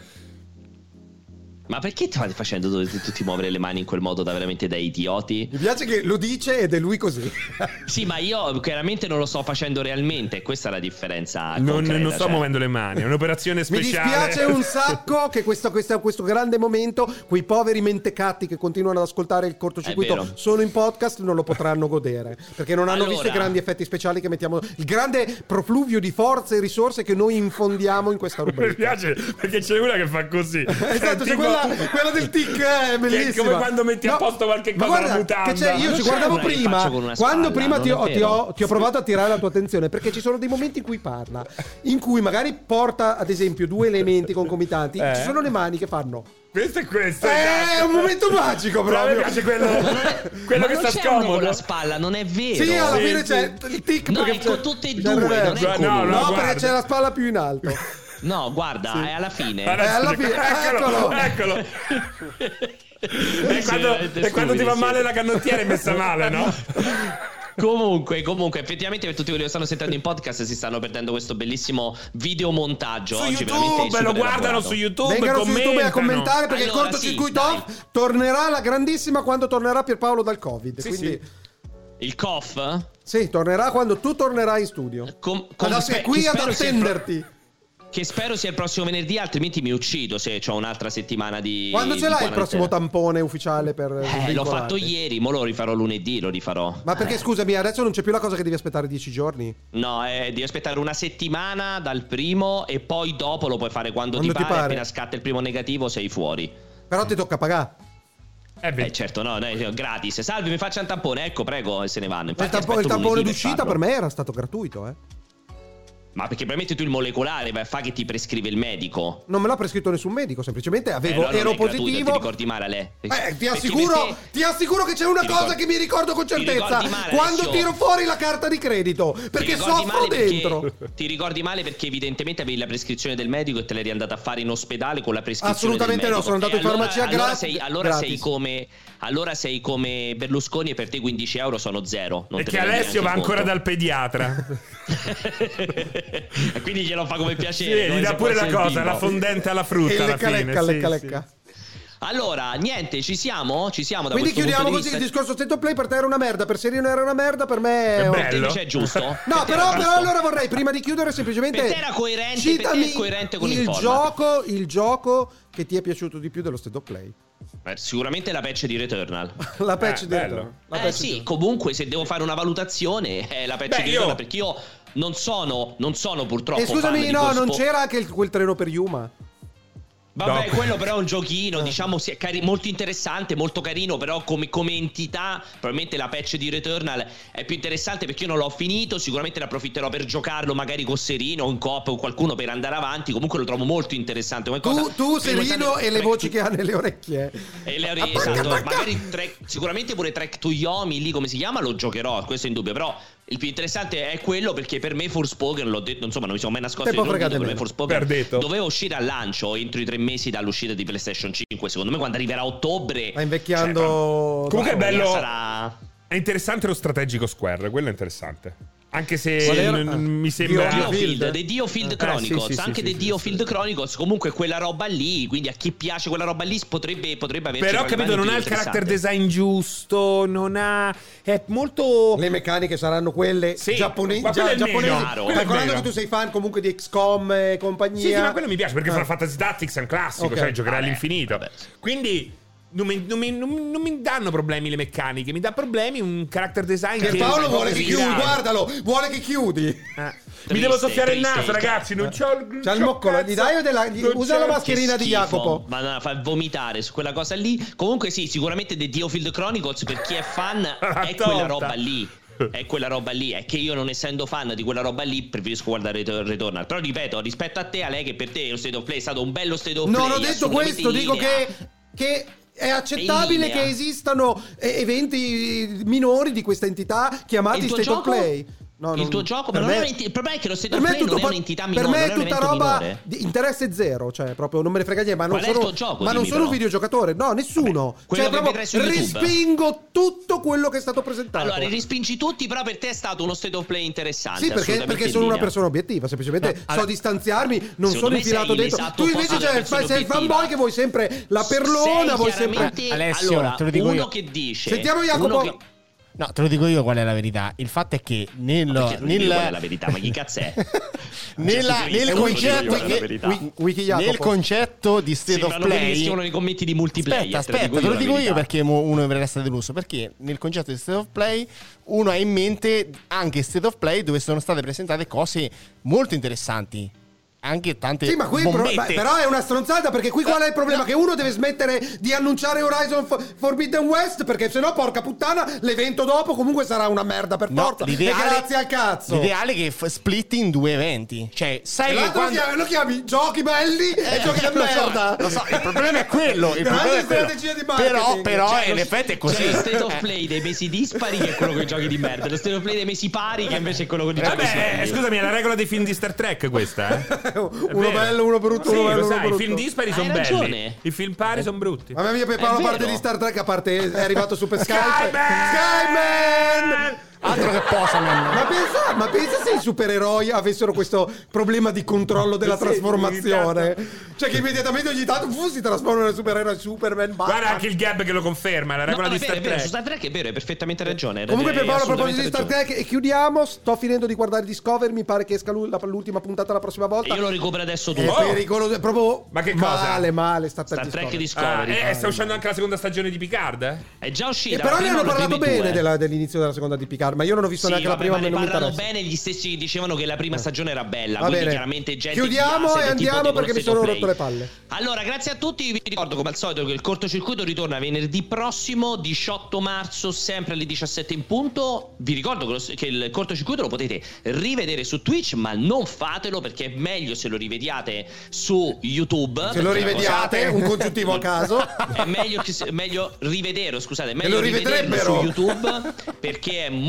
Ma perché ti state facendo tutti, tutti muovere le mani in quel modo da veramente da idioti? Mi piace che lo dice ed è lui così. Sì, ma io chiaramente non lo sto facendo realmente, e questa è la differenza. Non, concreta, non sto cioè. muovendo le mani, è un'operazione Mi speciale. dispiace un sacco che questo, questo, questo grande momento, quei poveri mentecatti che continuano ad ascoltare il È cortocircuito vero. solo in podcast, non lo potranno godere, perché non hanno Allora. visto i grandi effetti speciali che mettiamo, il grande profluvio di forze e risorse che noi infondiamo in questa Mi rubrica. piace perché c'è una che fa così. Esatto, c'è Tipo- quella, quella del tic, è bellissima. Che è come quando metti a posto qualche ma cosa guarda, alla mutanda. che c'è, io Non ci c'è guardavo una che prima, faccio con una quando spalla, prima ti non ho, è ti ho- vero. ti ho provato a tirare la tua attenzione, perché ci sono dei momenti in cui parla, in cui magari porta ad esempio due elementi concomitanti, Eh. ci sono le mani che fanno. Questo è questo. Eh, esatto. è un momento magico Però a me proprio. piace quello, quello Ma che non sta c'è uno con scomodo. la spalla, non è vero. Sì, alla Sì, fine sì. c'è il tic, No, perché è con c'è- tutte e c'è due, il non è reverso. con No, uno. no, No, guarda. perché c'è la spalla più in alto. No, guarda, è alla fine. Adesso Eh, alla dico- fine- eccolo, eccolo. eccolo. E quando, e quando ti va male la canottiera è messa male, no? Comunque, comunque, effettivamente per tutti quelli che stanno sentendo in podcast si stanno perdendo questo bellissimo videomontaggio. Su oggi veramente YouTube, super lo guardano elaborato. su YouTube, Vengano su YouTube a commentano. commentare, perché Allora, il cortocircuito sì, off tornerà la grandissima quando tornerà Pierpaolo dal Covid. Sì, quindi Il C O F? sì, tornerà quando tu tornerai in studio. Com- com- Adesso è spe- qui che ad spero sia il pro- attenderti. Che spero sia il prossimo venerdì, altrimenti mi uccido se ho un'altra settimana di. Quando ce di l'hai il quarantena. prossimo tampone ufficiale per Eh, l'ho svincolarti? fatto ieri, mo lo rifarò lunedì, lo rifarò. Ma perché scusami, adesso non c'è più la cosa che devi aspettare dieci giorni? No, eh, devi aspettare una settimana dal primo e poi dopo lo puoi fare quando, Quando ti ti pare. pare. Appena scatta il primo negativo sei fuori. Però ti tocca pagare. Eh, beh. Eh certo, no, no, gratis. Salvi, mi faccia un tampone, ecco, prego, e se ne vanno. Il, Infatti, tampo- il aspetto tampone lunedì d'uscita farlo. per me era stato gratuito, eh. Ma perché probabilmente tu il molecolare vai a fare che ti prescrive il medico. Non me l'ha prescritto nessun medico, semplicemente Eh, avevo, no, non ero è gratuito, positivo. ti ricordi male, Ale? Eh, ti Perché assicuro, per te- ti assicuro che c'è una Ti cosa ricordi- che mi ricordo con ti certezza. ricordi male, Quando Alessio? tiro fuori la carta di credito, Ti perché ricordi soffro male perché- dentro. Ti ricordi male perché evidentemente avevi la prescrizione del medico e te l'eri andata a fare in ospedale con la prescrizione Assolutamente del no, medico. sono andato E in allora- farmacia allora gratis- sei, allora sei gratis. come allora sei come Berlusconi e per te quindici euro sono zero. Non E te che ne rendi Alessio va neanche ancora conto. dal pediatra. E quindi glielo fa come piacere. Sì, gli dà pure la cosa, la fondente alla frutta. E alla lecca, fine. lecca, sì, lecca, sì. lecca. Allora, niente, ci siamo? Ci siamo da Quindi questo chiudiamo punto di così il vista? discorso state of play. Per te era una merda, per Serino era una merda, per me È è bello. Invece è giusto. No, Per te però, era però giusto. allora vorrei prima di chiudere semplicemente Per te era coerente, citami per te è coerente con il il format. gioco, il gioco che ti è piaciuto di più dello state of play. Eh, sicuramente la patch di Returnal. La patch Eh, di bello. Returnal. La Eh patch sì, di- comunque se devo fare una valutazione è la patch Beh, di io- Returnal, perché io non sono, non sono purtroppo E scusami, fan di no, non Forspoken. c'era anche il- quel treno per Yuma. Vabbè, No. quello però è un giochino, diciamo, sia cari- molto interessante, molto carino, però come, come entità, probabilmente la patch di Returnal è più interessante perché io non l'ho finito, sicuramente ne approfitterò per giocarlo magari con Serino o in coop o qualcuno per andare avanti, comunque lo trovo molto interessante. Come cosa, Tu, tu fermo Serino stando- e le track voci to- che ha nelle orecchie. e le ore- Appacca, esatto, appacca. magari track- sicuramente pure Track to Yomi, lì come si chiama, lo giocherò, questo è indubbio, però il più interessante è quello perché per me Forspoken, l'ho detto, insomma non mi sono mai nascosto Tempo dietro un dito, per me fregate Forspoken Per detto. doveva uscire al lancio entro i tre mesi dall'uscita di PlayStation cinque, secondo me quando arriverà a ottobre Sta invecchiando. Comunque è bello. sarà... È interessante lo strategico Square, quello è interessante. Anche se Qual era? n- Ah, mi sembra. Dio Diofield, The Diofield Eh, Chronicles, sì, sì, anche sì, The sì, Diofield Chronicles, comunque quella roba lì, quindi a chi piace quella roba lì potrebbe, potrebbe averci Però qualche capito, non ha il più character interessante. design giusto, non ha. È molto. Le meccaniche saranno quelle Sì, giappone- ma già- quello è il giapponesi. meno, quello è il Calcolando meno. che tu sei fan comunque di X COM e compagnia. Sì, sì, ma quello mi piace perché Ah. Final Fantasy Tactics è un classico, Ok. cioè giocherai Vabbè, all'infinito. vabbè. Quindi non mi, non mi- non mi- non mi danno problemi le meccaniche, mi dà problemi un character design Che che Paolo vuole che sì, chiudi, dai. guardalo, vuole che chiudi. Eh. Mi Triste, devo soffiare il triste, naso, il ca- ragazzi. Non c'ho il C'ha il c'ho moccolo, cazzo. gli dai o della- gli- Non usa c'è- la mascherina Che di schifo, Jacopo. ma no, fa vomitare su quella cosa lì. Comunque sì, sicuramente The Diofield Chronicles per chi è fan è tolta. quella roba lì. È quella roba lì, è che io non essendo fan di quella roba lì preferisco guardare Retur- Returnal. Però ripeto, rispetto a te, a lei che per te lo State of Play è stato un bello State of Play. Non ho detto assolutamente questo, in dico linea. che, che è accettabile In linea. che esistano eh, eventi minori di questa entità chiamati Il tuo State of gioco? Play. No, il non- tuo gioco, per ma non me- è un enti- il problema è che lo State per of me Play non è tutto- un'entità per minore, me non è è un tutta evento roba minore. di interesse zero, cioè proprio non me ne frega niente, ma non Qual è il sono tuo gioco, ma non dimmi sono un però. videogiocatore, no, nessuno. quello Cioè che proprio vedrai su YouTube. respingo tutto quello che è stato presentato. Allora, li respingi tutti, però per te è stato uno State of Play interessante. Sì, perché, assolutamente perché in sono una linea. persona obiettiva, semplicemente so allora- distanziarmi, non Secondo sono me infilato sei dentro. l'esatto Tu invece opposto cioè, della fai- sei il persona fanboy obiettiva. che vuoi sempre la perlona, Sei vuoi sempre chiaramente- Alessio, allora, te lo dico uno io. che dice Sentiamo Jacopo. uno che- No, te lo dico io qual è la verità. Il fatto è che nel, Perché tu dici nel, qual è la verità, ma chi cazzo è? nella- Gesù nel Cristo, concetto quello che dico è la che- verità. Wiki- Wiki Jacopo. nel concetto di State Sembrano of quelli che Play. scrivono nei commenti di multiplayer. Aspetta, aspetta, te lo dico io perché mo uno dovrebbe essere deluso. Perché nel concetto di State of Play uno ha in mente anche State of Play dove sono state presentate cose molto interessanti. Anche tante Sì, ma qui pro- bombette. ma- però è una stronzata perché qui qual è il problema? Che uno deve smettere di annunciare Horizon F- Forbidden West perché sennò porca puttana l'evento dopo comunque sarà una merda per No, forza. E l'ideale- grazie al cazzo. L'ideale è che f- splitti in due eventi. Cioè, sai E che l'altro quando... lo, chiami, lo chiami giochi belli e Eh, giochi da lo so, merda. lo so, il problema è quello. Il Grande problema è quello. strategia di marketing. Però, però Cioè, in lo- effetti è così. C'è lo State of Eh. Play dei mesi dispari che è quello con i giochi di merda. Lo State of Play dei mesi pari che invece è quello con i giochi Vabbè, seri. scusami, è la regola dei film di Star Trek questa, eh? Uno bello, uno brutto, Sì, uno bello, lo uno sai, i brutto. film dispari Hai sono belli. ragione. I film pari sono brutti. Mamma mia, per Paolo, a È parte vero. di Star Trek, a parte è arrivato Super Skype. Skyman! Skyman! Altro che Posaman. Ma pensa, ma pensa se i supereroi avessero questo problema di controllo della Sì, trasformazione. Cioè che immediatamente ogni tanto fu, si trasformano in supereroi, Superman, Batman. Guarda anche il Gab che lo conferma, la No, regola no, di è vero, Star è vero, Trek. su Star Trek è vero, hai perfettamente ragione. Comunque per hai Paolo, a proposito di assolutamente Star ragione. Trek, e chiudiamo. Sto finendo di guardare Discovery. Mi pare che esca l'u- la- l'ultima puntata la prossima volta. E io lo recupero adesso È tutto. pericoloso, è proprio Ma che cosa? male, male Star Trek, Star Trek Discovery. Discovery. Ah, eh, sta uscendo anche la seconda stagione di Picard? eh? È già E uscita. però la ne prima hanno o le parlato prime bene due? della- dell'inizio della seconda di Picard, ma io non ho visto Sì, neanche vabbè, la prima, ma ne non mi parlano interessa. bene, gli stessi dicevano che la prima stagione era bella. Va quindi bene. chiaramente gente Chiudiamo entusiasta e del tipo andiamo di perché mi State of sono Play. rotto le palle. Allora, grazie a tutti. Vi ricordo come al solito che il cortocircuito ritorna venerdì prossimo, diciotto marzo, sempre alle diciassette in punto. Vi ricordo che, lo- che il cortocircuito lo potete rivedere su Twitch, ma non fatelo perché è meglio se lo rivediate su YouTube. Se lo perché la rivediate, cosa- un congiuntivo a caso. È meglio, che, se- meglio rivedere, scusate, è E meglio lo rivederlo rivedrebbero. su YouTube perché è molto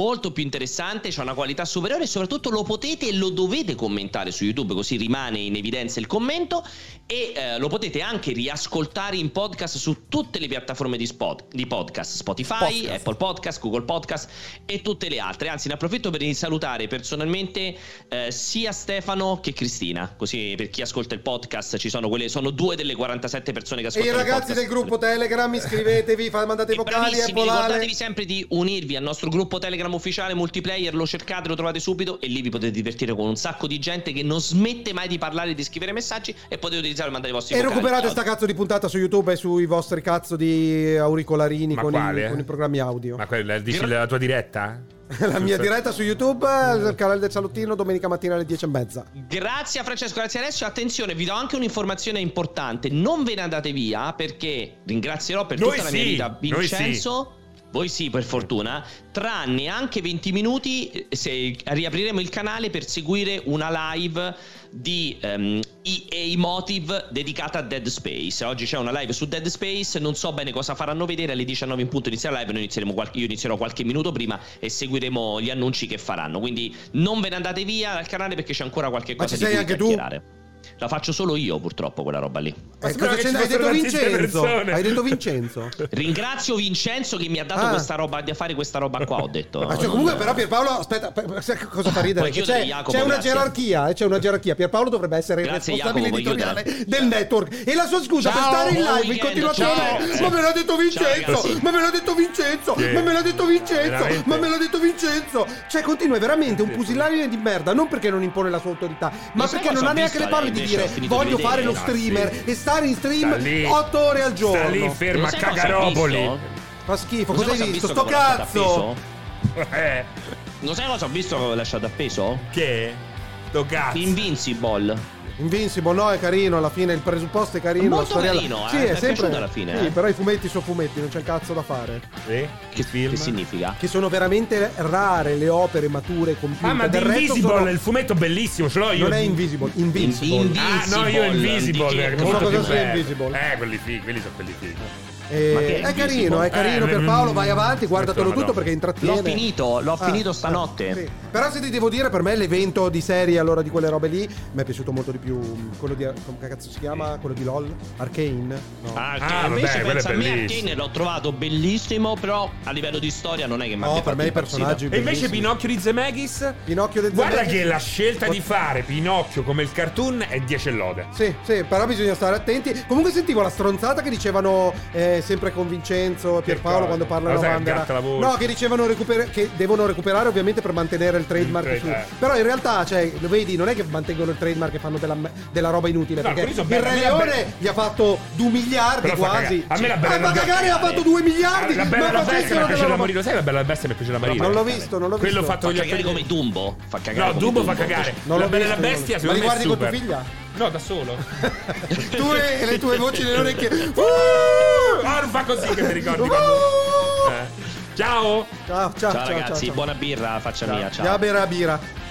molto più interessante, c'ha una qualità superiore e soprattutto lo potete e lo dovete commentare su YouTube, così rimane in evidenza il commento, e eh, lo potete anche riascoltare in podcast su tutte le piattaforme di, spot, di podcast, Spotify, podcast. Apple Podcast, Google Podcast e tutte le altre. Anzi, ne approfitto per salutare personalmente eh, sia Stefano che Cristina, così per chi ascolta il podcast ci sono quelle, sono due delle quarantasette persone che ascoltano il podcast. E i ragazzi del gruppo Telegram, iscrivetevi, mandate i vocali e ricordatevi sempre di unirvi al nostro gruppo Telegram ufficiale multiplayer, lo cercate, lo trovate subito e lì vi potete divertire con un sacco di gente che non smette mai di parlare e di scrivere messaggi, e potete utilizzare e mandare i vostri e vocali. recuperate Ciao. sta cazzo di puntata su YouTube e sui vostri cazzo di auricolarini con i, con i programmi audio. Ma quella dici la tua diretta? La mia diretta su YouTube, il canale del Salottino, domenica mattina alle dieci e mezza. Grazie a Francesco, grazie Alessio. Attenzione, vi do anche un'informazione importante: non ve ne andate via, perché ringrazierò per Noi tutta sì, la mia vita Vincenzo. Voi sì, per fortuna. Tra neanche venti minuti se riapriremo il canale per seguire una live di um, E A Motive dedicata a Dead Space. Oggi c'è una live su Dead Space, non so bene cosa faranno vedere. Alle diciannove in punto inizia la live, noi inizieremo qualche, io inizierò qualche minuto prima e seguiremo gli annunci che faranno. Quindi non ve ne andate via dal canale perché c'è ancora qualche cosa di cui anche chiacchierare. tu? La faccio solo io, purtroppo, quella roba lì. Eh, cosa c'è? Hai detto Vincenzo? Hai detto Vincenzo? Ringrazio Vincenzo che mi ha dato Ah. questa roba, di fare questa roba qua, ho detto. Ma cioè, comunque però Pierpaolo, aspetta, per- sai cosa fa ridere? Puoi Che chiudere, c'è, Jacopo, c'è una grazie. gerarchia, eh, c'è una gerarchia. Pierpaolo dovrebbe essere il Grazie, responsabile Jacopo, puoi editoriale del network. E la sua scusa per Ciao, stare in buon live in weekend, continuazione. ciao. Ma me l'ha detto Ciao, Vincenzo! ragazzi. Ma me l'ha detto Vincenzo! Che- Ma me l'ha detto Vincenzo! Veramente? Ma me l'ha detto Vincenzo! Cioè, continua, è veramente un pusillanime di merda. Non perché non impone la sua autorità, ma Ma sai perché cosa non ha ho neanche visto, le palle eh, di invece dire ho finito di voglio vedere. fare lo Ah, streamer sì. e stare in Sta stream lì. otto ore al giorno. Sta lì ferma Lo a sai cosa ho cagaropoli. visto? Fa schifo, Lo sai cosa cosa ho hai visto? che Sto ho lasciato cazzo! appeso? Eh, Lo sai cosa ho visto che ho lasciato appeso? che? Sto cazzo. Invincible. Invincible, no, è carino, alla fine il presupposto è carino. Molto la storia carino, sì, eh, mi è è sempre piaciuto alla fine, Sì, eh. però i fumetti sono fumetti, non c'è un cazzo da fare. Sì? Che film? Che significa? Che sono veramente rare le opere mature compiute. Ah, ma Del di resto Invisible, sono- il fumetto bellissimo, ce l'ho io. Non è Invisible, Invincible. In- Ah, no, io Invisible, Invisible. di chi? che è Non so molto cosa più sia bello. Invisible. Eh, quelli fighi, quelli sono quelli fighi. Eh, Ma che è è carino, Invisible? è carino Eh, per mm, Paolo, vai avanti, guardatelo Madonna. tutto perché intrattiene. L'ho finito, l'ho Ah, finito ah, stanotte. sì. Però se ti devo dire, per me l'evento di serie allora di quelle robe lì mi è piaciuto molto di più quello di come cazzo si chiama? Quello di LOL? Arcane? No. Ah, che Ah, invece vabbè, quello pensa è a me bellissimo. Arcane l'ho trovato bellissimo, però a livello di storia non è che mi No, abbia per fatto me i impazzire. personaggi E invece bellissimi. Pinocchio di Zemeckis? Pinocchio del Guarda Zemeckis- che la scelta di fare Pinocchio come il cartoon è dieci lode. Sì, sì, però bisogna stare attenti. Comunque sentivo la stronzata che dicevano eh, sempre con Vincenzo e Pierpaolo cosa? quando parlano Cosa che Vandera. gatta la voce? No, che dicevano recuper- che devono recuperare ovviamente per mantenere il trademark Il su. trade- eh. Però in realtà, cioè, lo vedi, non è che mantengono il trademark e fanno della, della roba inutile. No, perché quelli sono il belli. Re A me la Leone be- gli ha fatto due miliardi Però fa quasi. cagare. A me la bella Ah, ma lunga- cagare ha fatto due miliardi. La bella ma la bestia mi facessero è della piaciuta da roba- morire. Lo sai la bella la bestia mi è piaciuta da morire? Non l'ho visto, non l'ho Quello visto. fatto Fa gli cagare attori- come Dumbo. Fa cagare No, come Dumbo fa cagare. Non La l'ho bella visto, la bestia non l'ho- secondo Ma li me è guardi con tua super. figlia? No, da solo. Tu e le tue voci nelle orecchie. Ah, non fa così che ti ricordi quando... Eh. Ciao. Ciao, ciao, Ciao ciao, ragazzi, ciao. buona birra, faccia mia, ciao. Ya bera bira.